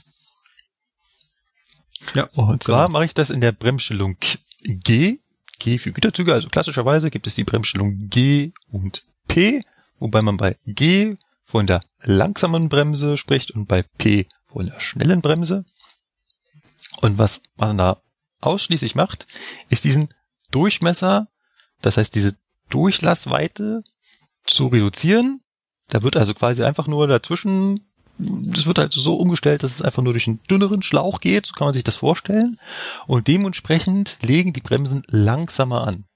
Ja. Und zwar mache ich das in der Bremsstellung G. G für Güterzüge, also klassischerweise gibt es die Bremsstellung G und P, wobei man bei G von der langsamen Bremse spricht und bei P von der schnellen Bremse. Und was man da ausschließlich macht, ist diesen Durchmesser, das heißt diese Durchlassweite zu reduzieren. Da wird also quasi einfach nur dazwischen, das wird halt so umgestellt, dass es einfach nur durch einen dünneren Schlauch geht, so kann man sich das vorstellen. Und dementsprechend legen die Bremsen langsamer an.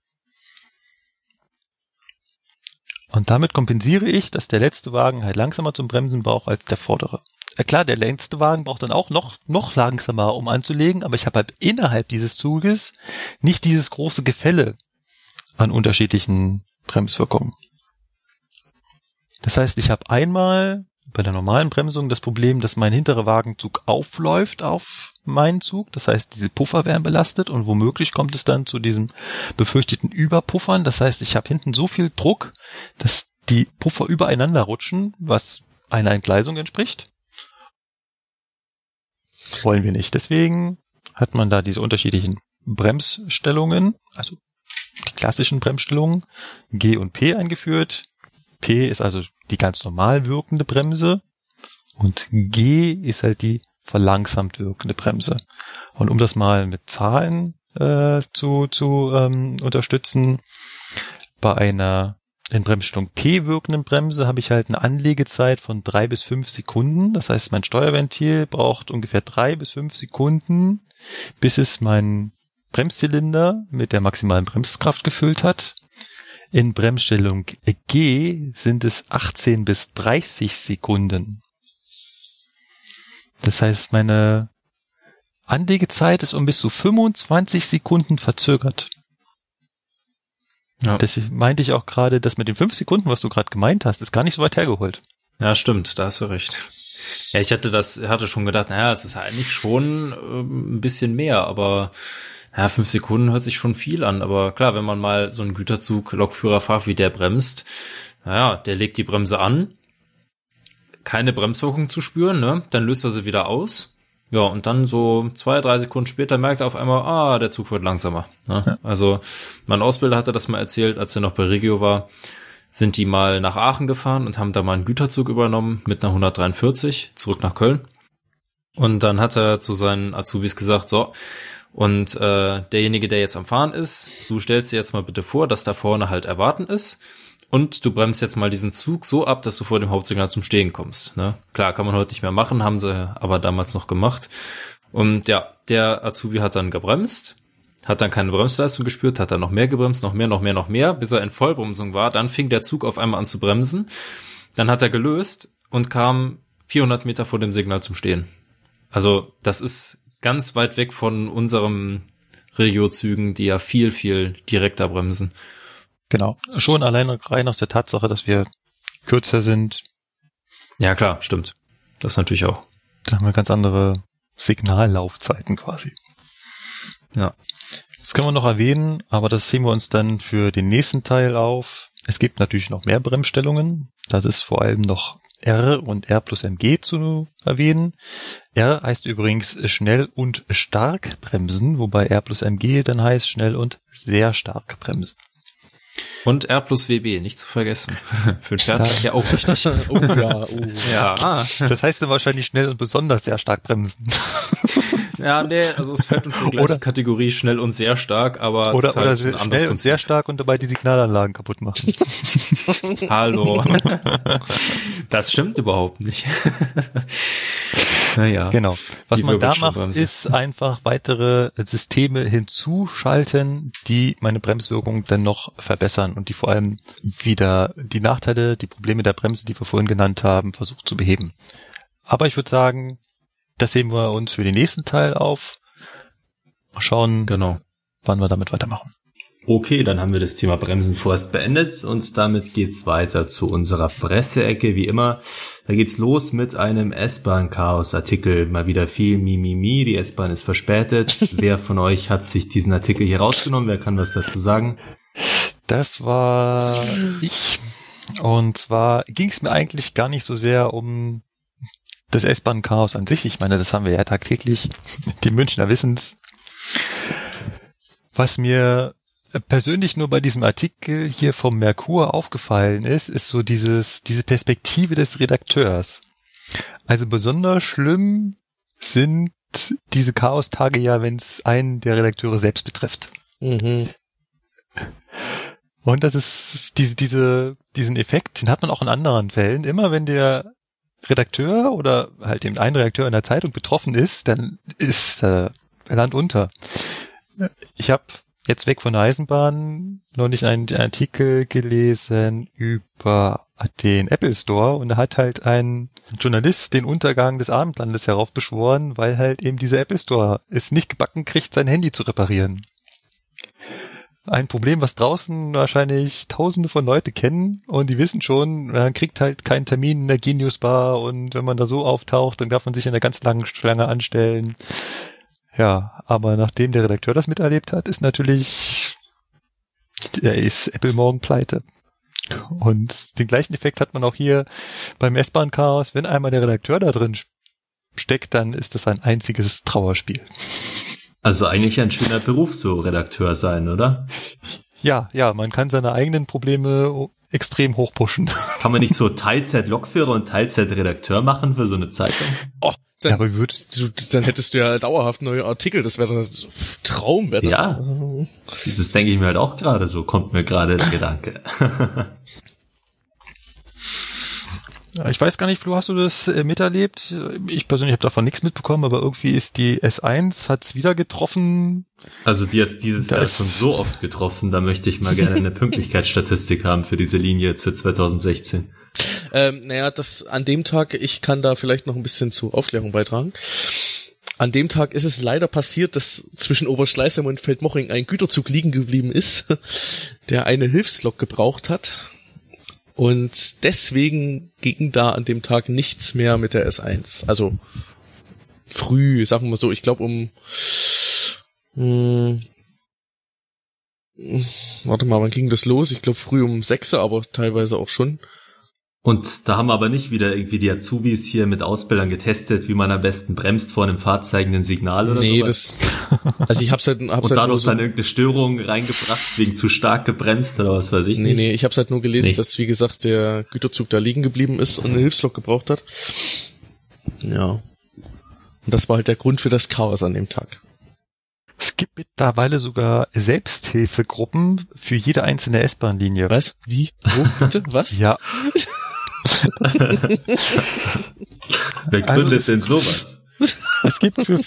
Und damit kompensiere ich, dass der letzte Wagen halt langsamer zum Bremsen braucht als der vordere. Klar, der letzte Wagen braucht dann auch noch langsamer, um anzulegen, aber ich habe halt innerhalb dieses Zuges nicht dieses große Gefälle an unterschiedlichen Bremswirkungen. Das heißt, ich habe einmal bei der normalen Bremsung das Problem, dass mein hinterer Wagenzug aufläuft auf meinen Zug. Das heißt, diese Puffer werden belastet und womöglich kommt es dann zu diesem befürchteten Überpuffern. Das heißt, ich habe hinten so viel Druck, dass die Puffer übereinander rutschen, was einer Entgleisung entspricht. Wollen wir nicht. Deswegen hat man da diese unterschiedlichen Bremsstellungen, also die klassischen Bremsstellungen, G und P eingeführt. P ist also die ganz normal wirkende Bremse und G ist halt die verlangsamt wirkende Bremse. Und um das mal mit Zahlen zu unterstützen, bei einer in Bremsstellung P wirkenden Bremse habe ich halt eine Anlegezeit von 3 bis 5 Sekunden. Das heißt, mein Steuerventil braucht ungefähr 3 bis 5 Sekunden, bis es meinen Bremszylinder mit der maximalen Bremskraft gefüllt hat. In Bremsstellung G sind es 18 bis 30 Sekunden. Das heißt, meine Anlegezeit ist um bis zu 25 Sekunden verzögert. Ja. Das meinte ich auch gerade, dass mit den 5 Sekunden, was du gerade gemeint hast, ist gar nicht so weit hergeholt. Ja, stimmt, da hast du recht. Ja, ich hatte schon gedacht, naja, es ist eigentlich schon ein bisschen mehr, aber ja, 5 Sekunden hört sich schon viel an. Aber klar, wenn man mal so einen Güterzug-Lokführer fragt, wie der bremst, naja, der legt die Bremse an, keine Bremswirkung zu spüren, ne? Dann löst er sie wieder aus. Ja, und dann so 2-3 Sekunden später merkt er auf einmal, der Zug wird langsamer. Ne? Ja. Also mein Ausbilder hatte das mal erzählt, als er noch bei Regio war, sind die mal nach Aachen gefahren und haben da mal einen Güterzug übernommen mit einer 143 zurück nach Köln. Und dann hat er zu seinen Azubis gesagt, so, und derjenige, der jetzt am Fahren ist, du stellst dir jetzt mal bitte vor, dass da vorne halt Erwarten ist und du bremst jetzt mal diesen Zug so ab, dass du vor dem Hauptsignal zum Stehen kommst. Ne? Klar, kann man heute nicht mehr machen, haben sie aber damals noch gemacht. Und ja, der Azubi hat dann gebremst, hat dann keine Bremsleistung gespürt, hat dann noch mehr gebremst, noch mehr, bis er in Vollbremsung war. Dann fing der Zug auf einmal an zu bremsen. Dann hat er gelöst und kam 400 Meter vor dem Signal zum Stehen. Also das ist ganz weit weg von unserem Regio-Zügen, die ja viel, viel direkter bremsen. Genau. Schon allein rein aus der Tatsache, dass wir kürzer sind. Ja, klar, stimmt. Das natürlich auch. Da haben wir ganz andere Signallaufzeiten quasi. Ja. Das können wir noch erwähnen, aber das sehen wir uns dann für den nächsten Teil auf. Es gibt natürlich noch mehr Bremsstellungen. Das ist vor allem noch R und R plus MG zu erwähnen. R heißt übrigens schnell und stark bremsen, wobei R plus MG dann heißt schnell und sehr stark bremsen. Und R plus WB, nicht zu vergessen. Für den Fernverkehr auch wichtig. Ja. Das heißt dann wahrscheinlich schnell und besonders sehr stark bremsen. Ja, nee, also es fällt unter die gleiche Kategorie schnell und sehr stark, aber oder es ist halt oder ein anderes schnell Prinzip. und sehr stark und dabei die Signalanlagen kaputt machen. Hallo. Das stimmt überhaupt nicht. Naja. Genau. Was man da macht, ist einfach weitere Systeme hinzuschalten, die meine Bremswirkung dann noch verbessern und die vor allem wieder die Nachteile, die Probleme der Bremse, die wir vorhin genannt haben, versucht zu beheben. Aber ich würde sagen, das heben wir uns für den nächsten Teil auf. Mal schauen, wann wir damit weitermachen. Okay, dann haben wir das Thema Bremsen vorerst beendet und damit geht's weiter zu unserer Presseecke, wie immer. Da geht's los mit einem S-Bahn-Chaos-Artikel. Mal wieder viel Mimimi, die S-Bahn ist verspätet. Wer von euch hat sich diesen Artikel hier rausgenommen? Wer kann was dazu sagen? Das war ich. Und zwar ging es mir eigentlich gar nicht so sehr um das S-Bahn-Chaos an sich. Ich meine, das haben wir ja tagtäglich. Die Münchner wissen's. Was mir persönlich nur bei diesem Artikel hier vom Merkur aufgefallen ist so diese Perspektive des Redakteurs. Also besonders schlimm sind diese Chaos-Tage ja, wenn es einen der Redakteure selbst betrifft. Mhm. Und das ist diesen Effekt, den hat man auch in anderen Fällen. Immer wenn der Redakteur oder halt eben ein Redakteur in der Zeitung betroffen ist, dann ist Land unter. Ich habe jetzt weg von der Eisenbahn neulich einen Artikel gelesen über den Apple Store und da hat halt ein Journalist den Untergang des Abendlandes heraufbeschworen, weil halt eben dieser Apple Store es nicht gebacken kriegt, sein Handy zu reparieren. Ein Problem, was draußen wahrscheinlich Tausende von Leute kennen und die wissen schon, man kriegt halt keinen Termin in der Genius Bar und wenn man da so auftaucht, dann darf man sich in einer ganz langen Schlange anstellen. Ja, aber nachdem der Redakteur das miterlebt hat, ist Apple morgen pleite. Und den gleichen Effekt hat man auch hier beim S-Bahn-Chaos. Wenn einmal der Redakteur da drin steckt, dann ist das ein einziges Trauerspiel. Also eigentlich ein schöner Beruf, so Redakteur sein, oder? Ja, man kann seine eigenen Probleme extrem hochpushen. Kann man nicht so Teilzeit-Lokführer und Teilzeit-Redakteur machen für so eine Zeitung? Oh, dann, ja, aber dann hättest du ja dauerhaft neue Artikel, das wäre das Traum. Wäre das. Ja, das denke ich mir halt auch gerade so, kommt mir gerade der Gedanke. Ich weiß gar nicht, Flo, hast du das miterlebt? Ich persönlich habe davon nichts mitbekommen, aber irgendwie ist die S1, hat's wieder getroffen. Also die hat's dieses Jahr schon so oft getroffen, da möchte ich mal gerne eine Pünktlichkeitsstatistik haben für diese Linie jetzt für 2016. Das an dem Tag, ich kann da vielleicht noch ein bisschen zur Aufklärung beitragen. An dem Tag ist es leider passiert, dass zwischen Oberschleißheim und Feldmoching ein Güterzug liegen geblieben ist, der eine Hilfslok gebraucht hat. Und deswegen ging da an dem Tag nichts mehr mit der S1. Also früh, sagen wir mal so, ich glaube wann ging das los? Ich glaube früh um 6, aber teilweise auch schon. Und da haben aber nicht wieder irgendwie die Azubis hier mit Ausbildern getestet, wie man am besten bremst vor einem fahrzeigenden Signal oder so. Nee, also ich hab's halt und dadurch so dann irgendeine Störung reingebracht, wegen zu stark gebremst oder was weiß ich nicht. Nee, ich hab's halt nur gelesen, dass, wie gesagt, der Güterzug da liegen geblieben ist und eine Hilfslok gebraucht hat. Ja. Und das war halt der Grund für das Chaos an dem Tag. Es gibt mittlerweile sogar Selbsthilfegruppen für jede einzelne S-Bahn-Linie. Was? Wie? Wo? Bitte? Was? Ja. Wer gründet denn sowas? Es gibt für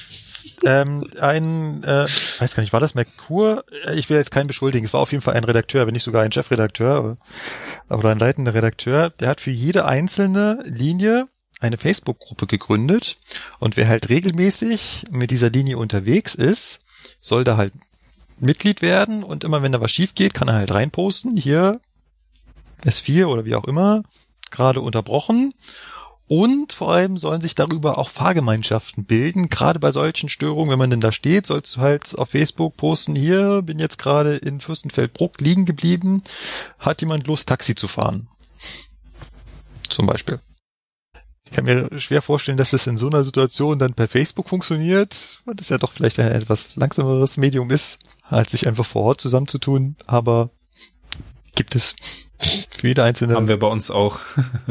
weiß gar nicht, war das Merkur? Ich will jetzt keinen beschuldigen. Es war auf jeden Fall ein Redakteur, wenn nicht sogar ein Chefredakteur oder ein leitender Redakteur. Der hat für jede einzelne Linie eine Facebook-Gruppe gegründet und wer halt regelmäßig mit dieser Linie unterwegs ist, soll da halt Mitglied werden und immer wenn da was schief geht, kann er halt reinposten, hier S4 oder wie auch immer, gerade unterbrochen. Und vor allem sollen sich darüber auch Fahrgemeinschaften bilden. Gerade bei solchen Störungen, wenn man denn da steht, sollst du halt auf Facebook posten, hier, bin jetzt gerade in Fürstenfeldbruck liegen geblieben, hat jemand Lust, Taxi zu fahren? Zum Beispiel. Ich kann mir schwer vorstellen, dass das in so einer Situation dann per Facebook funktioniert, weil das ja doch vielleicht ein etwas langsameres Medium ist, als sich einfach vor Ort zusammenzutun, aber gibt es für jede einzelne. Haben wir bei uns auch.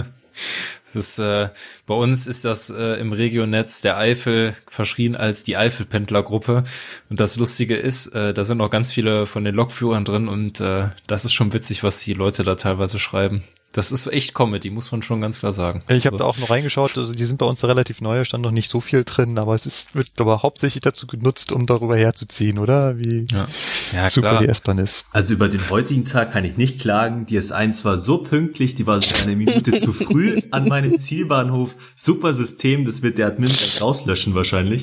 Bei uns ist das im Regionetz der Eifel verschrien als die Eifelpendlergruppe. Und das Lustige ist, da sind auch ganz viele von den Lokführern drin und das ist schon witzig, was die Leute da teilweise schreiben. Das ist echt Comedy, muss man schon ganz klar sagen. Ich habe da auch noch reingeschaut, also die sind bei uns relativ neu, stand noch nicht so viel drin, aber wird aber hauptsächlich dazu genutzt, um darüber herzuziehen, oder? Wie super klar. Die S-Bahn ist. Also über den heutigen Tag kann ich nicht klagen. Die S1 war so pünktlich, die war so eine Minute zu früh an meinem Zielbahnhof. Super System, das wird der Admin gleich rauslöschen wahrscheinlich.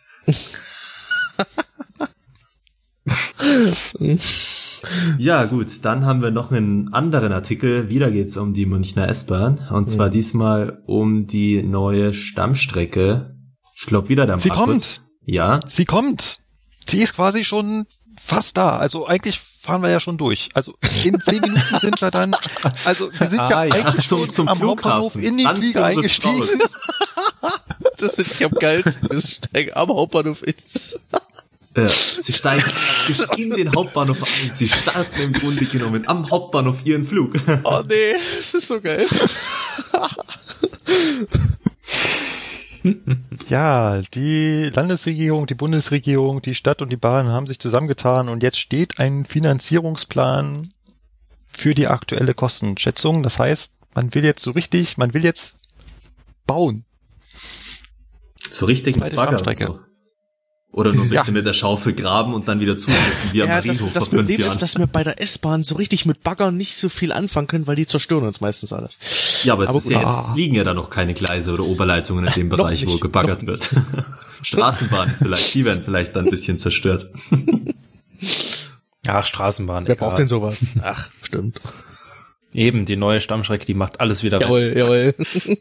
Ja, gut, dann haben wir noch einen anderen Artikel. Wieder geht's um die Münchner S-Bahn. Und zwar diesmal um die neue Stammstrecke. Ich glaube wieder der Markus. Sie kommt. Ja. Sie kommt. Sie ist quasi schon fast da. Also eigentlich fahren wir ja schon durch. Also in 10 Minuten sind wir dann, also wir sind eigentlich zum am Hauptbahnhof in den Flieger eingestiegen. Das ist ja am geilsten, wir steigen am Hauptbahnhof ist. Sie steigen in den Hauptbahnhof ein. Sie starten im Grunde genommen am Hauptbahnhof ihren Flug. Oh nee, das ist so geil. Ja, die Landesregierung, die Bundesregierung, die Stadt und die Bahn haben sich zusammengetan und jetzt steht ein Finanzierungsplan für die aktuelle Kostenschätzung. Das heißt, man will jetzt bauen. So richtig mit Bagger und so. Oder nur ein bisschen mit der Schaufel graben und dann wieder zusetzen, wie am Marienhof das Problem ist, dass wir bei der S-Bahn so richtig mit Baggern nicht so viel anfangen können, weil die zerstören uns meistens alles. Ja, aber jetzt liegen ja da noch keine Gleise oder Oberleitungen in dem Bereich, wo gebaggert wird. Straßenbahnen vielleicht, die werden vielleicht dann ein bisschen zerstört. Ach, Straßenbahn. Wer braucht denn sowas? Ach, stimmt. Eben, die neue Stammstrecke, die macht alles wieder wett. Jawohl.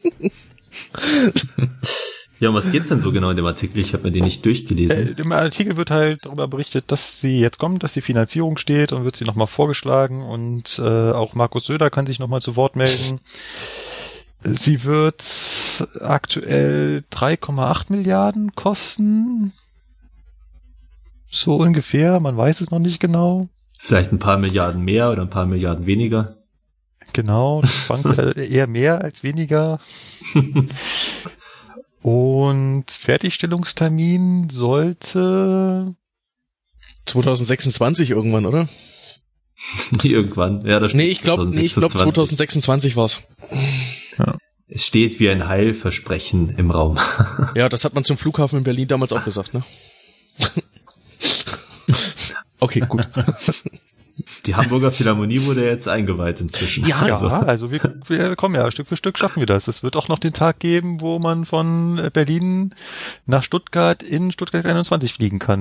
Ja, um was geht's denn so genau in dem Artikel? Ich habe mir den nicht durchgelesen. Im Artikel wird halt darüber berichtet, dass sie jetzt kommt, dass die Finanzierung steht und wird sie nochmal vorgeschlagen und auch Markus Söder kann sich nochmal zu Wort melden. Sie wird aktuell 3,8 Milliarden kosten. So ungefähr, man weiß es noch nicht genau. Vielleicht ein paar Milliarden mehr oder ein paar Milliarden weniger. Genau, das schwankt eher mehr als weniger. Und Fertigstellungstermin sollte 2026 irgendwann, oder? Irgendwann. Ja, das steht ich glaube 2026 war's. Ja. Es steht wie ein Heilversprechen im Raum. Ja, das hat man zum Flughafen in Berlin damals auch gesagt, ne? Okay, gut. Die Hamburger Philharmonie wurde jetzt eingeweiht inzwischen. Ja, also wir kommen ja, Stück für Stück schaffen wir das. Es wird auch noch den Tag geben, wo man von Berlin nach Stuttgart in Stuttgart 21 fliegen kann.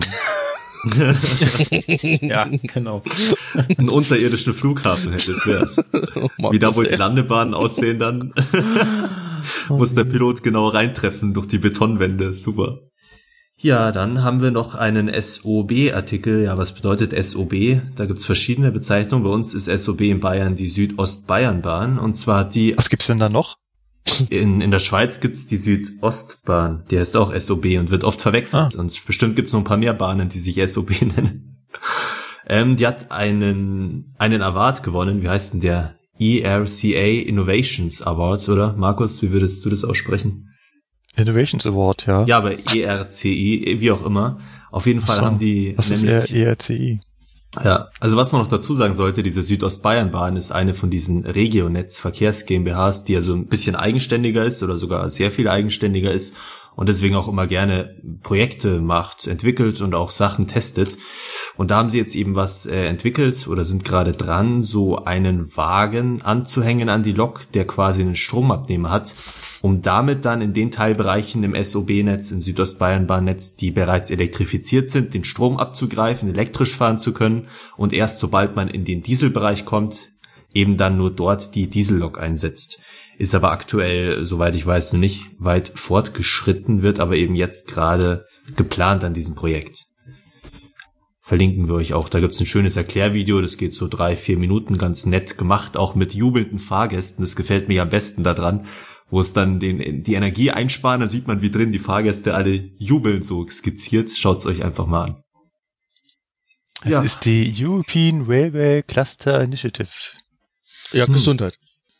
Ja, genau. Einen unterirdischen Flughafen hätte es wär's. Wie da wohl die Landebahnen aussehen dann. Muss der Pilot genau reintreffen durch die Betonwände. Super. Ja, dann haben wir noch einen SOB-Artikel. Ja, was bedeutet SOB? Da gibt's verschiedene Bezeichnungen. Bei uns ist SOB in Bayern die Südostbayernbahn. Und zwar die... Was gibt's denn da noch? In der Schweiz gibt's die Südostbahn. Die heißt auch SOB und wird oft verwechselt. Und bestimmt gibt's noch ein paar mehr Bahnen, die sich SOB nennen. Die hat einen Award gewonnen. Wie heißt denn der? ERCA Innovations Awards, oder? Markus, wie würdest du das aussprechen? Innovations Award, ja. Ja, aber ERCI, wie auch immer. Auf jeden Fall haben die... Was ist ERCI? Ja, also was man noch dazu sagen sollte, diese Südostbayernbahn ist eine von diesen Regionetz Verkehrs GmbHs, die ja so ein bisschen eigenständiger ist oder sogar sehr viel eigenständiger ist und deswegen auch immer gerne Projekte macht, entwickelt und auch Sachen testet. Und da haben sie jetzt eben was entwickelt oder sind gerade dran, so einen Wagen anzuhängen an die Lok, der quasi einen Stromabnehmer hat, um damit dann in den Teilbereichen im SOB-Netz, im Südostbayernbahnnetz, die bereits elektrifiziert sind, den Strom abzugreifen, elektrisch fahren zu können und erst sobald man in den Dieselbereich kommt, eben dann nur dort die Diesellok einsetzt. Ist aber aktuell, soweit ich weiß, noch nicht weit fortgeschritten, wird aber eben jetzt gerade geplant an diesem Projekt. Verlinken wir euch auch. Da gibt's ein schönes Erklärvideo, das geht so 3-4 Minuten, ganz nett gemacht, auch mit jubelnden Fahrgästen. Das gefällt mir am besten daran, wo es dann die Energie einsparen, dann sieht man, wie drin die Fahrgäste alle jubeln, so skizziert. Schaut's euch einfach mal an. Es ist die European Railway Cluster Initiative. Ja, Gesundheit.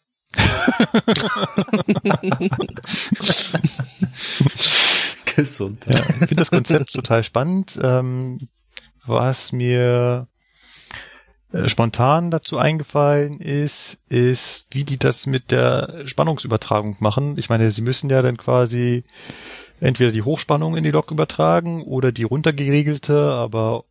Gesundheit. Ja, ich finde das Konzept total spannend. Was mir spontan dazu eingefallen ist, wie die das mit der Spannungsübertragung machen. Ich meine, sie müssen ja dann quasi entweder die Hochspannung in die Lok übertragen oder die runtergeregelte, aber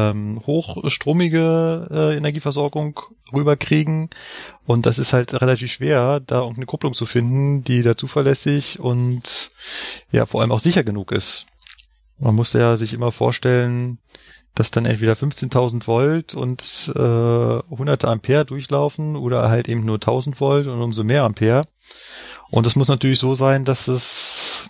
hochstromige Energieversorgung rüberkriegen. Und das ist halt relativ schwer, da irgendeine Kupplung zu finden, die da zuverlässig und ja vor allem auch sicher genug ist. Man muss ja sich immer vorstellen, dass dann entweder 15.000 Volt und hunderte Ampere durchlaufen oder halt eben nur 1.000 Volt und umso mehr Ampere. Und das muss natürlich so sein, dass es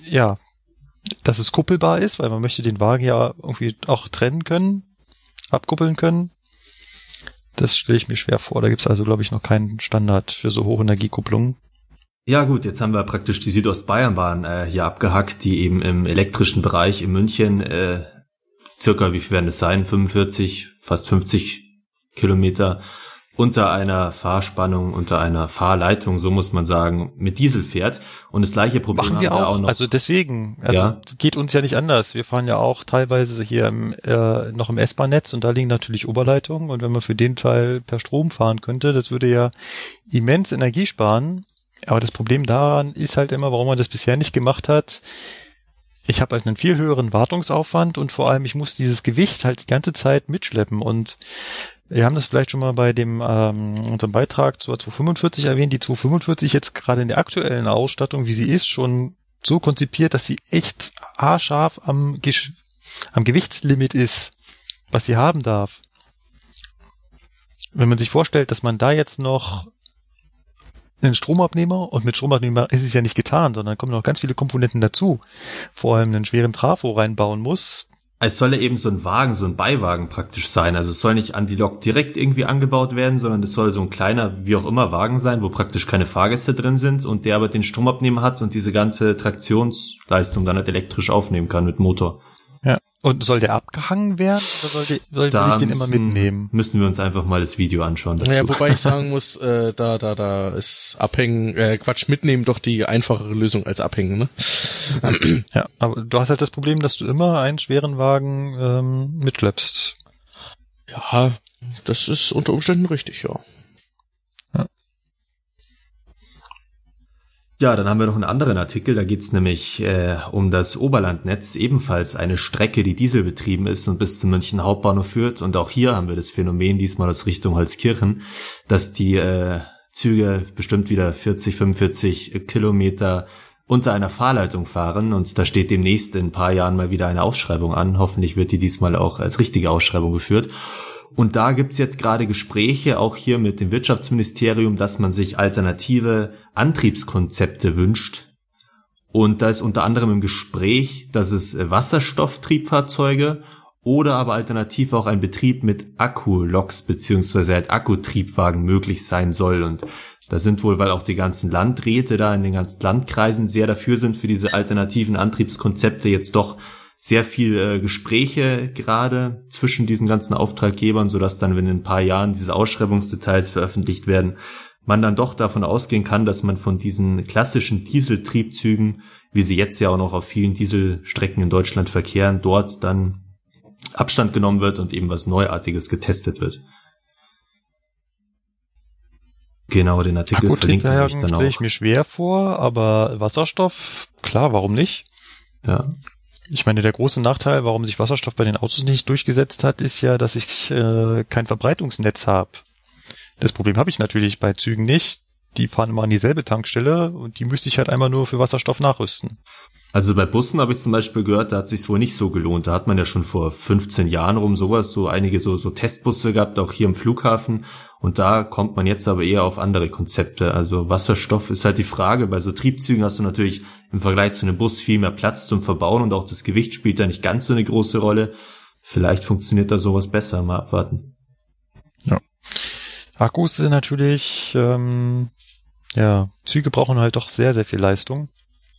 kuppelbar ist, weil man möchte den Wagen ja irgendwie auch trennen können, abkuppeln können. Das stelle ich mir schwer vor. Da gibt's also, glaube ich, noch keinen Standard für so Hochenergiekupplungen. Ja gut, jetzt haben wir praktisch die Südostbayernbahn hier abgehackt, die eben im elektrischen Bereich in München circa, wie viel werden es sein, 45, fast 50 Kilometer unter einer Fahrspannung, unter einer Fahrleitung, so muss man sagen, mit Diesel fährt. Und das gleiche Problem machen wir auch noch. Also deswegen, geht uns ja nicht anders. Wir fahren ja auch teilweise hier noch im S-Bahn-Netz und da liegen natürlich Oberleitungen. Und wenn man für den Teil per Strom fahren könnte, das würde ja immens Energie sparen. Aber das Problem daran ist halt immer, warum man das bisher nicht gemacht hat. Ich habe also einen viel höheren Wartungsaufwand und vor allem, ich muss dieses Gewicht halt die ganze Zeit mitschleppen. Und wir haben das vielleicht schon mal bei dem unserem Beitrag zur 245 erwähnt. Die 245 jetzt gerade in der aktuellen Ausstattung, wie sie ist, schon so konzipiert, dass sie echt haarscharf am Gewichtslimit ist, was sie haben darf. Wenn man sich vorstellt, dass man da jetzt noch einen Stromabnehmer, und mit Stromabnehmer ist es ja nicht getan, sondern kommen noch ganz viele Komponenten dazu, vor allem einen schweren Trafo reinbauen muss. Es soll ja eben so ein Wagen, so ein Beiwagen praktisch sein. Also es soll nicht an die Lok direkt irgendwie angebaut werden, sondern es soll so ein kleiner, wie auch immer, Wagen sein, wo praktisch keine Fahrgäste drin sind und der aber den Stromabnehmer hat und diese ganze Traktionsleistung dann halt elektrisch aufnehmen kann mit Motor. Ja. Und soll der abgehangen werden oder soll ich den immer mitnehmen? Müssen wir uns einfach mal das Video anschauen dazu. Ja, wobei ich sagen muss, da ist abhängen, mitnehmen doch die einfachere Lösung als abhängen, ne? Ja, aber du hast halt das Problem, dass du immer einen schweren Wagen mitschleppst. Ja, das ist unter Umständen richtig, ja. Ja, dann haben wir noch einen anderen Artikel, da geht's nämlich um das Oberlandnetz, ebenfalls eine Strecke, die dieselbetrieben ist und bis zum München Hauptbahnhof führt. Und auch hier haben wir das Phänomen, diesmal aus Richtung Holzkirchen, dass die Züge bestimmt wieder 40, 45 Kilometer unter einer Fahrleitung fahren. Und da steht demnächst in ein paar Jahren mal wieder eine Ausschreibung an. Hoffentlich wird die diesmal auch als richtige Ausschreibung geführt. Und da gibt's jetzt gerade Gespräche, auch hier mit dem Wirtschaftsministerium, dass man sich alternative Antriebskonzepte wünscht. Und da ist unter anderem im Gespräch, dass es Wasserstofftriebfahrzeuge oder aber alternativ auch ein Betrieb mit Akkuloks beziehungsweise halt Akkutriebwagen möglich sein soll. Und da sind wohl, weil auch die ganzen Landräte da in den ganzen Landkreisen sehr dafür sind für diese alternativen Antriebskonzepte, jetzt doch sehr viel Gespräche gerade zwischen diesen ganzen Auftraggebern, sodass dann, wenn in ein paar Jahren diese Ausschreibungsdetails veröffentlicht werden, man dann doch davon ausgehen kann, dass man von diesen klassischen Dieseltriebzügen, wie sie jetzt ja auch noch auf vielen Dieselstrecken in Deutschland verkehren, dort dann Abstand genommen wird und eben was Neuartiges getestet wird. Genau, den Artikel verlinken wir dann auch. Stelle ich mir schwer vor, aber Wasserstoff, klar, warum nicht? Ja. Ich meine, der große Nachteil, warum sich Wasserstoff bei den Autos nicht durchgesetzt hat, ist ja, dass ich kein Verbreitungsnetz habe. Das Problem habe ich natürlich bei Zügen nicht. Die fahren immer an dieselbe Tankstelle und die müsste ich halt einmal nur für Wasserstoff nachrüsten. Also bei Bussen habe ich zum Beispiel gehört, da hat sich's wohl nicht so gelohnt. Da hat man ja schon vor 15 Jahren rum so einige so Testbusse gehabt, auch hier im Flughafen. Und da kommt man jetzt aber eher auf andere Konzepte. Also Wasserstoff ist halt die Frage. Bei so Triebzügen hast du natürlich im Vergleich zu einem Bus viel mehr Platz zum Verbauen und auch das Gewicht spielt da nicht ganz so eine große Rolle. Vielleicht funktioniert da sowas besser. Mal abwarten. Ja. Akkus sind natürlich, Züge brauchen halt doch sehr, sehr viel Leistung.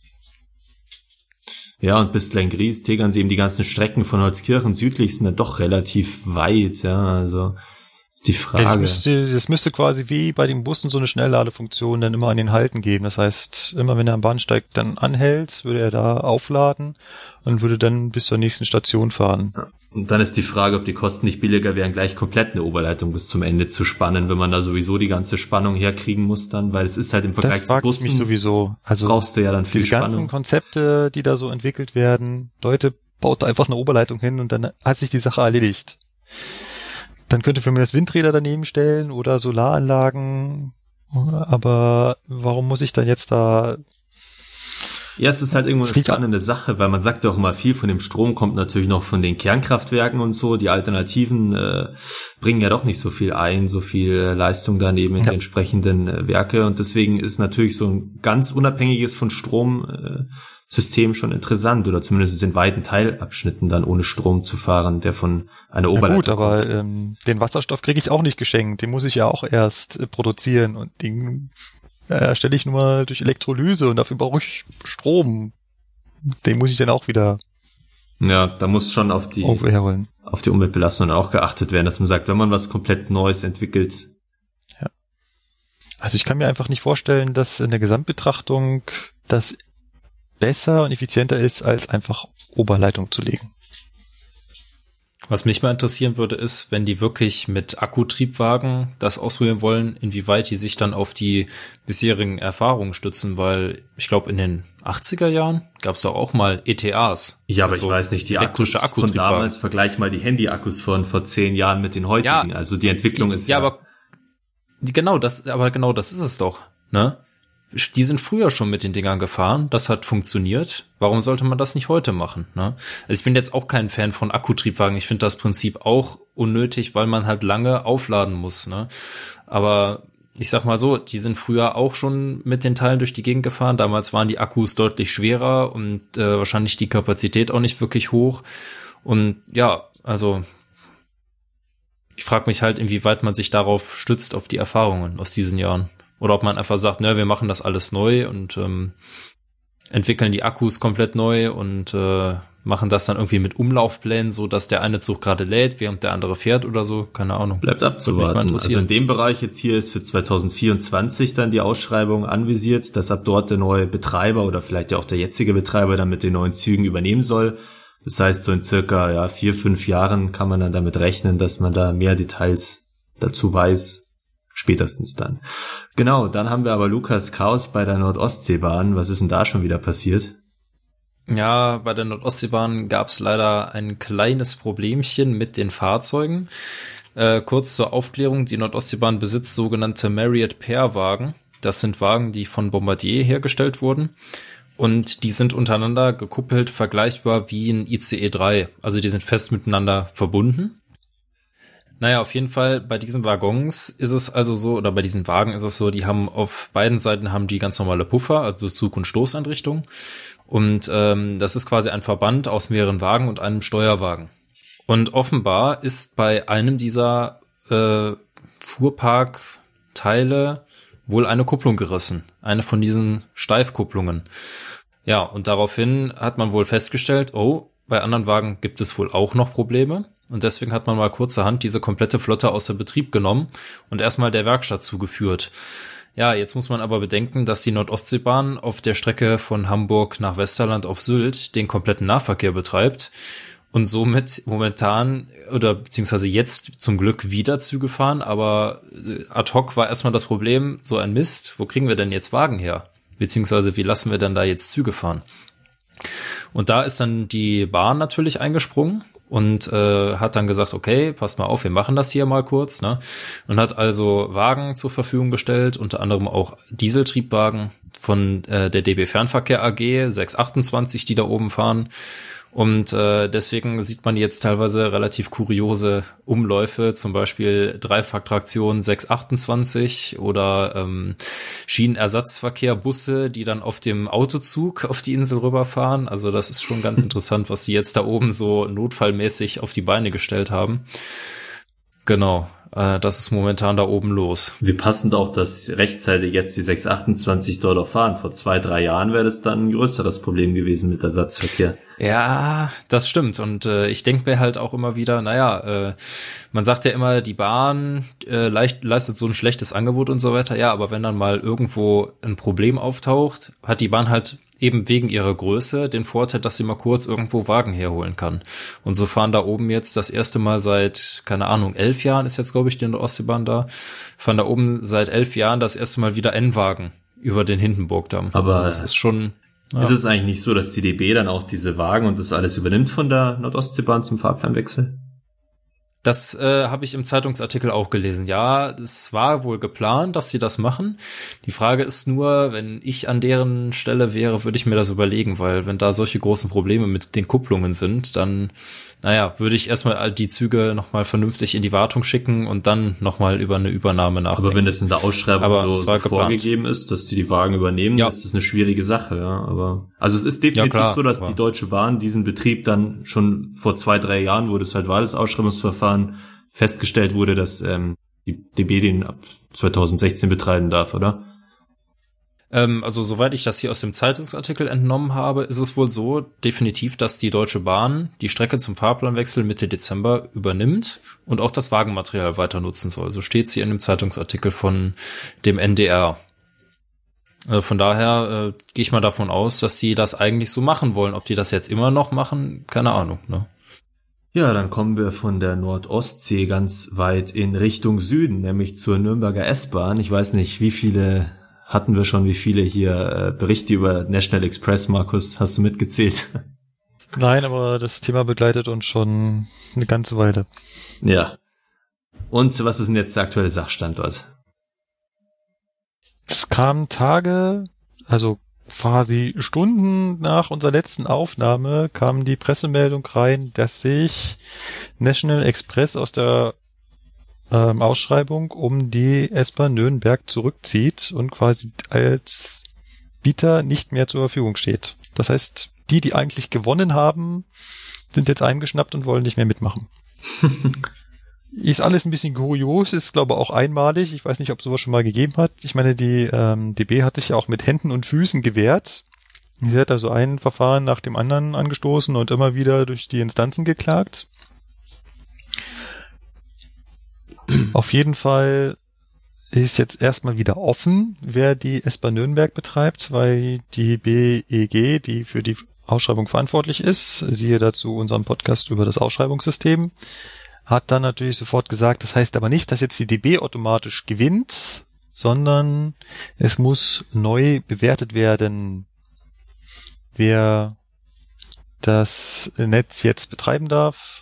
Ja, und bis Gleingries, Tegernsee, eben die ganzen Strecken von Holzkirchen südlich sind dann doch relativ weit, ja, also ist die Frage. Das müsste quasi wie bei den Bussen so eine Schnellladefunktion dann immer an den Halten geben. Das heißt, immer wenn er am Bahnsteig dann anhält, würde er da aufladen und würde dann bis zur nächsten Station fahren. Ja. Und dann ist die Frage, ob die Kosten nicht billiger wären, gleich komplett eine Oberleitung bis zum Ende zu spannen, wenn man da sowieso die ganze Spannung herkriegen muss dann, weil es ist halt im Vergleich zu Bussen, mich sowieso. Also brauchst du ja dann viel Spannung. Die ganzen Konzepte, die da so entwickelt werden, Leute, baut einfach eine Oberleitung hin und dann hat sich die Sache erledigt. Dann könnte für mich das Windräder daneben stellen oder Solaranlagen, aber warum muss ich dann jetzt da... Ja, es ist halt irgendwo eine spannende Sache, weil man sagt ja auch immer, viel von dem Strom kommt natürlich noch von den Kernkraftwerken und so. Die Alternativen bringen ja doch nicht so viel ein, so viel Leistung daneben in die entsprechenden Werke. Und deswegen ist natürlich so ein ganz unabhängiges von Strom System schon interessant oder zumindest in weiten Teilabschnitten dann ohne Strom zu fahren, der von einer Oberleitung kommt. Gut, aber den Wasserstoff kriege ich auch nicht geschenkt. Den muss ich ja auch erst produzieren und den stelle ich nur mal durch Elektrolyse und dafür brauche ich Strom. Den muss ich dann auch wieder... Ja, da muss schon auf die Umweltbelastung auch geachtet werden, dass man sagt, wenn man was komplett Neues entwickelt. Ja. Also ich kann mir einfach nicht vorstellen, dass in der Gesamtbetrachtung das besser und effizienter ist, als einfach Oberleitung zu legen. Was mich mal interessieren würde, ist, wenn die wirklich mit Akkutriebwagen das ausprobieren wollen, inwieweit die sich dann auf die bisherigen Erfahrungen stützen, weil ich glaube, in den 80er Jahren gab es auch mal ETAs. Ja, aber also ich weiß nicht, die Akkus von damals, vergleich mal die Handy-Akkus von vor 10 Jahren mit den heutigen. Ja, also die Entwicklung ist aber genau das ist es doch, ne? Die sind früher schon mit den Dingern gefahren, das hat funktioniert. Warum sollte man das nicht heute machen? Ne? Also ich bin jetzt auch kein Fan von Akkutriebwagen. Ich finde das Prinzip auch unnötig, weil man halt lange aufladen muss. Ne? Aber ich sag mal so, die sind früher auch schon mit den Teilen durch die Gegend gefahren. Damals waren die Akkus deutlich schwerer und wahrscheinlich die Kapazität auch nicht wirklich hoch. Und ja, also ich frage mich halt, inwieweit man sich darauf stützt, auf die Erfahrungen aus diesen Jahren. Oder ob man einfach sagt, wir machen das alles neu und entwickeln die Akkus komplett neu und machen das dann irgendwie mit Umlaufplänen, so dass der eine Zug gerade lädt, während der andere fährt oder so. Keine Ahnung. Bleibt abzuwarten. Also in dem Bereich jetzt hier ist für 2024 dann die Ausschreibung anvisiert, dass ab dort der neue Betreiber oder vielleicht ja auch der jetzige Betreiber dann mit den neuen Zügen übernehmen soll. Das heißt, so in circa 4-5 Jahren kann man dann damit rechnen, dass man da mehr Details dazu weiß. Spätestens dann. Genau, dann haben wir aber Lukas Chaos bei der Nordostseebahn. Was ist denn da schon wieder passiert? Ja, bei der Nordostseebahn gab es leider ein kleines Problemchen mit den Fahrzeugen. Kurz zur Aufklärung, die Nordostseebahn besitzt sogenannte Marriott-Pair-Wagen. Das sind Wagen, die von Bombardier hergestellt wurden. Und die sind untereinander gekuppelt, vergleichbar wie ein ICE 3. Also die sind fest miteinander verbunden. Naja, auf jeden Fall bei diesen Waggons ist es also so, oder bei diesen Wagen ist es so, die haben auf beiden Seiten haben die ganz normale Puffer, also Zug- und Stoßeinrichtung. Und das ist quasi ein Verband aus mehreren Wagen und einem Steuerwagen. Und offenbar ist bei einem dieser Fuhrparkteile wohl eine Kupplung gerissen. Eine von diesen Steifkupplungen. Ja, und daraufhin hat man wohl festgestellt, bei anderen Wagen gibt es wohl auch noch Probleme. Und deswegen hat man mal kurzerhand diese komplette Flotte außer Betrieb genommen und erstmal der Werkstatt zugeführt. Ja, jetzt muss man aber bedenken, dass die Nordostseebahn auf der Strecke von Hamburg nach Westerland auf Sylt den kompletten Nahverkehr betreibt. und somit momentan oder beziehungsweise jetzt zum Glück wieder Züge fahren, aber ad hoc war erstmal das Problem, so ein Mist, wo kriegen wir denn jetzt Wagen her? Beziehungsweise wie lassen wir denn da jetzt Züge fahren? Und da ist dann die Bahn natürlich eingesprungen und hat dann gesagt, okay, passt mal auf, wir machen das hier mal kurz, ne? Und hat also Wagen zur Verfügung gestellt, unter anderem auch Dieseltriebwagen von der DB Fernverkehr AG, 628, die da oben fahren. Und deswegen sieht man jetzt teilweise relativ kuriose Umläufe, zum Beispiel Dreifachtraktion 628 oder Schienenersatzverkehr, Busse, die dann auf dem Autozug auf die Insel rüberfahren. Also das ist schon ganz interessant, was sie jetzt da oben so notfallmäßig auf die Beine gestellt haben. Genau. Das ist momentan da oben los. Wie passend auch, dass rechtzeitig jetzt die 628 dort auch fahren. Vor 2-3 Jahren wäre das dann ein größeres Problem gewesen mit Ersatzverkehr. Ja, das stimmt. Und ich denke mir halt auch immer wieder, man sagt ja immer, die Bahn leistet so ein schlechtes Angebot und so weiter. Ja, aber wenn dann mal irgendwo ein Problem auftaucht, hat die Bahn halt eben wegen ihrer Größe den Vorteil, dass sie mal kurz irgendwo Wagen herholen kann. Und so fahren da oben jetzt das erste Mal seit, 11 Jahren ist jetzt, glaube ich, die Ostseebahn da, fahren da oben seit 11 Jahren das erste Mal wieder N-Wagen über den Hindenburgdamm. Aber das ist schon... Ja. Ist es eigentlich nicht so, dass die DB dann auch diese Wagen und das alles übernimmt von der Nordostseebahn zum Fahrplanwechsel? Das habe ich im Zeitungsartikel auch gelesen. Ja, es war wohl geplant, dass sie das machen. Die Frage ist nur, wenn ich an deren Stelle wäre, würde ich mir das überlegen, weil wenn da solche großen Probleme mit den Kupplungen sind, dann, würde ich erstmal die Züge nochmal vernünftig in die Wartung schicken und dann nochmal über eine Übernahme nachdenken. Aber wenn das in der Ausschreibung so vorgegeben ist, dass die Wagen übernehmen, ist das eine schwierige Sache, ja. Aber, also es ist definitiv so, dass die Deutsche Bahn diesen Betrieb dann schon vor 2-3 Jahren, wo das halt war, das Ausschreibungsverfahren, festgestellt wurde, dass die DB den ab 2016 betreiben darf, oder? Also soweit ich das hier aus dem Zeitungsartikel entnommen habe, ist es wohl so definitiv, dass die Deutsche Bahn die Strecke zum Fahrplanwechsel Mitte Dezember übernimmt und auch das Wagenmaterial weiter nutzen soll. So steht es hier in dem Zeitungsartikel von dem NDR. Von daher gehe ich mal davon aus, dass die das eigentlich so machen wollen. Ob die das jetzt immer noch machen, keine Ahnung, ne? Ja, dann kommen wir von der Nordostsee ganz weit in Richtung Süden, nämlich zur Nürnberger S-Bahn. Ich weiß nicht, wie viele hier Berichte über National Express, Markus, hast du mitgezählt? Nein, aber das Thema begleitet uns schon eine ganze Weile. Ja. Und was ist denn jetzt der aktuelle Sachstand dort? Es kamen Tage, also quasi Stunden nach unserer letzten Aufnahme kam die Pressemeldung rein, dass sich National Express aus der Ausschreibung um die S-Bahn Nürnberg zurückzieht und quasi als Bieter nicht mehr zur Verfügung steht. Das heißt, die eigentlich gewonnen haben, sind jetzt eingeschnappt und wollen nicht mehr mitmachen. Ist alles ein bisschen kurios, ist glaube ich auch einmalig. Ich weiß nicht, ob es sowas schon mal gegeben hat. Ich meine, die DB hat sich ja auch mit Händen und Füßen gewehrt. Sie hat also ein Verfahren nach dem anderen angestoßen und immer wieder durch die Instanzen geklagt. Auf jeden Fall ist jetzt erstmal wieder offen, wer die S-Bahn Nürnberg betreibt, weil die BEG, die für die Ausschreibung verantwortlich ist, siehe dazu unseren Podcast über das Ausschreibungssystem, hat dann natürlich sofort gesagt, das heißt aber nicht, dass jetzt die DB automatisch gewinnt, sondern es muss neu bewertet werden, wer das Netz jetzt betreiben darf.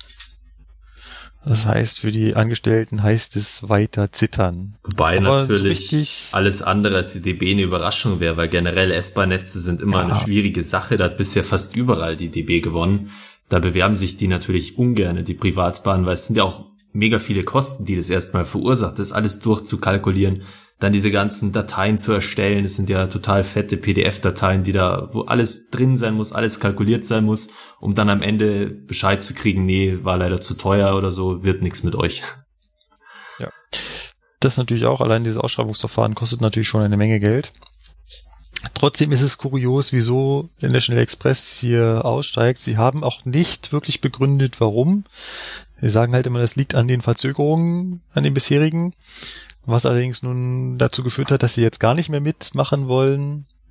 Das heißt, für die Angestellten heißt es weiter zittern. Wobei aber natürlich so alles andere als die DB eine Überraschung wäre, weil generell S-Bahn-Netze sind immer eine schwierige Sache. Da hat bisher fast überall die DB gewonnen. Da bewerben sich die natürlich ungern, die Privatbahnen, weil es sind ja auch mega viele Kosten, die das erstmal verursacht, das alles durchzukalkulieren, dann diese ganzen Dateien zu erstellen. Das sind ja total fette PDF-Dateien, wo alles drin sein muss, alles kalkuliert sein muss, um dann am Ende Bescheid zu kriegen, nee, war leider zu teuer oder so, wird nichts mit euch. Ja, das natürlich auch, allein dieses Ausschreibungsverfahren kostet natürlich schon eine Menge Geld. Trotzdem ist es kurios, wieso der National Express hier aussteigt. Sie haben auch nicht wirklich begründet, warum. Sie sagen halt immer, das liegt an den Verzögerungen, an den bisherigen, was allerdings nun dazu geführt hat, dass sie jetzt gar nicht mehr mitmachen wollen,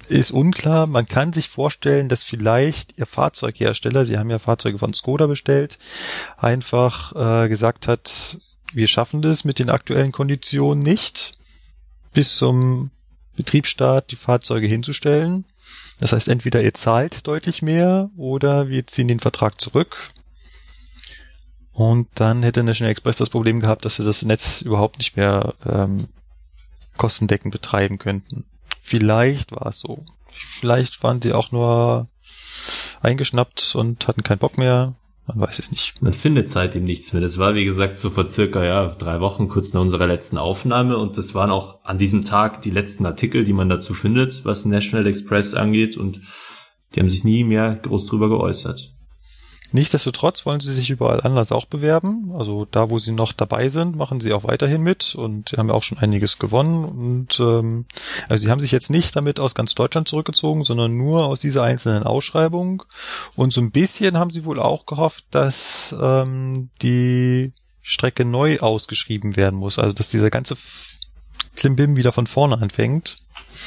ist unklar. Man kann sich vorstellen, dass vielleicht Ihr Fahrzeughersteller, Sie haben ja Fahrzeuge von Skoda bestellt, einfach gesagt hat, wir schaffen das mit den aktuellen Konditionen nicht, bis zum Betriebsstart die Fahrzeuge hinzustellen. Das heißt, entweder ihr zahlt deutlich mehr oder wir ziehen den Vertrag zurück. Und dann hätte National Express das Problem gehabt, dass sie das Netz überhaupt nicht mehr kostendeckend betreiben könnten. Vielleicht war es so. Vielleicht waren sie auch nur eingeschnappt und hatten keinen Bock mehr. Man weiß es nicht. Man findet seitdem nichts mehr. Das war, wie gesagt, so vor circa 3 Wochen, kurz nach unserer letzten Aufnahme. Und das waren auch an diesem Tag die letzten Artikel, die man dazu findet, was National Express angeht. Und die haben sich nie mehr groß drüber geäußert. Nichtsdestotrotz wollen sie sich überall anders auch bewerben. Also da, wo sie noch dabei sind, machen sie auch weiterhin mit. Und sie haben ja auch schon einiges gewonnen. Und also sie haben sich jetzt nicht damit aus ganz Deutschland zurückgezogen, sondern nur aus dieser einzelnen Ausschreibung. Und so ein bisschen haben sie wohl auch gehofft, dass die Strecke neu ausgeschrieben werden muss. Also dass dieser ganze Klimbim wieder von vorne anfängt.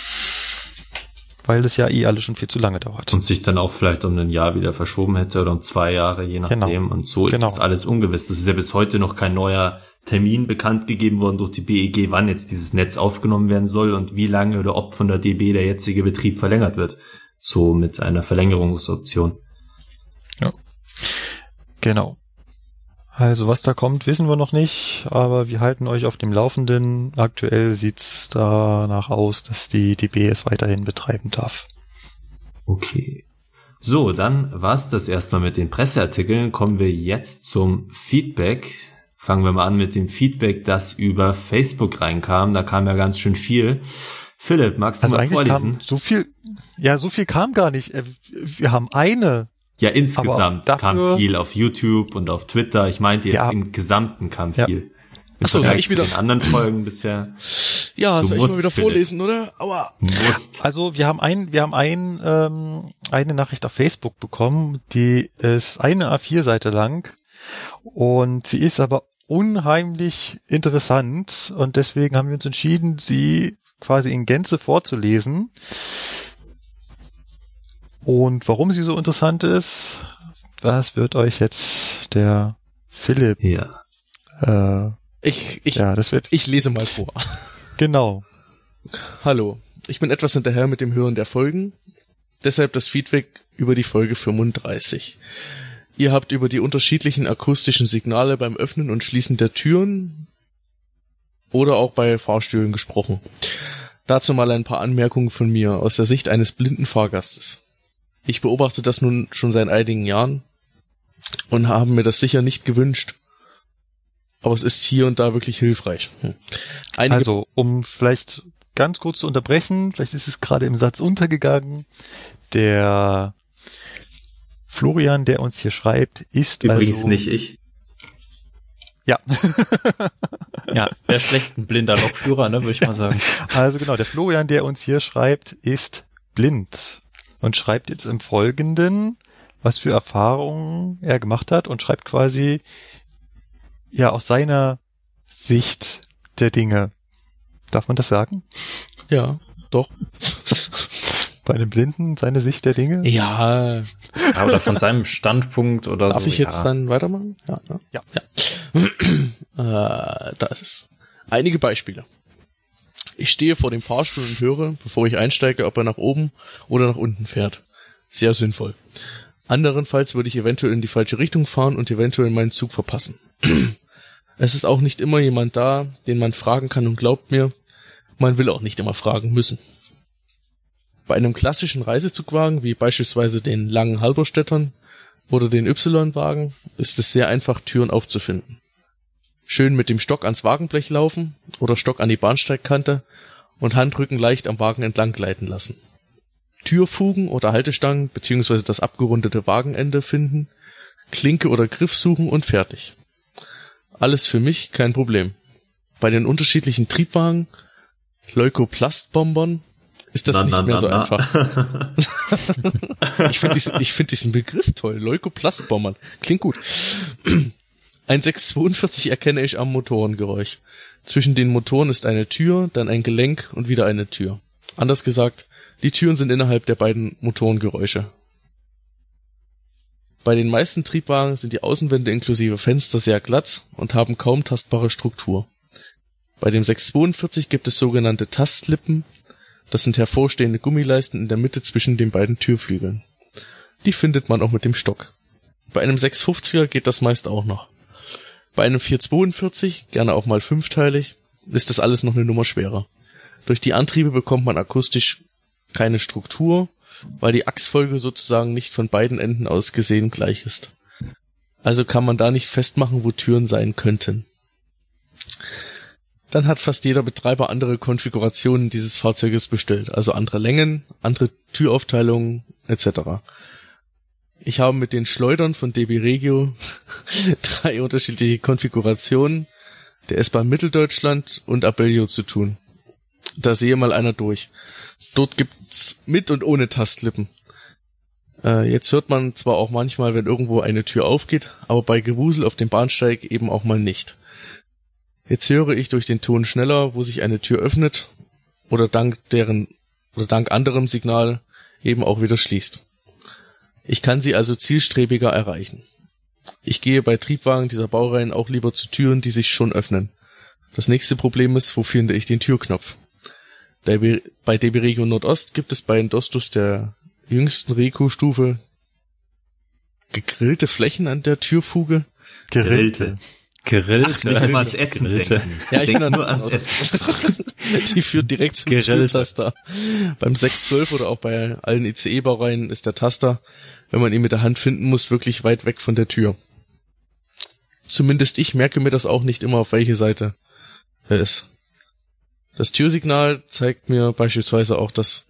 Weil das ja alles schon viel zu lange dauert. Und sich dann auch vielleicht um ein Jahr wieder verschoben hätte oder um 2 Jahre, je nachdem. Genau. Und so ist das alles ungewiss. Das ist ja bis heute noch kein neuer Termin bekannt gegeben worden durch die BEG, wann jetzt dieses Netz aufgenommen werden soll und wie lange oder ob von der DB der jetzige Betrieb verlängert wird. So mit einer Verlängerungsoption. Ja, genau. Also was da kommt, wissen wir noch nicht, aber wir halten euch auf dem Laufenden. Aktuell sieht's danach aus, dass die DB es weiterhin betreiben darf. Okay. So, dann war's das erstmal mit den Presseartikeln. Kommen wir jetzt zum Feedback. Fangen wir mal an mit dem Feedback, das über Facebook reinkam. Da kam ja ganz schön viel. Philipp, magst du mal vorlesen? So viel kam gar nicht. Wir haben eine. Ja, insgesamt kam viel auf YouTube und auf Twitter. Ich meinte jetzt im Gesamten kam viel. Achso, kann ich wieder den anderen Folgen bisher. Ja, soll ich mal wieder vorlesen, oder? Aua. Musst. Also wir haben eine Nachricht auf Facebook bekommen, die ist eine A4-Seite lang und sie ist aber unheimlich interessant und deswegen haben wir uns entschieden, sie quasi in Gänze vorzulesen. Und warum sie so interessant ist, das wird euch jetzt der Philipp. Ja. Ich lese mal vor. Genau. Hallo, ich bin etwas hinterher mit dem Hören der Folgen, deshalb das Feedback über die Folge 35. Ihr habt über die unterschiedlichen akustischen Signale beim Öffnen und Schließen der Türen oder auch bei Fahrstühlen gesprochen. Dazu mal ein paar Anmerkungen von mir aus der Sicht eines blinden Fahrgastes. Ich beobachte das nun schon seit einigen Jahren und habe mir das sicher nicht gewünscht. Aber es ist hier und da wirklich hilfreich. Also, um vielleicht ganz kurz zu unterbrechen, vielleicht ist es gerade im Satz untergegangen, der Florian, der uns hier schreibt, ist übrigens nicht ich. Ja. Ja, wäre schlecht ein blinder Lokführer, ne, würde ich mal sagen. Also genau, der Florian, der uns hier schreibt, ist blind. Und schreibt jetzt im Folgenden, was für Erfahrungen er gemacht hat und schreibt quasi ja aus seiner Sicht der Dinge. Darf man das sagen? Ja, doch. Bei einem Blinden seine Sicht der Dinge? Ja. Oder von seinem Standpunkt oder Darf so. Ich jetzt dann weitermachen? Ja. Da ist es. Einige Beispiele. Ich stehe vor dem Fahrstuhl und höre, bevor ich einsteige, ob er nach oben oder nach unten fährt. Sehr sinnvoll. Anderenfalls würde ich eventuell in die falsche Richtung fahren und eventuell meinen Zug verpassen. Es ist auch nicht immer jemand da, den man fragen kann und glaubt mir, man will auch nicht immer fragen müssen. Bei einem klassischen Reisezugwagen, wie beispielsweise den langen Halberstädtern oder den Y-Wagen, ist es sehr einfach, Türen aufzufinden. Schön mit dem Stock ans Wagenblech laufen oder Stock an die Bahnsteigkante und Handrücken leicht am Wagen entlang gleiten lassen. Türfugen oder Haltestangen bzw. das abgerundete Wagenende finden, Klinke oder Griff suchen und fertig. Alles für mich kein Problem. Bei den unterschiedlichen Triebwagen, Leukoplastbombern, ist das nicht mehr so einfach. Ich finde diesen Begriff toll, Leukoplastbombern. Klingt gut. Ein 642 erkenne ich am Motorengeräusch. Zwischen den Motoren ist eine Tür, dann ein Gelenk und wieder eine Tür. Anders gesagt, Die Türen sind innerhalb der beiden Motoren Geräusche. Bei den meisten Triebwagen sind die Außenwände inklusive Fenster sehr glatt und haben kaum tastbare Struktur. Bei dem 642 gibt es sogenannte Tastlippen. Das sind hervorstehende Gummileisten in der Mitte zwischen den beiden Türflügeln. Die findet man auch mit dem Stock. Bei einem 650er geht das meist auch noch. Bei einem 442, gerne auch mal fünfteilig, ist das alles noch eine Nummer schwerer. Durch die Antriebe bekommt man akustisch keine Struktur, weil die Achsfolge sozusagen nicht von beiden Enden aus gesehen gleich ist. Also kann man da nicht festmachen, wo Türen sein könnten. Dann hat fast jeder Betreiber andere Konfigurationen dieses Fahrzeuges bestellt, also andere Längen, andere Türaufteilungen etc. Ich habe mit den Schleudern von DB Regio 3 unterschiedliche Konfigurationen der S-Bahn Mitteldeutschland und Abellio zu tun. Da sehe mal einer durch. Dort gibt's mit und ohne Tastlippen. Jetzt hört man zwar auch manchmal, wenn irgendwo eine Tür aufgeht, aber bei Gewusel auf dem Bahnsteig eben auch mal nicht. Jetzt höre ich durch den Ton schneller, wo sich eine Tür öffnet oder dank anderem Signal eben auch wieder schließt. Ich kann sie also zielstrebiger erreichen. Ich gehe bei Triebwagen dieser Baureihen auch lieber zu Türen, die sich schon öffnen. Das nächste Problem ist, wo finde ich den Türknopf? Bei DB Regio Nordost gibt es bei Dostus der jüngsten Reco-Stufe gegrillte Flächen an der Türfuge. Gegrillte. Ach, nicht immer ans Essen denken. Ja, ich bin nur ans Essen. Die führt direkt zum Türtaster. Beim 612 oder auch bei allen ICE-Baureihen ist der Taster, wenn man ihn mit der Hand finden muss, wirklich weit weg von der Tür. Zumindest ich merke mir das auch nicht immer, auf welche Seite er ist. Das Türsignal zeigt mir beispielsweise auch, dass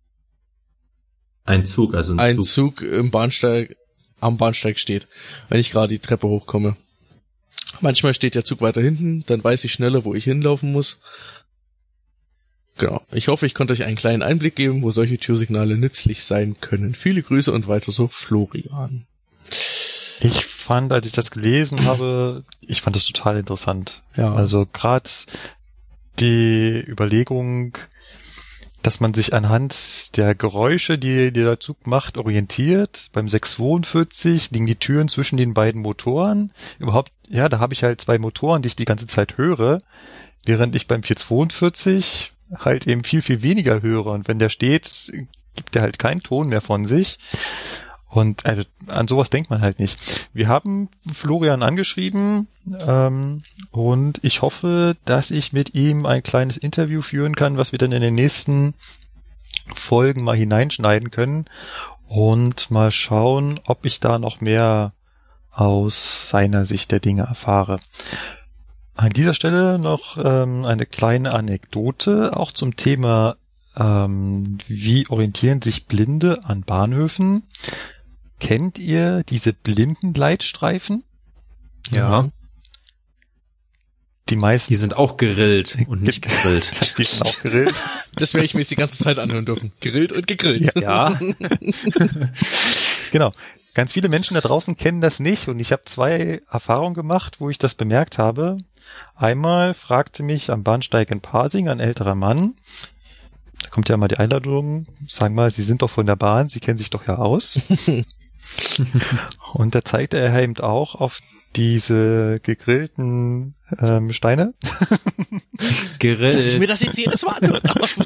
ein Zug am Bahnsteig steht, wenn ich gerade die Treppe hochkomme. Manchmal steht der Zug weiter hinten, dann weiß ich schneller, wo ich hinlaufen muss. Genau. Ich hoffe, ich konnte euch einen kleinen Einblick geben, wo solche Türsignale nützlich sein können. Viele Grüße und weiter so, Florian. Ich fand, als ich das gelesen habe, ich fand das total interessant. Ja. Also gerade die Überlegung, dass man sich anhand der Geräusche, die der Zug macht, orientiert. Beim 642 liegen die Türen zwischen den beiden Motoren. Überhaupt, ja, da habe ich halt zwei Motoren, die ich die ganze Zeit höre, während ich beim 442 halt eben viel, viel weniger höre. Und wenn der steht, gibt er halt keinen Ton mehr von sich. Und an sowas denkt man halt nicht. Wir haben Florian angeschrieben und ich hoffe, dass ich mit ihm ein kleines Interview führen kann, was wir dann in den nächsten Folgen mal hineinschneiden können und mal schauen, ob ich da noch mehr aus seiner Sicht der Dinge erfahre. An dieser Stelle noch eine kleine Anekdote, auch zum Thema wie orientieren sich Blinde an Bahnhöfen. Kennt ihr diese Blindenleitstreifen? Ja. Die meisten. Die sind auch gerillt und nicht gegrillt. Die sind auch gerillt. Das werde ich mir jetzt die ganze Zeit anhören dürfen. Gerillt und gegrillt. Ja. Genau. Ganz viele Menschen da draußen kennen das nicht und ich habe 2 Erfahrungen gemacht, wo ich das bemerkt habe. Einmal fragte mich am Bahnsteig in Pasing ein älterer Mann, da kommt ja mal die Einladung, sagen mal, Sie sind doch von der Bahn, Sie kennen sich doch ja aus. Und da zeigte er eben auch auf diese gegrillten Steine. Gegrillt. Dass ich mir das jetzt jedes Mal anhören darf.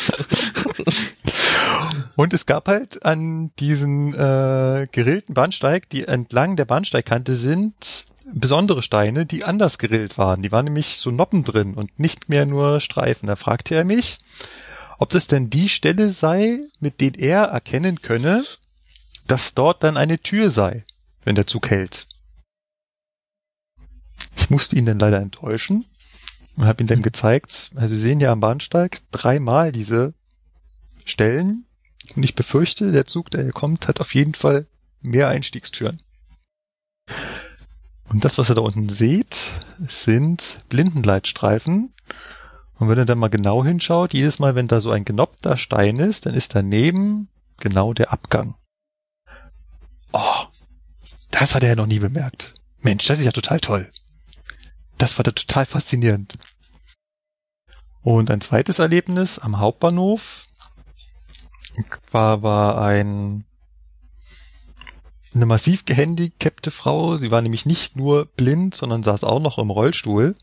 Und es gab halt an diesen gerillten Bahnsteig, die entlang der Bahnsteigkante sind, besondere Steine, die anders gerillt waren. Die waren nämlich so Noppen drin und nicht mehr nur Streifen. Da fragte er mich, ob das denn die Stelle sei, mit denen er erkennen könne, dass dort dann eine Tür sei, wenn der Zug hält. Ich musste ihn dann leider enttäuschen und habe ihm dann gezeigt, also Sie sehen ja am Bahnsteig 3-mal diese Stellen und ich befürchte, der Zug, der hier kommt, hat auf jeden Fall mehr Einstiegstüren. Und das, was ihr da unten seht, sind Blindenleitstreifen. Und wenn ihr dann mal genau hinschaut, jedes Mal, wenn da so ein genoppter Stein ist, dann ist daneben genau der Abgang. Oh, das hat er ja noch nie bemerkt. Mensch, das ist ja total toll. Das war da total faszinierend. Und ein zweites Erlebnis am Hauptbahnhof. war eine massiv gehandicapte Frau. Sie war nämlich nicht nur blind, sondern saß auch noch im Rollstuhl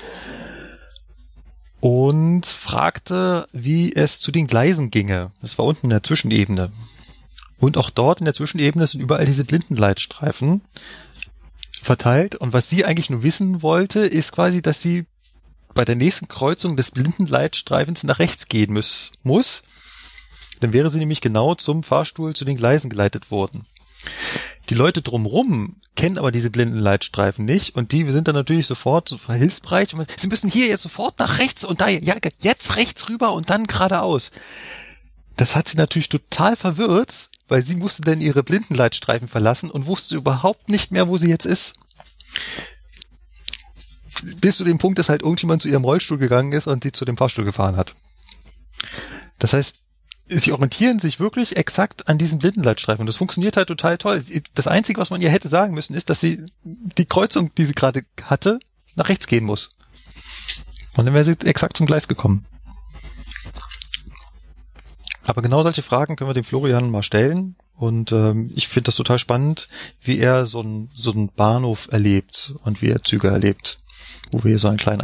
und fragte, wie es zu den Gleisen ginge. Das war unten in der Zwischenebene. Und auch dort in der Zwischenebene sind überall diese Blindenleitstreifen verteilt. Und was sie eigentlich nur wissen wollte, ist quasi, dass sie bei der nächsten Kreuzung des Blindenleitstreifens nach rechts gehen muss. Dann wäre sie nämlich genau zum Fahrstuhl zu den Gleisen geleitet worden. Die Leute drumrum kennen aber diese Blindenleitstreifen nicht und die sind dann natürlich sofort so hilfsbereit. Sie müssen hier jetzt sofort nach rechts und da, ja, jetzt rechts rüber und dann geradeaus. Das hat sie natürlich total verwirrt, weil sie musste dann ihre Blindenleitstreifen verlassen und wusste überhaupt nicht mehr, wo sie jetzt ist. Bis zu dem Punkt, dass halt irgendjemand zu ihrem Rollstuhl gegangen ist und sie zu dem Fahrstuhl gefahren hat. Das heißt, sie orientieren sich wirklich exakt an diesen Blindenleitstreifen. Und das funktioniert halt total toll. Das Einzige, was man ihr hätte sagen müssen, ist, dass sie die Kreuzung, die sie gerade hatte, nach rechts gehen muss. Und dann wäre sie exakt zum Gleis gekommen. Aber genau solche Fragen können wir dem Florian mal stellen. Und ich finde das total spannend, wie er so einen Bahnhof erlebt und wie er Züge erlebt. Wo wir so einen kleinen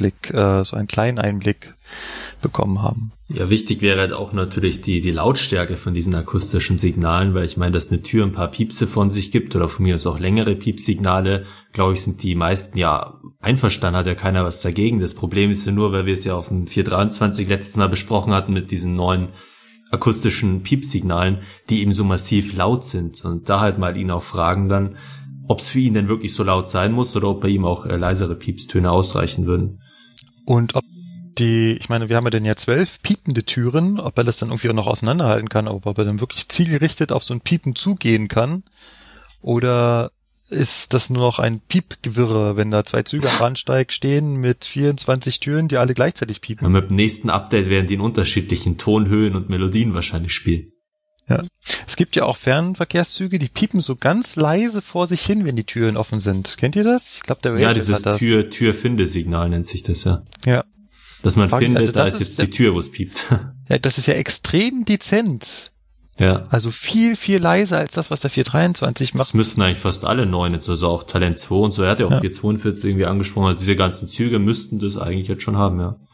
Einblick bekommen haben. Ja, wichtig wäre halt auch natürlich die Lautstärke von diesen akustischen Signalen, weil ich meine, dass eine Tür ein paar Piepse von sich gibt oder von mir aus auch längere Piepsignale, glaube ich, sind die meisten ja einverstanden, hat ja keiner was dagegen. Das Problem ist ja nur, weil wir es ja auf dem 423 letztes Mal besprochen hatten mit diesen neuen akustischen Piepsignalen, die eben so massiv laut sind und da halt mal ihn auch fragen dann, ob es für ihn denn wirklich so laut sein muss oder ob bei ihm auch leisere Piepstöne ausreichen würden. Und ob ich meine, wir haben ja denn ja 12 piepende Türen, ob er das dann irgendwie auch noch auseinanderhalten kann, ob er dann wirklich zielgerichtet auf so ein Piepen zugehen kann oder ist das nur noch ein Piepgewirre, wenn da 2 Züge am Bahnsteig stehen mit 24 Türen, die alle gleichzeitig piepen. Und mit dem nächsten Update werden die in unterschiedlichen Tonhöhen und Melodien wahrscheinlich spielen. Ja. Es gibt ja auch Fernverkehrszüge, die piepen so ganz leise vor sich hin, wenn die Türen offen sind. Kennt ihr das? Ich glaube, der Rail dieses Tür-Finde-Signal nennt sich das ja. Ja. Dass man findet, da ist jetzt die Tür, wo es piept. Ja, das ist ja extrem dezent. Ja. Also viel, viel leiser als das, was der 423 macht. Das müssten eigentlich fast alle neuen jetzt, also auch Talent 2 und so. Er hat ja auch 442 irgendwie angesprochen. Also diese ganzen Züge müssten das eigentlich jetzt schon haben, ja.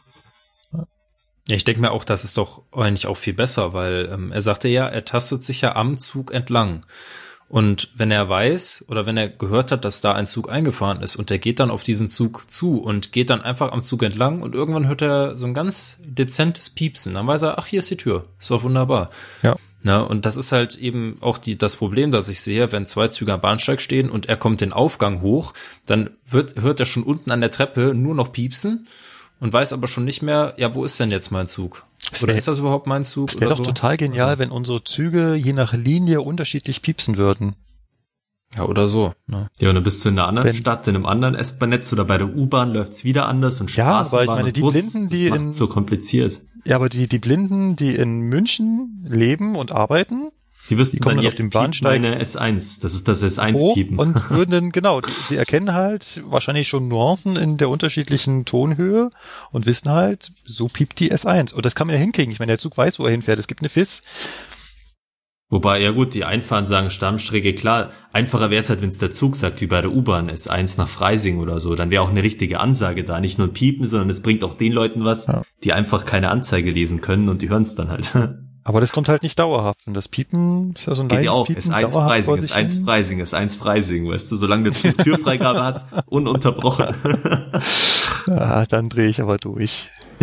Ja, ich denke mir auch, das ist doch eigentlich auch viel besser, weil er sagte ja, er tastet sich ja am Zug entlang. Und wenn er weiß oder wenn er gehört hat, dass da ein Zug eingefahren ist und der geht dann auf diesen Zug zu und geht dann einfach am Zug entlang und irgendwann hört er so ein ganz dezentes Piepsen, dann weiß er, ach, hier ist die Tür. Ist doch wunderbar. Ja. Na, und das ist halt eben auch das Problem, das ich sehe, wenn 2 Züge am Bahnsteig stehen und er kommt den Aufgang hoch, dann hört er schon unten an der Treppe nur noch piepsen und weiß aber schon nicht mehr, ja, wo ist denn jetzt mein Zug? Oder ist das überhaupt mein Zug? Das wäre doch so total genial, wenn unsere Züge je nach Linie unterschiedlich piepsen würden. Ja, oder so. Ne? Ja, und dann bist du in einer anderen Stadt, in einem anderen S-Bahn-Netz oder bei der U-Bahn läuft's wieder anders und Straßenbahn aber ich meine, die Bus, Blinden, die das macht so kompliziert. Ja, aber die Blinden, die in München leben und arbeiten, die wüssten dann jetzt auf dem Bahnsteig meine S1. Das ist das S1-Piepen. Und würden dann, genau, die erkennen halt wahrscheinlich schon Nuancen in der unterschiedlichen Tonhöhe und wissen halt, so piept die S1. Und das kann man ja hinkriegen. Ich meine, der Zug weiß, wo er hinfährt. Es gibt eine FIS. Wobei, ja gut, die Einfahren sagen Stammstrecke, klar, einfacher wäre es halt, wenn es der Zug sagt, wie bei der U-Bahn, S1 nach Freising oder so, dann wäre auch eine richtige Ansage da, nicht nur ein Piepen, sondern es bringt auch den Leuten was, die einfach keine Anzeige lesen können und die hören es dann halt. Aber das kommt halt nicht dauerhaft. Und das Piepen ist ja so ein Geht ja auch, Piepen, S1 Freising, S1 Freising, S1 Freising, weißt du, solange der Zug Türfreigabe hat, ununterbrochen. Ja, dann drehe ich aber durch.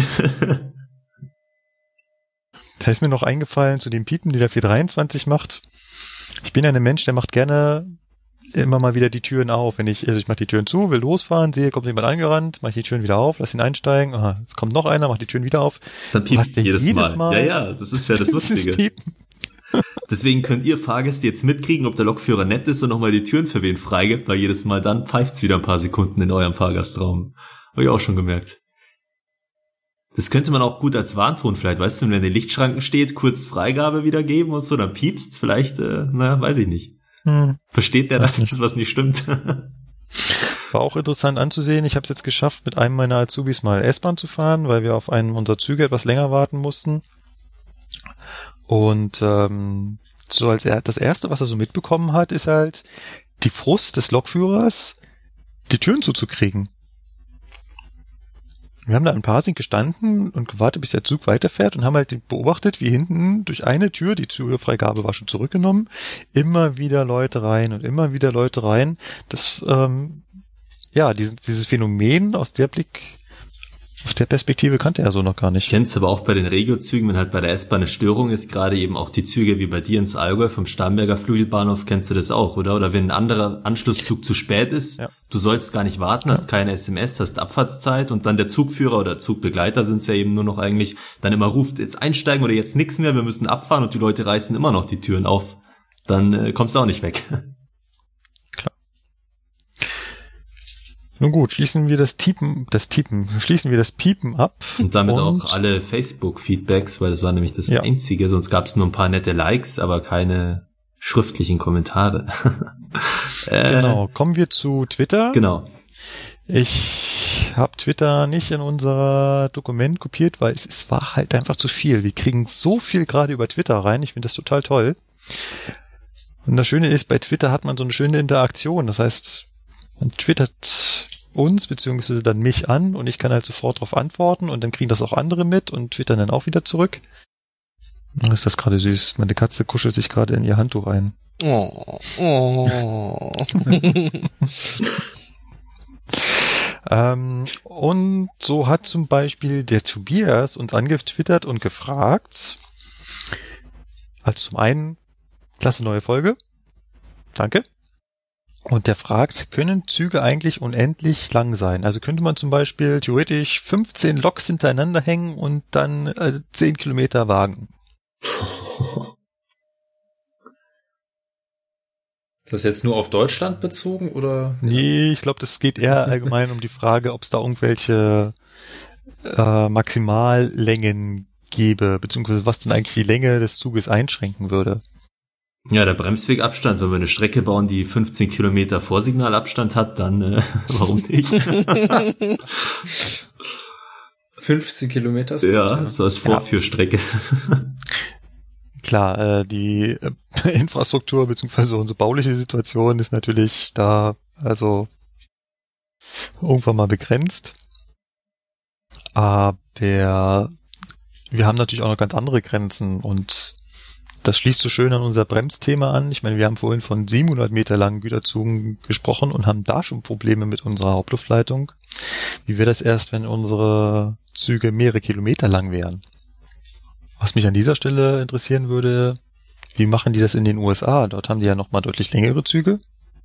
Da ist mir noch eingefallen zu den Piepen, die der 423 macht. Ich bin ja ein Mensch, der macht gerne immer mal wieder die Türen auf. Ich mache die Türen zu, will losfahren, sehe, kommt jemand angerannt, mache ich die Türen wieder auf, lass ihn einsteigen, aha, jetzt kommt noch einer, mach die Türen wieder auf. Dann piepst du jedes Mal. Ja, das ist ja das Lustige. Deswegen könnt ihr Fahrgäste jetzt mitkriegen, ob der Lokführer nett ist und nochmal die Türen für wen freigibt, weil jedes Mal dann pfeift's wieder ein paar Sekunden in eurem Fahrgastraum. Habe ich auch schon gemerkt. Das könnte man auch gut als Warnton vielleicht, weißt du, wenn in den Lichtschranken steht, kurz Freigabe wiedergeben und so, dann piepst's vielleicht, weiß ich nicht. Versteht der dann, dass was nicht stimmt? War auch interessant anzusehen. Ich habe es jetzt geschafft, mit einem meiner Azubis mal S-Bahn zu fahren, weil wir auf einen unserer Züge etwas länger warten mussten. Und so als das Erste, was er so mitbekommen hat, ist halt die Frust des Lokführers, die Türen zuzukriegen. Wir haben da ein paar sind gestanden und gewartet, bis der Zug weiterfährt und haben halt beobachtet, wie hinten durch eine Tür, die Türfreigabe war schon zurückgenommen, immer wieder Leute rein und immer wieder Leute rein. Das, dieses Phänomen aus der Perspektive kannte er so noch gar nicht. Kennst du aber auch bei den Regiozügen, wenn halt bei der S-Bahn eine Störung ist, gerade eben auch die Züge wie bei dir ins Allgäu vom Starnberger Flügelbahnhof, kennst du das auch, oder? Oder wenn ein anderer Anschlusszug zu spät ist, du sollst gar nicht warten, hast keine SMS, hast Abfahrtszeit und dann der Zugführer oder Zugbegleiter sind's ja eben nur noch eigentlich, dann immer ruft, jetzt einsteigen oder jetzt nix mehr, wir müssen abfahren und die Leute reißen immer noch die Türen auf. Dann kommst du auch nicht weg. Nun gut, schließen wir das Piepen ab. Und damit auch alle Facebook-Feedbacks, weil das war nämlich das Einzige, sonst gab es nur ein paar nette Likes, aber keine schriftlichen Kommentare. Genau, kommen wir zu Twitter. Genau. Ich habe Twitter nicht in unser Dokument kopiert, weil es war halt einfach zu viel. Wir kriegen so viel gerade über Twitter rein, ich finde das total toll. Und das Schöne ist, bei Twitter hat man so eine schöne Interaktion, das heißt, man twittert uns, beziehungsweise dann mich an und ich kann halt sofort darauf antworten und dann kriegen das auch andere mit und twittern dann auch wieder zurück. Oh, ist das gerade süß. Meine Katze kuschelt sich gerade in ihr Handtuch ein. Oh. Und so hat zum Beispiel der Tobias uns angetwittert und gefragt, also zum einen, klasse neue Folge. Danke. Und der fragt, können Züge eigentlich unendlich lang sein? Also könnte man zum Beispiel theoretisch 15 Loks hintereinander hängen und dann 10 Kilometer wagen? Ist das jetzt nur auf Deutschland bezogen, oder? Nee, ich glaube, das geht eher allgemein um die Frage, ob es da irgendwelche Maximallängen gäbe, beziehungsweise was denn eigentlich die Länge des Zuges einschränken würde. Ja, der Bremswegabstand, wenn wir eine Strecke bauen, die 15 Kilometer Vorsignalabstand hat, dann warum nicht? 15 Kilometer? Ja, so als Vorführstrecke. Klar, die Infrastruktur bzw. unsere bauliche Situation ist natürlich da also irgendwann mal begrenzt. Aber wir haben natürlich auch noch ganz andere Grenzen und das schließt so schön an unser Bremsthema an. Ich meine, wir haben vorhin von 700 Meter langen Güterzügen gesprochen und haben da schon Probleme mit unserer Hauptluftleitung. Wie wäre das erst, wenn unsere Züge mehrere Kilometer lang wären? Was mich an dieser Stelle interessieren würde, wie machen die das in den USA? Dort haben die ja nochmal deutlich längere Züge.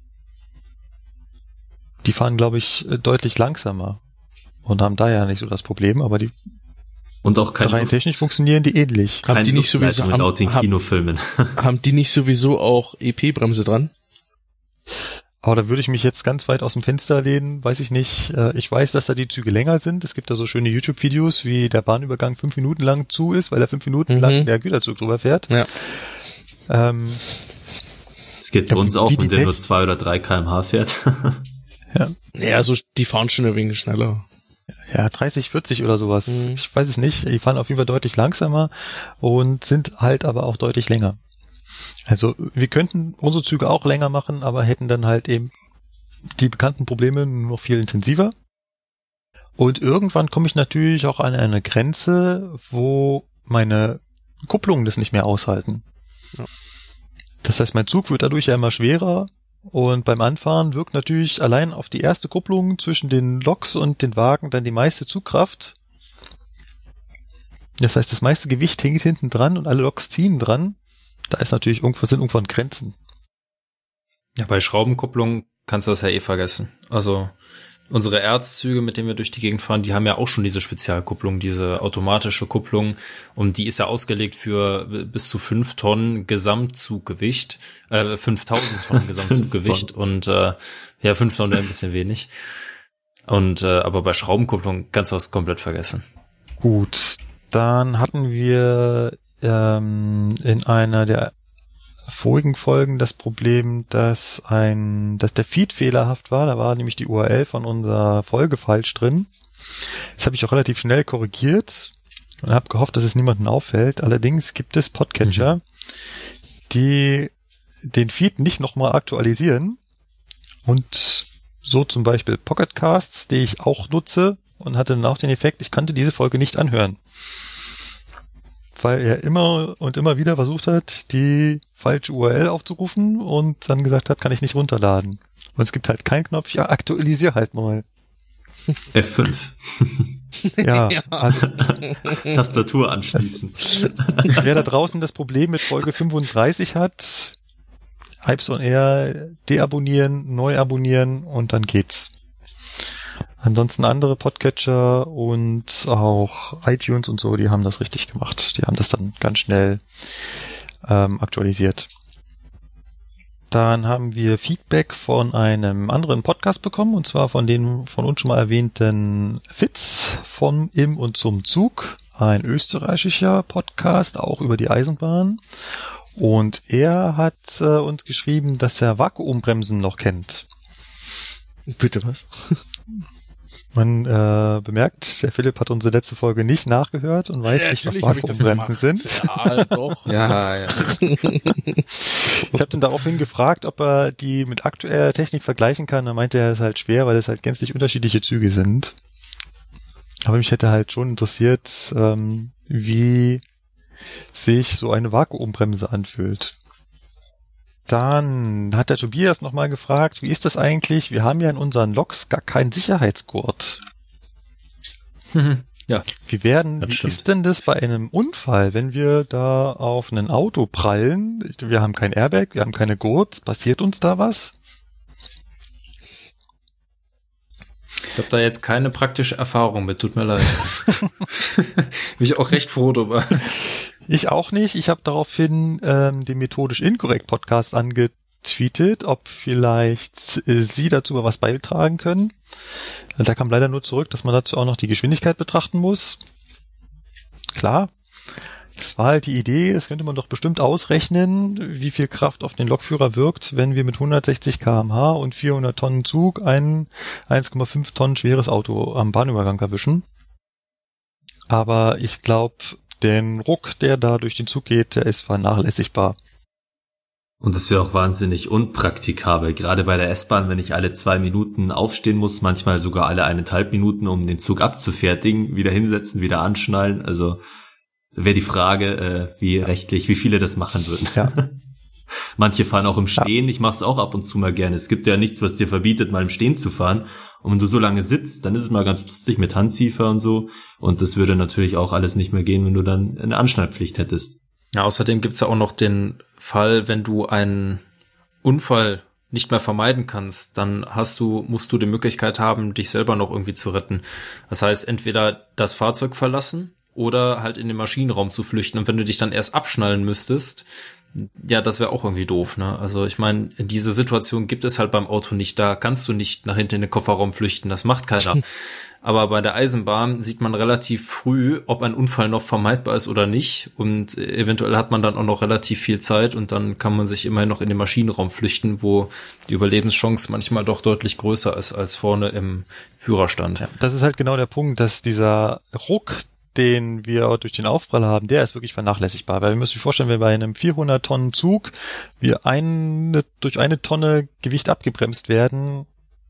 Die fahren, glaube ich, deutlich langsamer und haben da ja nicht so das Problem, aber die und auch rein technisch funktionieren die ähnlich. Haben die nicht sowieso laut den Kinofilmen. Haben die nicht sowieso auch EP-Bremse dran? Aber da würde ich mich jetzt ganz weit aus dem Fenster lehnen, weiß ich nicht. Ich weiß, dass da die Züge länger sind. Es gibt da so schöne YouTube-Videos, wie der Bahnübergang 5 Minuten lang zu ist, weil er 5 Minuten lang der Güterzug drüber fährt. Ja. Es geht bei uns auch, wenn der nur 2 oder 3 km/h fährt. Ja, also die fahren schon ein wenig schneller. Ja, 30, 40 oder sowas. Ich weiß es nicht. Die fahren auf jeden Fall deutlich langsamer und sind halt aber auch deutlich länger. Also wir könnten unsere Züge auch länger machen, aber hätten dann halt eben die bekannten Probleme noch viel intensiver. Und irgendwann komme ich natürlich auch an eine Grenze, wo meine Kupplungen das nicht mehr aushalten. Ja. Das heißt, mein Zug wird dadurch ja immer schwerer. Und beim Anfahren wirkt natürlich allein auf die erste Kupplung zwischen den Loks und den Wagen dann die meiste Zugkraft. Das heißt, das meiste Gewicht hängt hinten dran und alle Loks ziehen dran. Da ist natürlich irgendwann Grenzen. Ja, bei Schraubenkupplung kannst du das ja eh vergessen. Also unsere Erzzüge, mit denen wir durch die Gegend fahren, die haben ja auch schon diese Spezialkupplung, diese automatische Kupplung. Und die ist ja ausgelegt für bis zu 5 Tonnen Gesamtzuggewicht, 5000 Tonnen Gesamtzuggewicht. Und 5 Tonnen wäre ein bisschen wenig. Und aber bei Schraubenkupplung kannst du das komplett vergessen. Gut, dann hatten wir in einer der vorigen Folgen das Problem, dass der Feed fehlerhaft war. Da war nämlich die URL von unserer Folge falsch drin. Das habe ich auch relativ schnell korrigiert. und habe gehofft, dass es niemandem auffällt. Allerdings gibt es Podcatcher, die den Feed nicht nochmal aktualisieren und so zum Beispiel Pocket Casts, die ich auch nutze, und hatte dann auch den Effekt, ich konnte diese Folge nicht anhören. Weil er immer und immer wieder versucht hat, die falsche URL aufzurufen und dann gesagt hat, kann ich nicht runterladen. Und es gibt halt keinen Knopf, ja, aktualisier halt mal. F5. Ja, also Tastatur anschließen. wer da draußen das Problem mit Folge 35 hat, Hypes on Air deabonnieren, neu abonnieren und dann geht's. Ansonsten andere Podcatcher und auch iTunes und so, die haben das richtig gemacht. Die haben das dann ganz schnell aktualisiert. Dann haben wir Feedback von einem anderen Podcast bekommen, und zwar von den von uns schon mal erwähnten Fitz vom Im und zum Zug, ein österreichischer Podcast, auch über die Eisenbahn. Und er hat uns geschrieben, dass er Vakuumbremsen noch kennt. Bitte was? Man bemerkt, der Philipp hat unsere letzte Folge nicht nachgehört und weiß nicht, was Vakuumbremsen sind. Ja, doch. Ja. Ich habe ihn daraufhin gefragt, ob er die mit aktueller Technik vergleichen kann. Da meinte er, es ist halt schwer, weil es halt gänzlich unterschiedliche Züge sind. Aber mich hätte halt schon interessiert, wie sich so eine Vakuumbremse anfühlt. Dann hat der Tobias nochmal gefragt, wie ist das eigentlich? Wir haben ja in unseren Loks gar keinen Sicherheitsgurt. Ja. Wie ist denn das bei einem Unfall, wenn wir da auf ein Auto prallen? Wir haben kein Airbag, wir haben keine Gurts. Passiert uns da was? Ich habe da jetzt keine praktische Erfahrung mit, tut mir leid. Bin ich auch recht froh drüber. Ich auch nicht. Ich habe daraufhin den Methodisch Inkorrekt Podcast angetweetet, ob vielleicht Sie dazu mal was beitragen können. Da kam leider nur zurück, dass man dazu auch noch die Geschwindigkeit betrachten muss. Klar, das war halt die Idee, das könnte man doch bestimmt ausrechnen, wie viel Kraft auf den Lokführer wirkt, wenn wir mit 160 km/h und 400 Tonnen Zug ein 1,5 Tonnen schweres Auto am Bahnübergang erwischen. Aber ich glaube, den Ruck, der da durch den Zug geht, der ist vernachlässigbar. Und es wäre auch wahnsinnig unpraktikabel, gerade bei der S-Bahn, wenn ich alle 2 Minuten aufstehen muss, manchmal sogar alle 1,5 Minuten, um den Zug abzufertigen, wieder hinsetzen, wieder anschnallen. Also wäre die Frage, wie viele das machen würden. Ja. Manche fahren auch im Stehen, ich mache es auch ab und zu mal gerne. Es gibt ja nichts, was dir verbietet, mal im Stehen zu fahren. Und wenn du so lange sitzt, dann ist es mal ganz lustig mit Handzieher und so. Und das würde natürlich auch alles nicht mehr gehen, wenn du dann eine Anschnallpflicht hättest. Ja, außerdem gibt's ja auch noch den Fall, wenn du einen Unfall nicht mehr vermeiden kannst, dann musst du die Möglichkeit haben, dich selber noch irgendwie zu retten. Das heißt, entweder das Fahrzeug verlassen oder halt in den Maschinenraum zu flüchten. Und wenn du dich dann erst abschnallen müsstest, ja, das wäre auch irgendwie doof, ne? Also ich meine, diese Situation gibt es halt beim Auto nicht. Da kannst du nicht nach hinten in den Kofferraum flüchten, das macht keiner. Aber bei der Eisenbahn sieht man relativ früh, ob ein Unfall noch vermeidbar ist oder nicht. Und eventuell hat man dann auch noch relativ viel Zeit und dann kann man sich immerhin noch in den Maschinenraum flüchten, wo die Überlebenschance manchmal doch deutlich größer ist als vorne im Führerstand. Ja, das ist halt genau der Punkt, dass dieser Ruck, den wir durch den Aufprall haben, der ist wirklich vernachlässigbar. Weil wir müssen sich vorstellen, wenn bei einem 400 Tonnen Zug wir durch eine Tonne Gewicht abgebremst werden,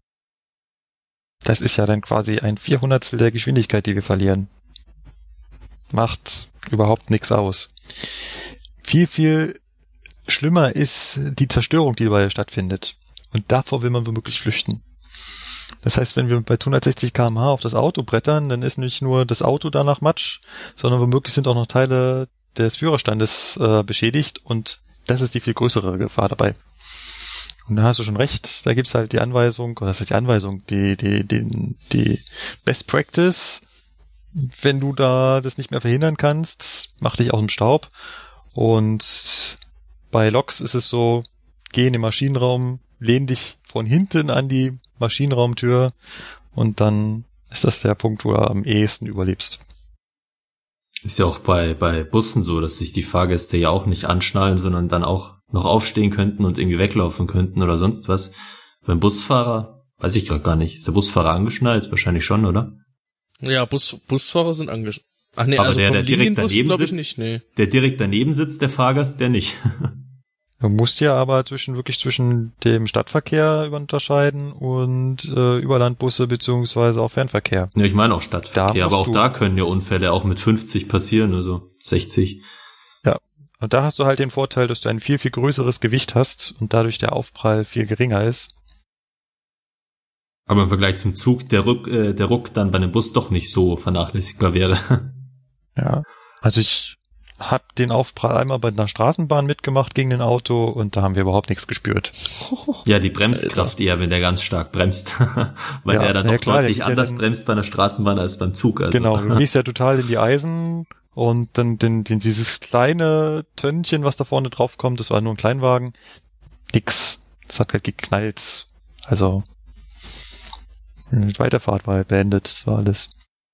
das ist ja dann quasi ein 400stel der Geschwindigkeit, die wir verlieren. Macht überhaupt nichts aus. Viel, viel schlimmer ist die Zerstörung, die dabei stattfindet. Und davor will man womöglich flüchten. Das heißt, wenn wir bei 160 km/h auf das Auto brettern, dann ist nicht nur das Auto danach Matsch, sondern womöglich sind auch noch Teile des Führerstandes beschädigt, und das ist die viel größere Gefahr dabei. Und da hast du schon recht, da gibt's halt die Anweisung, oder das ist die Anweisung, die Best Practice, wenn du da das nicht mehr verhindern kannst, mach dich aus dem Staub. Und bei Loks ist es so, geh in den Maschinenraum, lehn dich von hinten an die Maschinenraumtür und dann ist das der Punkt, wo du am ehesten überlebst. Ist ja auch bei Bussen so, dass sich die Fahrgäste ja auch nicht anschnallen, sondern dann auch noch aufstehen könnten und irgendwie weglaufen könnten oder sonst was. Beim Busfahrer, weiß ich gerade gar nicht. Ist der Busfahrer angeschnallt? Wahrscheinlich schon, oder? Ja, Busfahrer sind angeschnallt. Ach nee, aber also der direkt daneben sitzt, nicht, nee. Der direkt daneben sitzt, der Fahrgast, der nicht. Du musst ja aber zwischen dem Stadtverkehr unterscheiden und Überlandbusse beziehungsweise auch Fernverkehr. Ja, ich meine auch Stadtverkehr, aber auch da können ja Unfälle auch mit 50 passieren, also 60. Ja, und da hast du halt den Vorteil, dass du ein viel, viel größeres Gewicht hast und dadurch der Aufprall viel geringer ist. Aber im Vergleich zum Zug der Ruck dann bei einem Bus doch nicht so vernachlässigbar wäre. Ja, also ich habe den Aufprall einmal bei einer Straßenbahn mitgemacht gegen ein Auto und da haben wir überhaupt nichts gespürt. Ja, die Bremskraft eher, wenn der ganz stark bremst. Weil der dann doch deutlich anders bremst bei einer Straßenbahn als beim Zug. Also. Genau, du gehst ja total in die Eisen und dann dieses kleine Tönnchen, was da vorne drauf kommt, das war nur ein Kleinwagen, nix. Das hat halt geknallt. Also die Weiterfahrt war halt beendet, das war alles.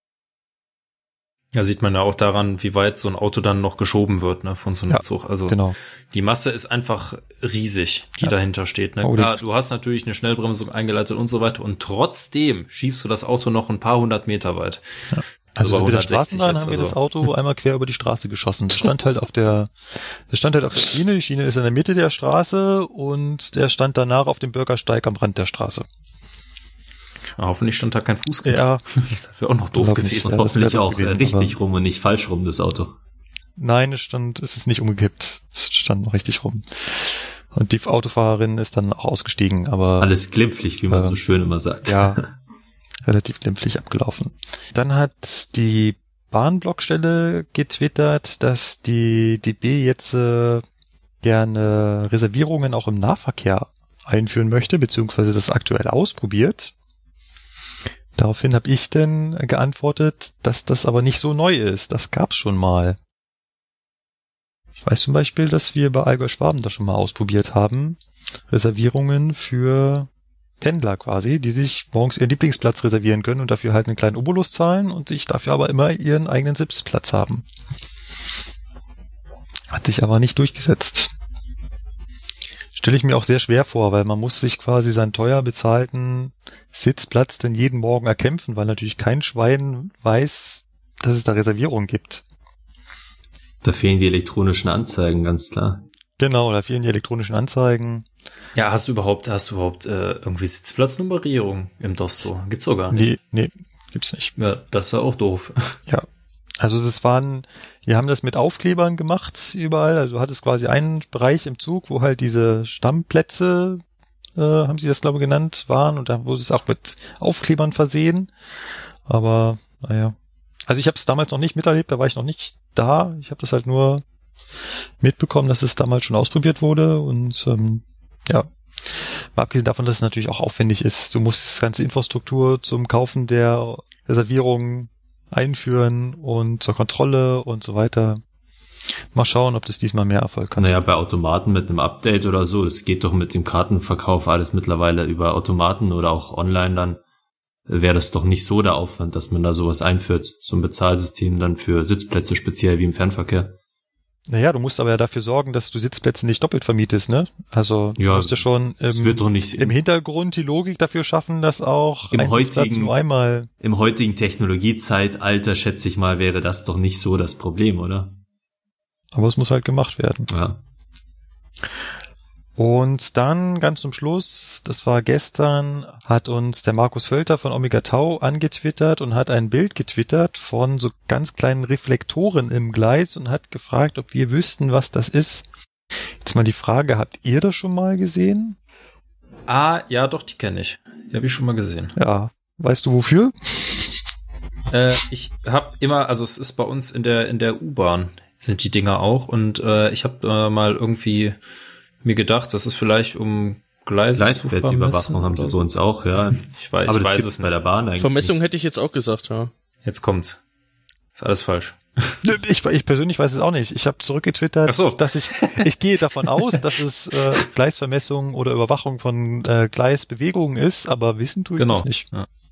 Ja, sieht man ja auch daran, wie weit so ein Auto dann noch geschoben wird, ne, von so einem Zug. Also genau. Die Masse ist einfach riesig, die dahinter steht. Ne? Klar, du hast natürlich eine Schnellbremsung eingeleitet und so weiter und trotzdem schiebst du das Auto noch ein paar hundert Meter weit. Ja. Also mit der Straßenbahn haben wir das Auto einmal quer über die Straße geschossen. Das stand halt auf der Schiene. Die Schiene ist in der Mitte der Straße und der stand danach auf dem Bürgersteig am Rand der Straße. Ja, hoffentlich stand da kein Fußgänger. Ja. Das wäre auch noch doof gewesen. Ja, hoffentlich auch gewesen, richtig rum und nicht falsch rum, das Auto. Nein, es ist nicht umgekippt. Es stand noch richtig rum. Und die Autofahrerin ist dann auch ausgestiegen, aber... Alles glimpflich, wie man so schön immer sagt. Ja, relativ glimpflich abgelaufen. Dann hat die Bahnblockstelle getwittert, dass die DB jetzt gerne Reservierungen auch im Nahverkehr einführen möchte, beziehungsweise das aktuell ausprobiert. Daraufhin habe ich dann geantwortet, dass das aber nicht so neu ist. Das gab's schon mal. Ich weiß zum Beispiel, dass wir bei Allgäu-Schwaben das schon mal ausprobiert haben. Reservierungen für Pendler quasi, die sich morgens ihren Lieblingsplatz reservieren können und dafür halt einen kleinen Obolus zahlen und sich dafür aber immer ihren eigenen Sitzplatz haben. Hat sich aber nicht durchgesetzt. Stelle ich mir auch sehr schwer vor, weil man muss sich quasi seinen teuer bezahlten Sitzplatz denn jeden Morgen erkämpfen, weil natürlich kein Schwein weiß, dass es da Reservierungen gibt. Da fehlen die elektronischen Anzeigen, ganz klar. Genau, da fehlen die elektronischen Anzeigen. Ja, hast du überhaupt irgendwie Sitzplatznummerierung im Dosto? Gibt's doch gar nicht. Nee, gibt's nicht. Ja, das ist ja auch doof. Ja. Also wir haben das mit Aufklebern gemacht überall. Also du hattest quasi einen Bereich im Zug, wo halt diese Stammplätze, haben sie das glaube ich genannt, waren und da wurde es auch mit Aufklebern versehen. Aber naja. Also ich habe es damals noch nicht miterlebt, da war ich noch nicht da. Ich habe das halt nur mitbekommen, dass es damals schon ausprobiert wurde und ja. Mal abgesehen davon, dass es natürlich auch aufwendig ist. Du musst das ganze Infrastruktur zum Kaufen der Reservierungen einführen und zur Kontrolle und so weiter. Mal schauen, ob das diesmal mehr Erfolg hat. Naja, bei Automaten mit einem Update oder so, es geht doch mit dem Kartenverkauf alles mittlerweile über Automaten oder auch online dann, wäre das doch nicht so der Aufwand, dass man da sowas einführt, so ein Bezahlsystem dann für Sitzplätze speziell wie im Fernverkehr. Naja, du musst aber ja dafür sorgen, dass du Sitzplätze nicht doppelt vermietest, ne? Also du musst ja schon im Hintergrund die Logik dafür schaffen, dass auch im heutigen Technologiezeitalter, schätze ich mal, wäre das doch nicht so das Problem, oder? Aber es muss halt gemacht werden. Ja. Und dann ganz zum Schluss, das war gestern, hat uns der Markus Völter von Omega Tau angetwittert und hat ein Bild getwittert von so ganz kleinen Reflektoren im Gleis und hat gefragt, ob wir wüssten, was das ist. Jetzt mal die Frage, habt ihr das schon mal gesehen? Ah, ja, doch, die kenne ich. Die habe ich schon mal gesehen. Ja, weißt du wofür? Ich habe immer, also es ist bei uns in der U-Bahn sind die Dinger auch und ich habe mal irgendwie mir gedacht, das ist vielleicht um Gleisbettüberwachung haben sie bei uns auch, ja. Ich weiß es nicht. Bei der Bahn eigentlich. Vermessung hätte ich jetzt auch gesagt, ja. Jetzt kommt's. Ist alles falsch. Ich persönlich weiß es auch nicht. Ich habe zurückgetwittert, dass ich gehe davon aus, dass es Gleisvermessung oder Überwachung von Gleisbewegungen ist, aber wissen tue ich das nicht. Ja.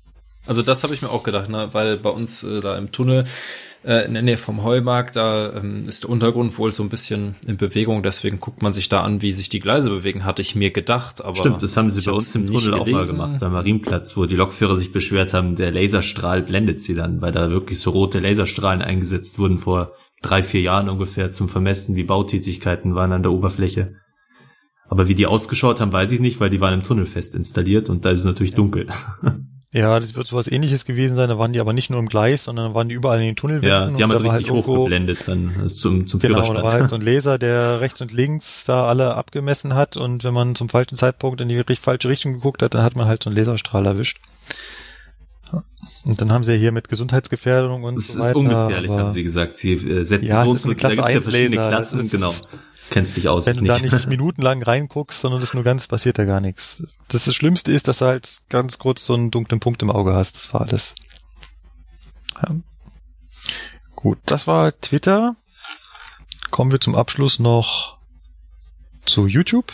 Also das habe ich mir auch gedacht, ne? Weil bei uns da im Tunnel in der Nähe vom Heumarkt, da ist der Untergrund wohl so ein bisschen in Bewegung, deswegen guckt man sich da an, wie sich die Gleise bewegen, hatte ich mir gedacht. Aber stimmt, das haben sie bei uns im Tunnel auch mal gemacht, am Marienplatz, wo die Lokführer sich beschwert haben, der Laserstrahl blendet sie dann, weil da wirklich so rote Laserstrahlen eingesetzt wurden vor 3-4 Jahren ungefähr zum Vermessen, wie Bautätigkeiten waren an der Oberfläche. Aber wie die ausgeschaut haben, weiß ich nicht, weil die waren im Tunnel fest installiert und da ist es natürlich dunkel. Ja, das wird sowas Ähnliches gewesen sein. Da waren die aber nicht nur im Gleis, sondern waren die überall in den Tunnelwänden. Ja, die haben halt richtig halt hochgeblendet dann zum Führerstand. Genau, da war halt so ein Laser, der rechts und links da alle abgemessen hat und wenn man zum falschen Zeitpunkt in die falsche Richtung geguckt hat, dann hat man halt so einen Laserstrahl erwischt. Und dann haben sie ja hier mit Gesundheitsgefährdung und so weiter. Das ist ungefährlich, haben sie gesagt. Sie setzen so und so, da gibt's ja verschiedene Klassen, genau. Kennst dich aus. Wenn du da nicht minutenlang reinguckst, sondern das nur ganz, passiert da gar nichts. Das Schlimmste ist, dass du halt ganz kurz so einen dunklen Punkt im Auge hast. Das war alles. Ja. Gut, das war Twitter. Kommen wir zum Abschluss noch zu YouTube.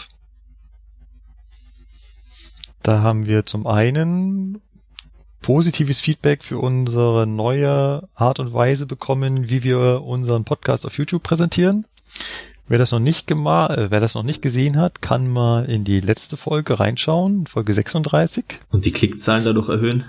Da haben wir zum einen positives Feedback für unsere neue Art und Weise bekommen, wie wir unseren Podcast auf YouTube präsentieren. Wer das noch nicht gesehen hat, kann mal in die letzte Folge reinschauen, Folge 36. Und die Klickzahlen dadurch erhöhen?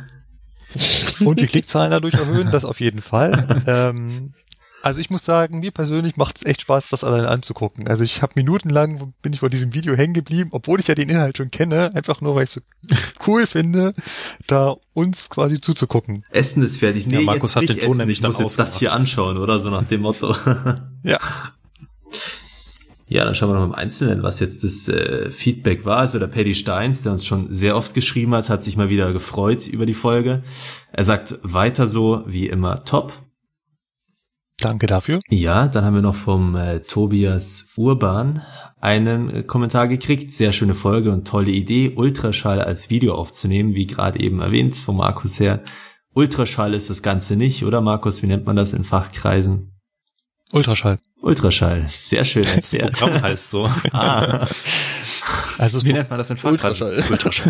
Das auf jeden Fall. Also ich muss sagen, mir persönlich macht es echt Spaß, das alleine anzugucken. Also ich habe minutenlang, bin ich vor diesem Video hängen geblieben, obwohl ich ja den Inhalt schon kenne, einfach nur, weil ich so cool finde, da uns quasi zuzugucken. Essen ist fertig. Nee, ja, Markus hat den Ton nämlich dann ausgemacht. Ich muss jetzt das hier anschauen, oder? So nach dem Motto. Ja. Ja, dann schauen wir noch im Einzelnen, was jetzt das Feedback war. Also der Paddy Steins, der uns schon sehr oft geschrieben hat sich mal wieder gefreut über die Folge. Er sagt, weiter so wie immer top. Danke dafür. Ja, dann haben wir noch vom Tobias Urban einen Kommentar gekriegt. Sehr schöne Folge und tolle Idee, Ultraschall als Video aufzunehmen, wie gerade eben erwähnt von Markus her. Ultraschall ist das Ganze nicht, oder Markus? Wie nennt man das in Fachkreisen? Ultraschall, sehr schön erklärt. Das Programm heißt so. Ah. Also wie nennt man das in Fachkreisen? Ultraschall.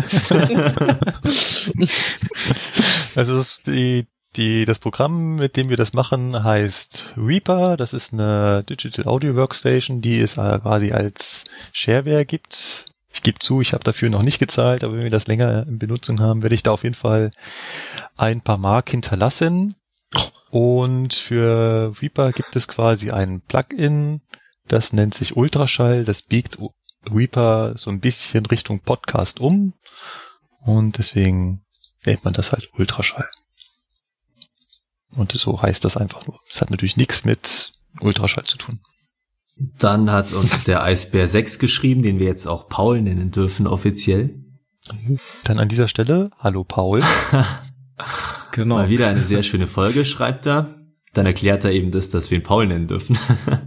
Also das Programm, mit dem wir das machen, heißt Reaper. Das ist eine Digital Audio Workstation, die es quasi als Shareware gibt. Ich gebe zu, ich habe dafür noch nicht gezahlt, aber wenn wir das länger in Benutzung haben, werde ich da auf jeden Fall ein paar Mark hinterlassen. Und für Reaper gibt es quasi ein Plugin, das nennt sich Ultraschall. Das biegt Reaper so ein bisschen Richtung Podcast um. Und deswegen nennt man das halt Ultraschall. Und so heißt das einfach nur. Es hat natürlich nichts mit Ultraschall zu tun. Dann hat uns der Eisbär 6 geschrieben, den wir jetzt auch Paul nennen dürfen offiziell. Dann an dieser Stelle, hallo Paul. Genau. Mal wieder eine sehr schöne Folge, schreibt er. Dann erklärt er eben dass wir ihn Paul nennen dürfen.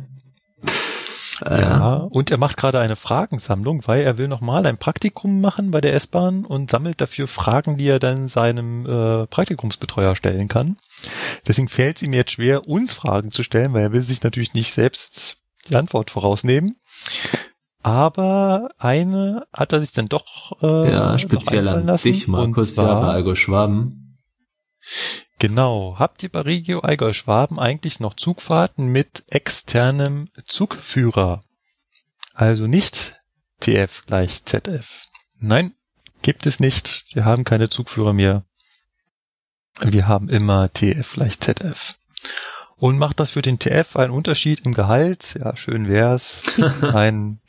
Ja, und er macht gerade eine Fragensammlung, weil er will nochmal ein Praktikum machen bei der S-Bahn und sammelt dafür Fragen, die er dann seinem Praktikumsbetreuer stellen kann. Deswegen fällt es ihm jetzt schwer, uns Fragen zu stellen, weil er will sich natürlich nicht selbst die Antwort vorausnehmen. Aber eine hat er sich dann doch speziell an dich, Markus, bei Allgäu Schwaben. Genau. Habt ihr bei Regio Allgäu Schwaben eigentlich noch Zugfahrten mit externem Zugführer? Also nicht TF gleich ZF. Nein, gibt es nicht. Wir haben keine Zugführer mehr. Wir haben immer TF gleich ZF. Und macht das für den TF einen Unterschied im Gehalt? Ja, schön wär's. Nein.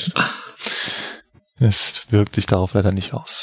Es wirkt sich darauf leider nicht aus.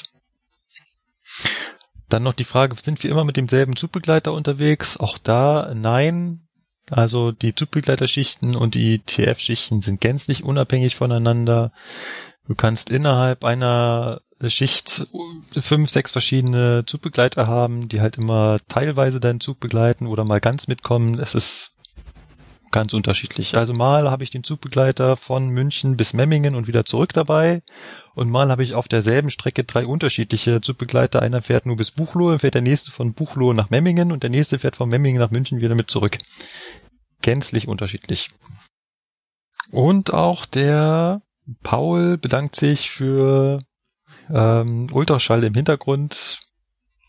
Dann noch die Frage, sind wir immer mit demselben Zugbegleiter unterwegs? Auch da nein. Also die Zugbegleiterschichten und die TF-Schichten sind gänzlich unabhängig voneinander. Du kannst innerhalb einer Schicht 5, 6 verschiedene Zugbegleiter haben, die halt immer teilweise deinen Zug begleiten oder mal ganz mitkommen. Es ist ganz unterschiedlich. Also mal habe ich den Zugbegleiter von München bis Memmingen und wieder zurück dabei und mal habe ich auf derselben Strecke 3 unterschiedliche Zugbegleiter. Einer fährt nur bis Buchloe, dann fährt der nächste von Buchloe nach Memmingen und der nächste fährt von Memmingen nach München wieder mit zurück. Gänzlich unterschiedlich. Und auch der Paul bedankt sich für Ultraschall im Hintergrund.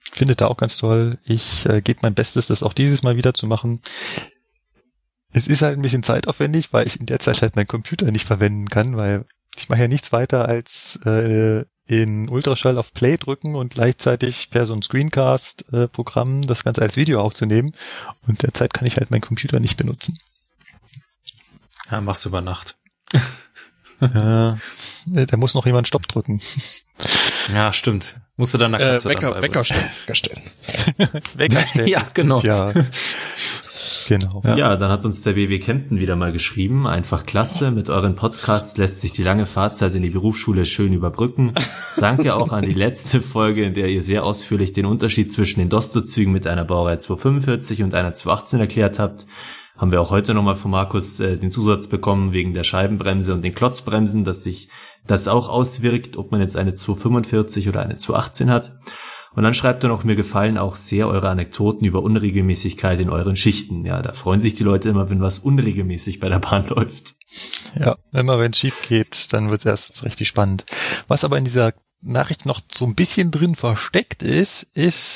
finde da auch ganz toll. Ich gebe mein Bestes, das auch dieses Mal wieder zu machen. Es ist halt ein bisschen zeitaufwendig, weil ich in der Zeit halt meinen Computer nicht verwenden kann, weil ich mache ja nichts weiter als in Ultraschall auf Play drücken und gleichzeitig per so ein Screencast-Programm das Ganze als Video aufzunehmen. Und derzeit kann ich halt meinen Computer nicht benutzen. Ja, machst du über Nacht. Da muss noch jemand Stopp drücken. Ja, stimmt. Musst du dann nach Katze Wecker stellen. Wecker stellen. Ja, genau. Ja. Genau. Ja, dann hat uns der BW Kempten wieder mal geschrieben. Einfach klasse. Mit euren Podcasts lässt sich die lange Fahrzeit in die Berufsschule schön überbrücken. Danke auch an die letzte Folge, in der ihr sehr ausführlich den Unterschied zwischen den Dosto-Zügen mit einer Baureihe 245 und einer 218 erklärt habt. Haben wir auch heute nochmal von Markus den Zusatz bekommen wegen der Scheibenbremse und den Klotzbremsen, dass sich das auch auswirkt, ob man jetzt eine 245 oder eine 218 hat. Und dann schreibt er noch, mir gefallen auch sehr eure Anekdoten über Unregelmäßigkeit in euren Schichten. Ja, da freuen sich die Leute immer, wenn was unregelmäßig bei der Bahn läuft. Ja, immer wenn es schief geht, dann wird es erst richtig spannend. Was aber in dieser Nachricht noch so ein bisschen drin versteckt ist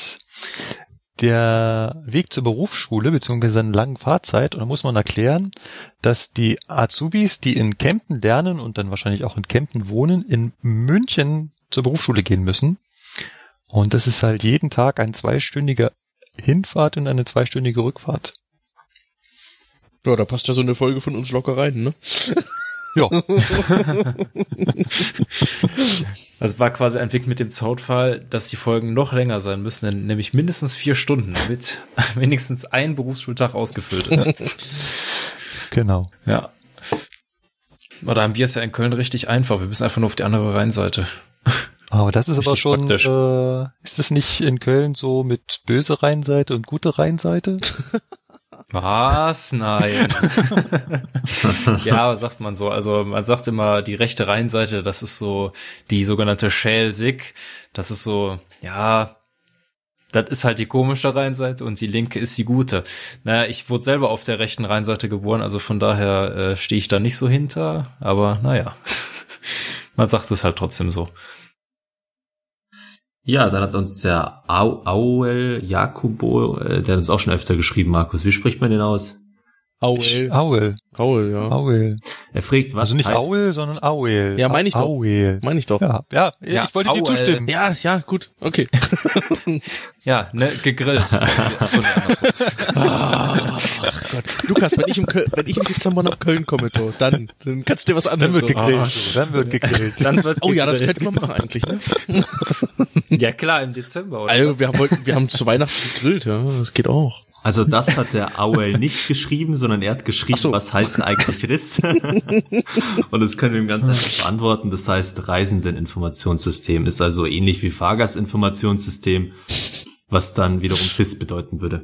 der Weg zur Berufsschule beziehungsweise eine lange Fahrzeit. Und da muss man erklären, dass die Azubis, die in Kempten lernen und dann wahrscheinlich auch in Kempten wohnen, in München zur Berufsschule gehen müssen. Und das ist halt jeden Tag ein 2-stündiger Hinfahrt und eine 2-stündige Rückfahrt. Ja, da passt ja so eine Folge von uns locker rein, ne? Ja. Also war quasi ein Weg mit dem Zaunpfahl, dass die Folgen noch länger sein müssen, nämlich mindestens 4 Stunden, damit wenigstens ein Berufsschultag ausgefüllt ist. Genau. Ja. Aber da haben wir es ja in Köln richtig einfach. Wir müssen einfach nur auf die andere Rheinseite. Aber das ist richtig aber schon, ist das nicht in Köln so mit böse Rheinseite und gute Rheinseite? Was? Nein. Ja, sagt man so. Also man sagt immer, die rechte Rheinseite, das ist so die sogenannte Schelsig. Das ist so, ja, das ist halt die komische Rheinseite und die linke ist die gute. Naja, ich wurde selber auf der rechten Rheinseite geboren, also von daher stehe ich da nicht so hinter. Aber naja, man sagt es halt trotzdem so. Ja, dann hat uns der Auel Jakubo, der hat uns auch schon öfter geschrieben, Markus. Wie spricht man den aus? Aul, ja. Aul. Er fragt, was also nicht heißt... Aul, sondern Auel. Ja, meine ich doch. Auel. Meine ich doch. Ja, ich wollte dir zustimmen. Ja, gut, okay. Ja, ne, gegrillt. Achso, ne, ach Gott. Lukas, wenn ich im Dezember nach Köln komme, dann kannst du dir was anderes. Dann wird gegrillt. Oh ja, das könnte man machen eigentlich, ne? Ja klar, im Dezember, oder? Also, wir haben zu Weihnachten gegrillt, ja, das geht auch. Also das hat der Auel nicht geschrieben, sondern er hat geschrieben, was heißt denn eigentlich Riss? Und das können wir ihm ganz einfach beantworten. Das heißt Reisendeninformationssystem. Ist also ähnlich wie Fahrgastinformationssystem, was dann wiederum FIS bedeuten würde.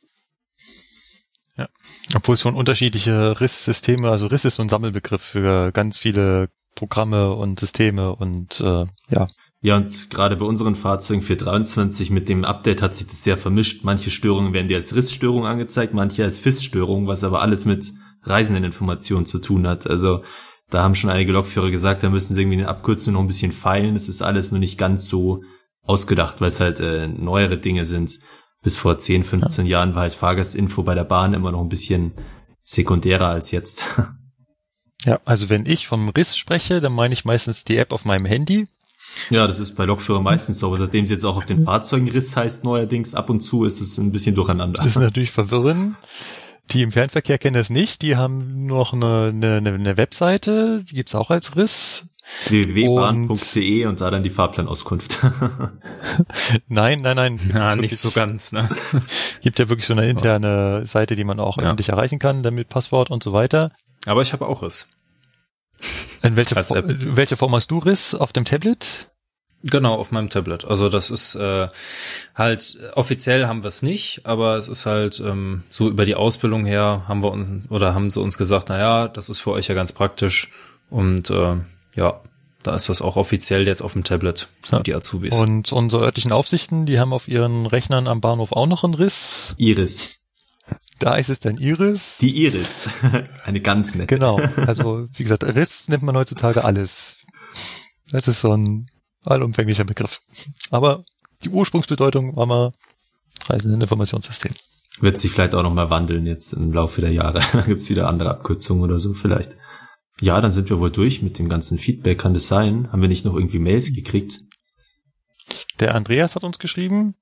Ja, obwohl es schon unterschiedliche RIS-Systeme, also RIS ist so ein Sammelbegriff für ganz viele Programme und Systeme und ja. Ja, und gerade bei unseren Fahrzeugen 423 mit dem Update hat sich das sehr vermischt. Manche Störungen werden dir als RIS-Störung angezeigt, manche als FIS-Störung, was aber alles mit Reisendeninformationen zu tun hat. Also da haben schon einige Lokführer gesagt, da müssen sie irgendwie in den Abkürzungen noch ein bisschen feilen. Es ist alles nur nicht ganz so ausgedacht, weil es halt neuere Dinge sind. Bis vor 10, 15 Jahren war halt Fahrgastinfo bei der Bahn immer noch ein bisschen sekundärer als jetzt. Ja, also wenn ich vom RIS spreche, dann meine ich meistens die App auf meinem Handy. Ja, das ist bei Lokführern meistens so, aber seitdem es jetzt auch auf den Fahrzeugen Riss heißt neuerdings, ab und zu ist es ein bisschen durcheinander. Das ist natürlich verwirrend. Die im Fernverkehr kennen das nicht, die haben noch eine Webseite, die gibt's auch als Riss. www.bahn.de und da dann die Fahrplanauskunft. Nein. Ja, nicht so ganz, ne? Gibt ja wirklich so eine interne Seite, die man auch öffentlich erreichen kann, dann mit Passwort und so weiter. Aber ich habe auch Riss. In welcher Form hast du Riss? Auf dem Tablet? Genau, auf meinem Tablet. Also das ist halt, offiziell haben wir es nicht, aber es ist halt so über die Ausbildung her haben sie uns gesagt, naja, das ist für euch ja ganz praktisch und ja, da ist das auch offiziell jetzt auf dem Tablet, die Azubis. Und unsere örtlichen Aufsichten, die haben auf ihren Rechnern am Bahnhof auch noch einen Riss. Iris. Da ist es dann Iris. Die Iris. Eine ganz nette. Genau. Also, wie gesagt, Riss nennt man heutzutage alles. Das ist so ein allumfänglicher Begriff. Aber die Ursprungsbedeutung war mal Reiseninformationssystem. Wird sich vielleicht auch nochmal wandeln jetzt im Laufe der Jahre. Dann gibt's wieder andere Abkürzungen oder so vielleicht. Ja, dann sind wir wohl durch mit dem ganzen Feedback. Kann das sein? Haben wir nicht noch irgendwie Mails gekriegt? Der Andreas hat uns geschrieben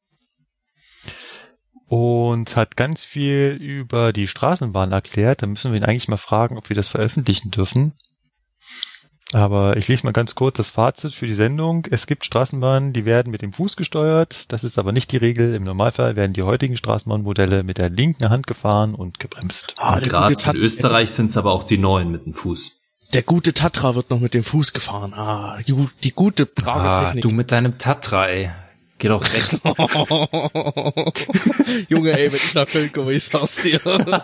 und hat ganz viel über die Straßenbahn erklärt. Da müssen wir ihn eigentlich mal fragen, ob wir das veröffentlichen dürfen. Aber ich lese mal ganz kurz das Fazit für die Sendung. Es gibt Straßenbahnen, die werden mit dem Fuß gesteuert. Das ist aber nicht die Regel. Im Normalfall werden die heutigen Straßenbahnmodelle mit der linken Hand gefahren und gebremst. Gerade in Österreich sind es aber auch die neuen mit dem Fuß. Der gute Tatra wird noch mit dem Fuß gefahren. Die gute Tragetechnik. Du mit deinem Tatra, ey. Geh doch weg. Junge, ey, wenn ich nach Köln komme, ich sag's dir.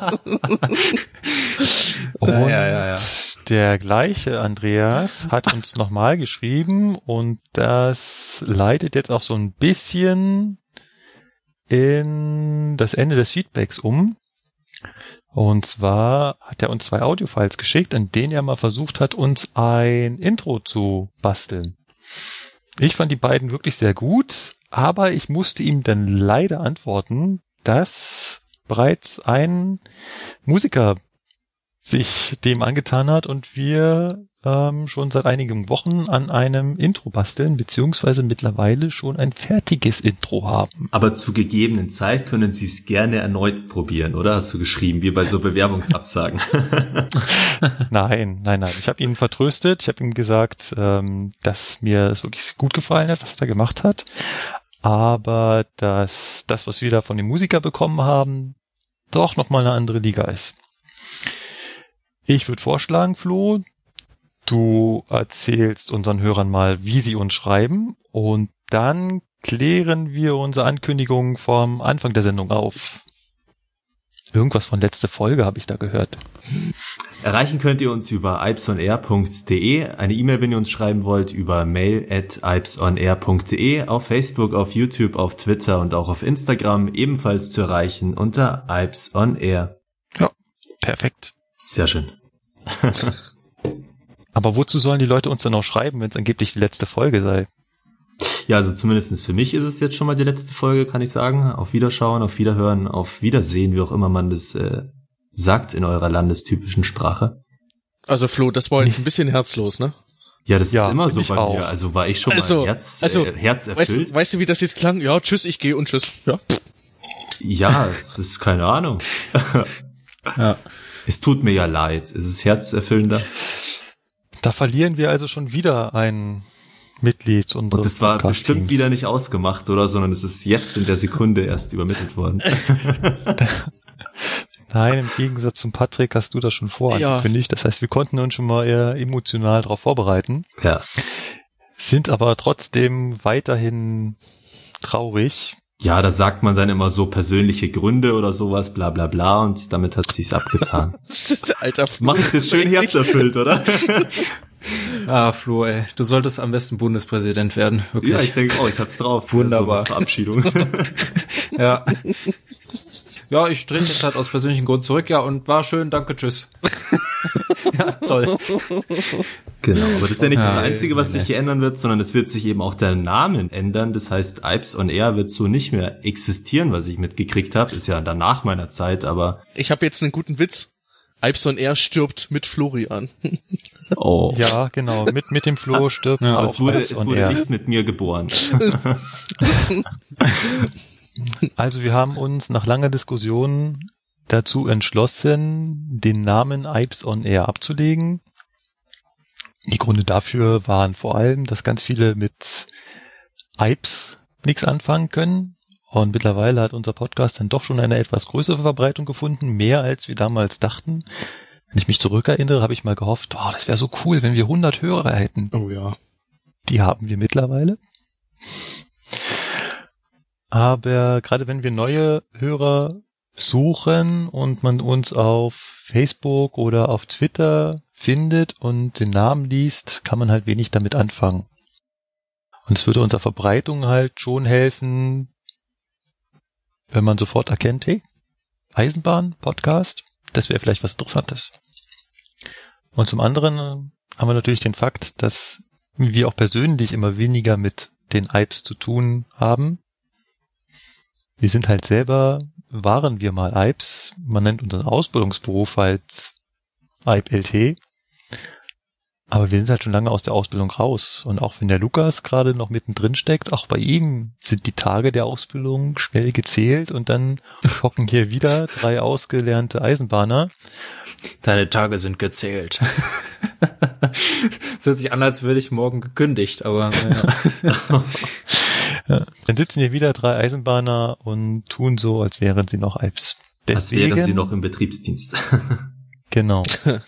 Und der gleiche Andreas hat uns nochmal geschrieben und das leitet jetzt auch so ein bisschen in das Ende des Feedbacks um. Und zwar hat er uns 2 Audiofiles geschickt, in denen er mal versucht hat, uns ein Intro zu basteln. Ich fand die beiden wirklich sehr gut, aber ich musste ihm dann leider antworten, dass bereits ein Musiker sich dem angetan hat und wir schon seit einigen Wochen an einem Intro basteln, beziehungsweise mittlerweile schon ein fertiges Intro haben. Aber zu gegebenen Zeit können Sie es gerne erneut probieren, oder? Hast du geschrieben, wie bei so Bewerbungsabsagen. Nein. Ich habe ihn vertröstet. Ich habe ihm gesagt, dass mir es wirklich gut gefallen hat, was er da gemacht hat. Aber dass das, was wir da von dem Musiker bekommen haben, doch nochmal eine andere Liga ist. Ich würde vorschlagen, Flo, du erzählst unseren Hörern mal, wie sie uns schreiben und dann klären wir unsere Ankündigung vom Anfang der Sendung auf. Irgendwas von letzte Folge habe ich da gehört. Erreichen könnt ihr uns über ipsonair.de, eine E-Mail, wenn ihr uns schreiben wollt, über mail@ipsonair.de, auf Facebook, auf YouTube, auf Twitter und auch auf Instagram ebenfalls zu erreichen unter ipsonair. Ja, perfekt. Sehr schön. Aber wozu sollen die Leute uns dann auch schreiben, wenn es angeblich die letzte Folge sei? Ja, also zumindest für mich ist es jetzt schon mal die letzte Folge, kann ich sagen. Auf Wiederschauen, auf Wiederhören, auf Wiedersehen, wie auch immer man das sagt in eurer landestypischen Sprache. Also Flo, das war jetzt ein bisschen herzlos, ne? Ja, das ist immer so bei mir. Also war ich schon mal herzerfüllt. Weißt du, wie das jetzt klang? Ja, tschüss, ich gehe und tschüss. Ja, das ist keine Ahnung. Ja. Es tut mir ja leid. Es ist herzerfüllender. Da verlieren wir also schon wieder ein Mitglied unseres Und das war bestimmt wieder nicht ausgemacht, oder? Sondern es ist jetzt in der Sekunde erst übermittelt worden. Nein, im Gegensatz zum Patrick hast du das schon vorangekündigt. Ja. Das heißt, wir konnten uns schon mal eher emotional darauf vorbereiten. Ja. Sind aber trotzdem weiterhin traurig. Ja, da sagt man dann immer so persönliche Gründe oder sowas, bla bla bla, und damit hat sich's abgetan. Alter, mach ich das schön herzerfüllt, oder? Flo, ey, du solltest am besten Bundespräsident werden, wirklich. Ja, ich denke auch, ich hab's drauf. Wunderbar. So Verabschiedung. Ja. Ja, ich trete jetzt halt aus persönlichen Gründen zurück, ja, und war schön, danke, tschüss. Ja, toll. Genau, aber das ist ja nicht das Einzige, was sich hier ändern wird, sondern es wird sich eben auch der Name ändern. Das heißt, Ips on Air wird so nicht mehr existieren, was ich mitgekriegt habe. Ist ja danach meiner Zeit, aber... Ich habe jetzt einen guten Witz. Ips on Air stirbt mit Florian. Oh. Ja, genau, mit dem Flo stirbt ja, auch es wurde nicht mit mir geboren. Also wir haben uns nach langer Diskussion dazu entschlossen, den Namen Ips on Air abzulegen. Die Gründe dafür waren vor allem, dass ganz viele mit Ips nichts anfangen können. Und mittlerweile hat unser Podcast dann doch schon eine etwas größere Verbreitung gefunden, mehr als wir damals dachten. Wenn ich mich zurückerinnere, habe ich mal gehofft, das wäre so cool, wenn wir 100 Hörer hätten. Oh ja. Die haben wir mittlerweile. Aber gerade wenn wir neue Hörer suchen und man uns auf Facebook oder auf Twitter findet und den Namen liest, kann man halt wenig damit anfangen. Und es würde unserer Verbreitung halt schon helfen, wenn man sofort erkennt, hey, Eisenbahn, Podcast, das wäre vielleicht was Interessantes. Und zum anderen haben wir natürlich den Fakt, dass wir auch persönlich immer weniger mit den Ips zu tun haben. wir sind halt selber, waren wir mal IPs, man nennt unseren Ausbildungsberuf halt IPLT, aber wir sind halt schon lange aus der Ausbildung raus. Und auch wenn der Lukas gerade noch mittendrin steckt, auch bei ihm sind die Tage der Ausbildung schnell gezählt und dann hocken hier wieder 3 ausgelernte Eisenbahner. Deine Tage sind gezählt. Es hört sich an, als würde ich morgen gekündigt, aber ja. Ja, dann sitzen hier wieder 3 Eisenbahner und tun so, als wären sie noch IPs. Als wären sie noch im Betriebsdienst. Genau.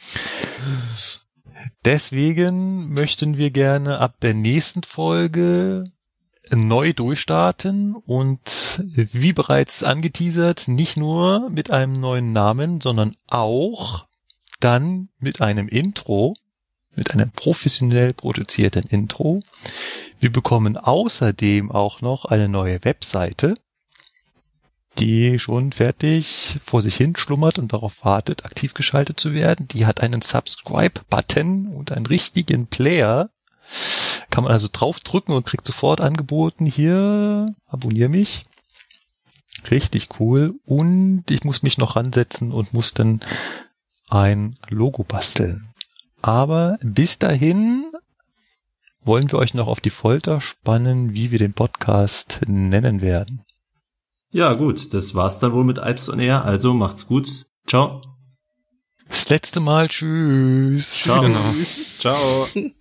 Deswegen möchten wir gerne ab der nächsten Folge neu durchstarten und wie bereits angeteasert, nicht nur mit einem neuen Namen, sondern auch dann mit einem Intro, mit einem professionell produzierten Intro. Wir bekommen außerdem auch noch eine neue Webseite, die schon fertig vor sich hin schlummert und darauf wartet, aktiv geschaltet zu werden. Die hat einen Subscribe-Button und einen richtigen Player. Kann man also draufdrücken und kriegt sofort angeboten, hier, abonniere mich. Richtig cool. Und ich muss mich noch ransetzen und muss dann ein Logo basteln. Aber bis dahin wollen wir euch noch auf die Folter spannen, wie wir den Podcast nennen werden. Ja, gut, das war's dann wohl mit IPs on Air, also macht's gut. Ciao. Das letzte Mal, tschüss. Ciao. Genau. Ciao.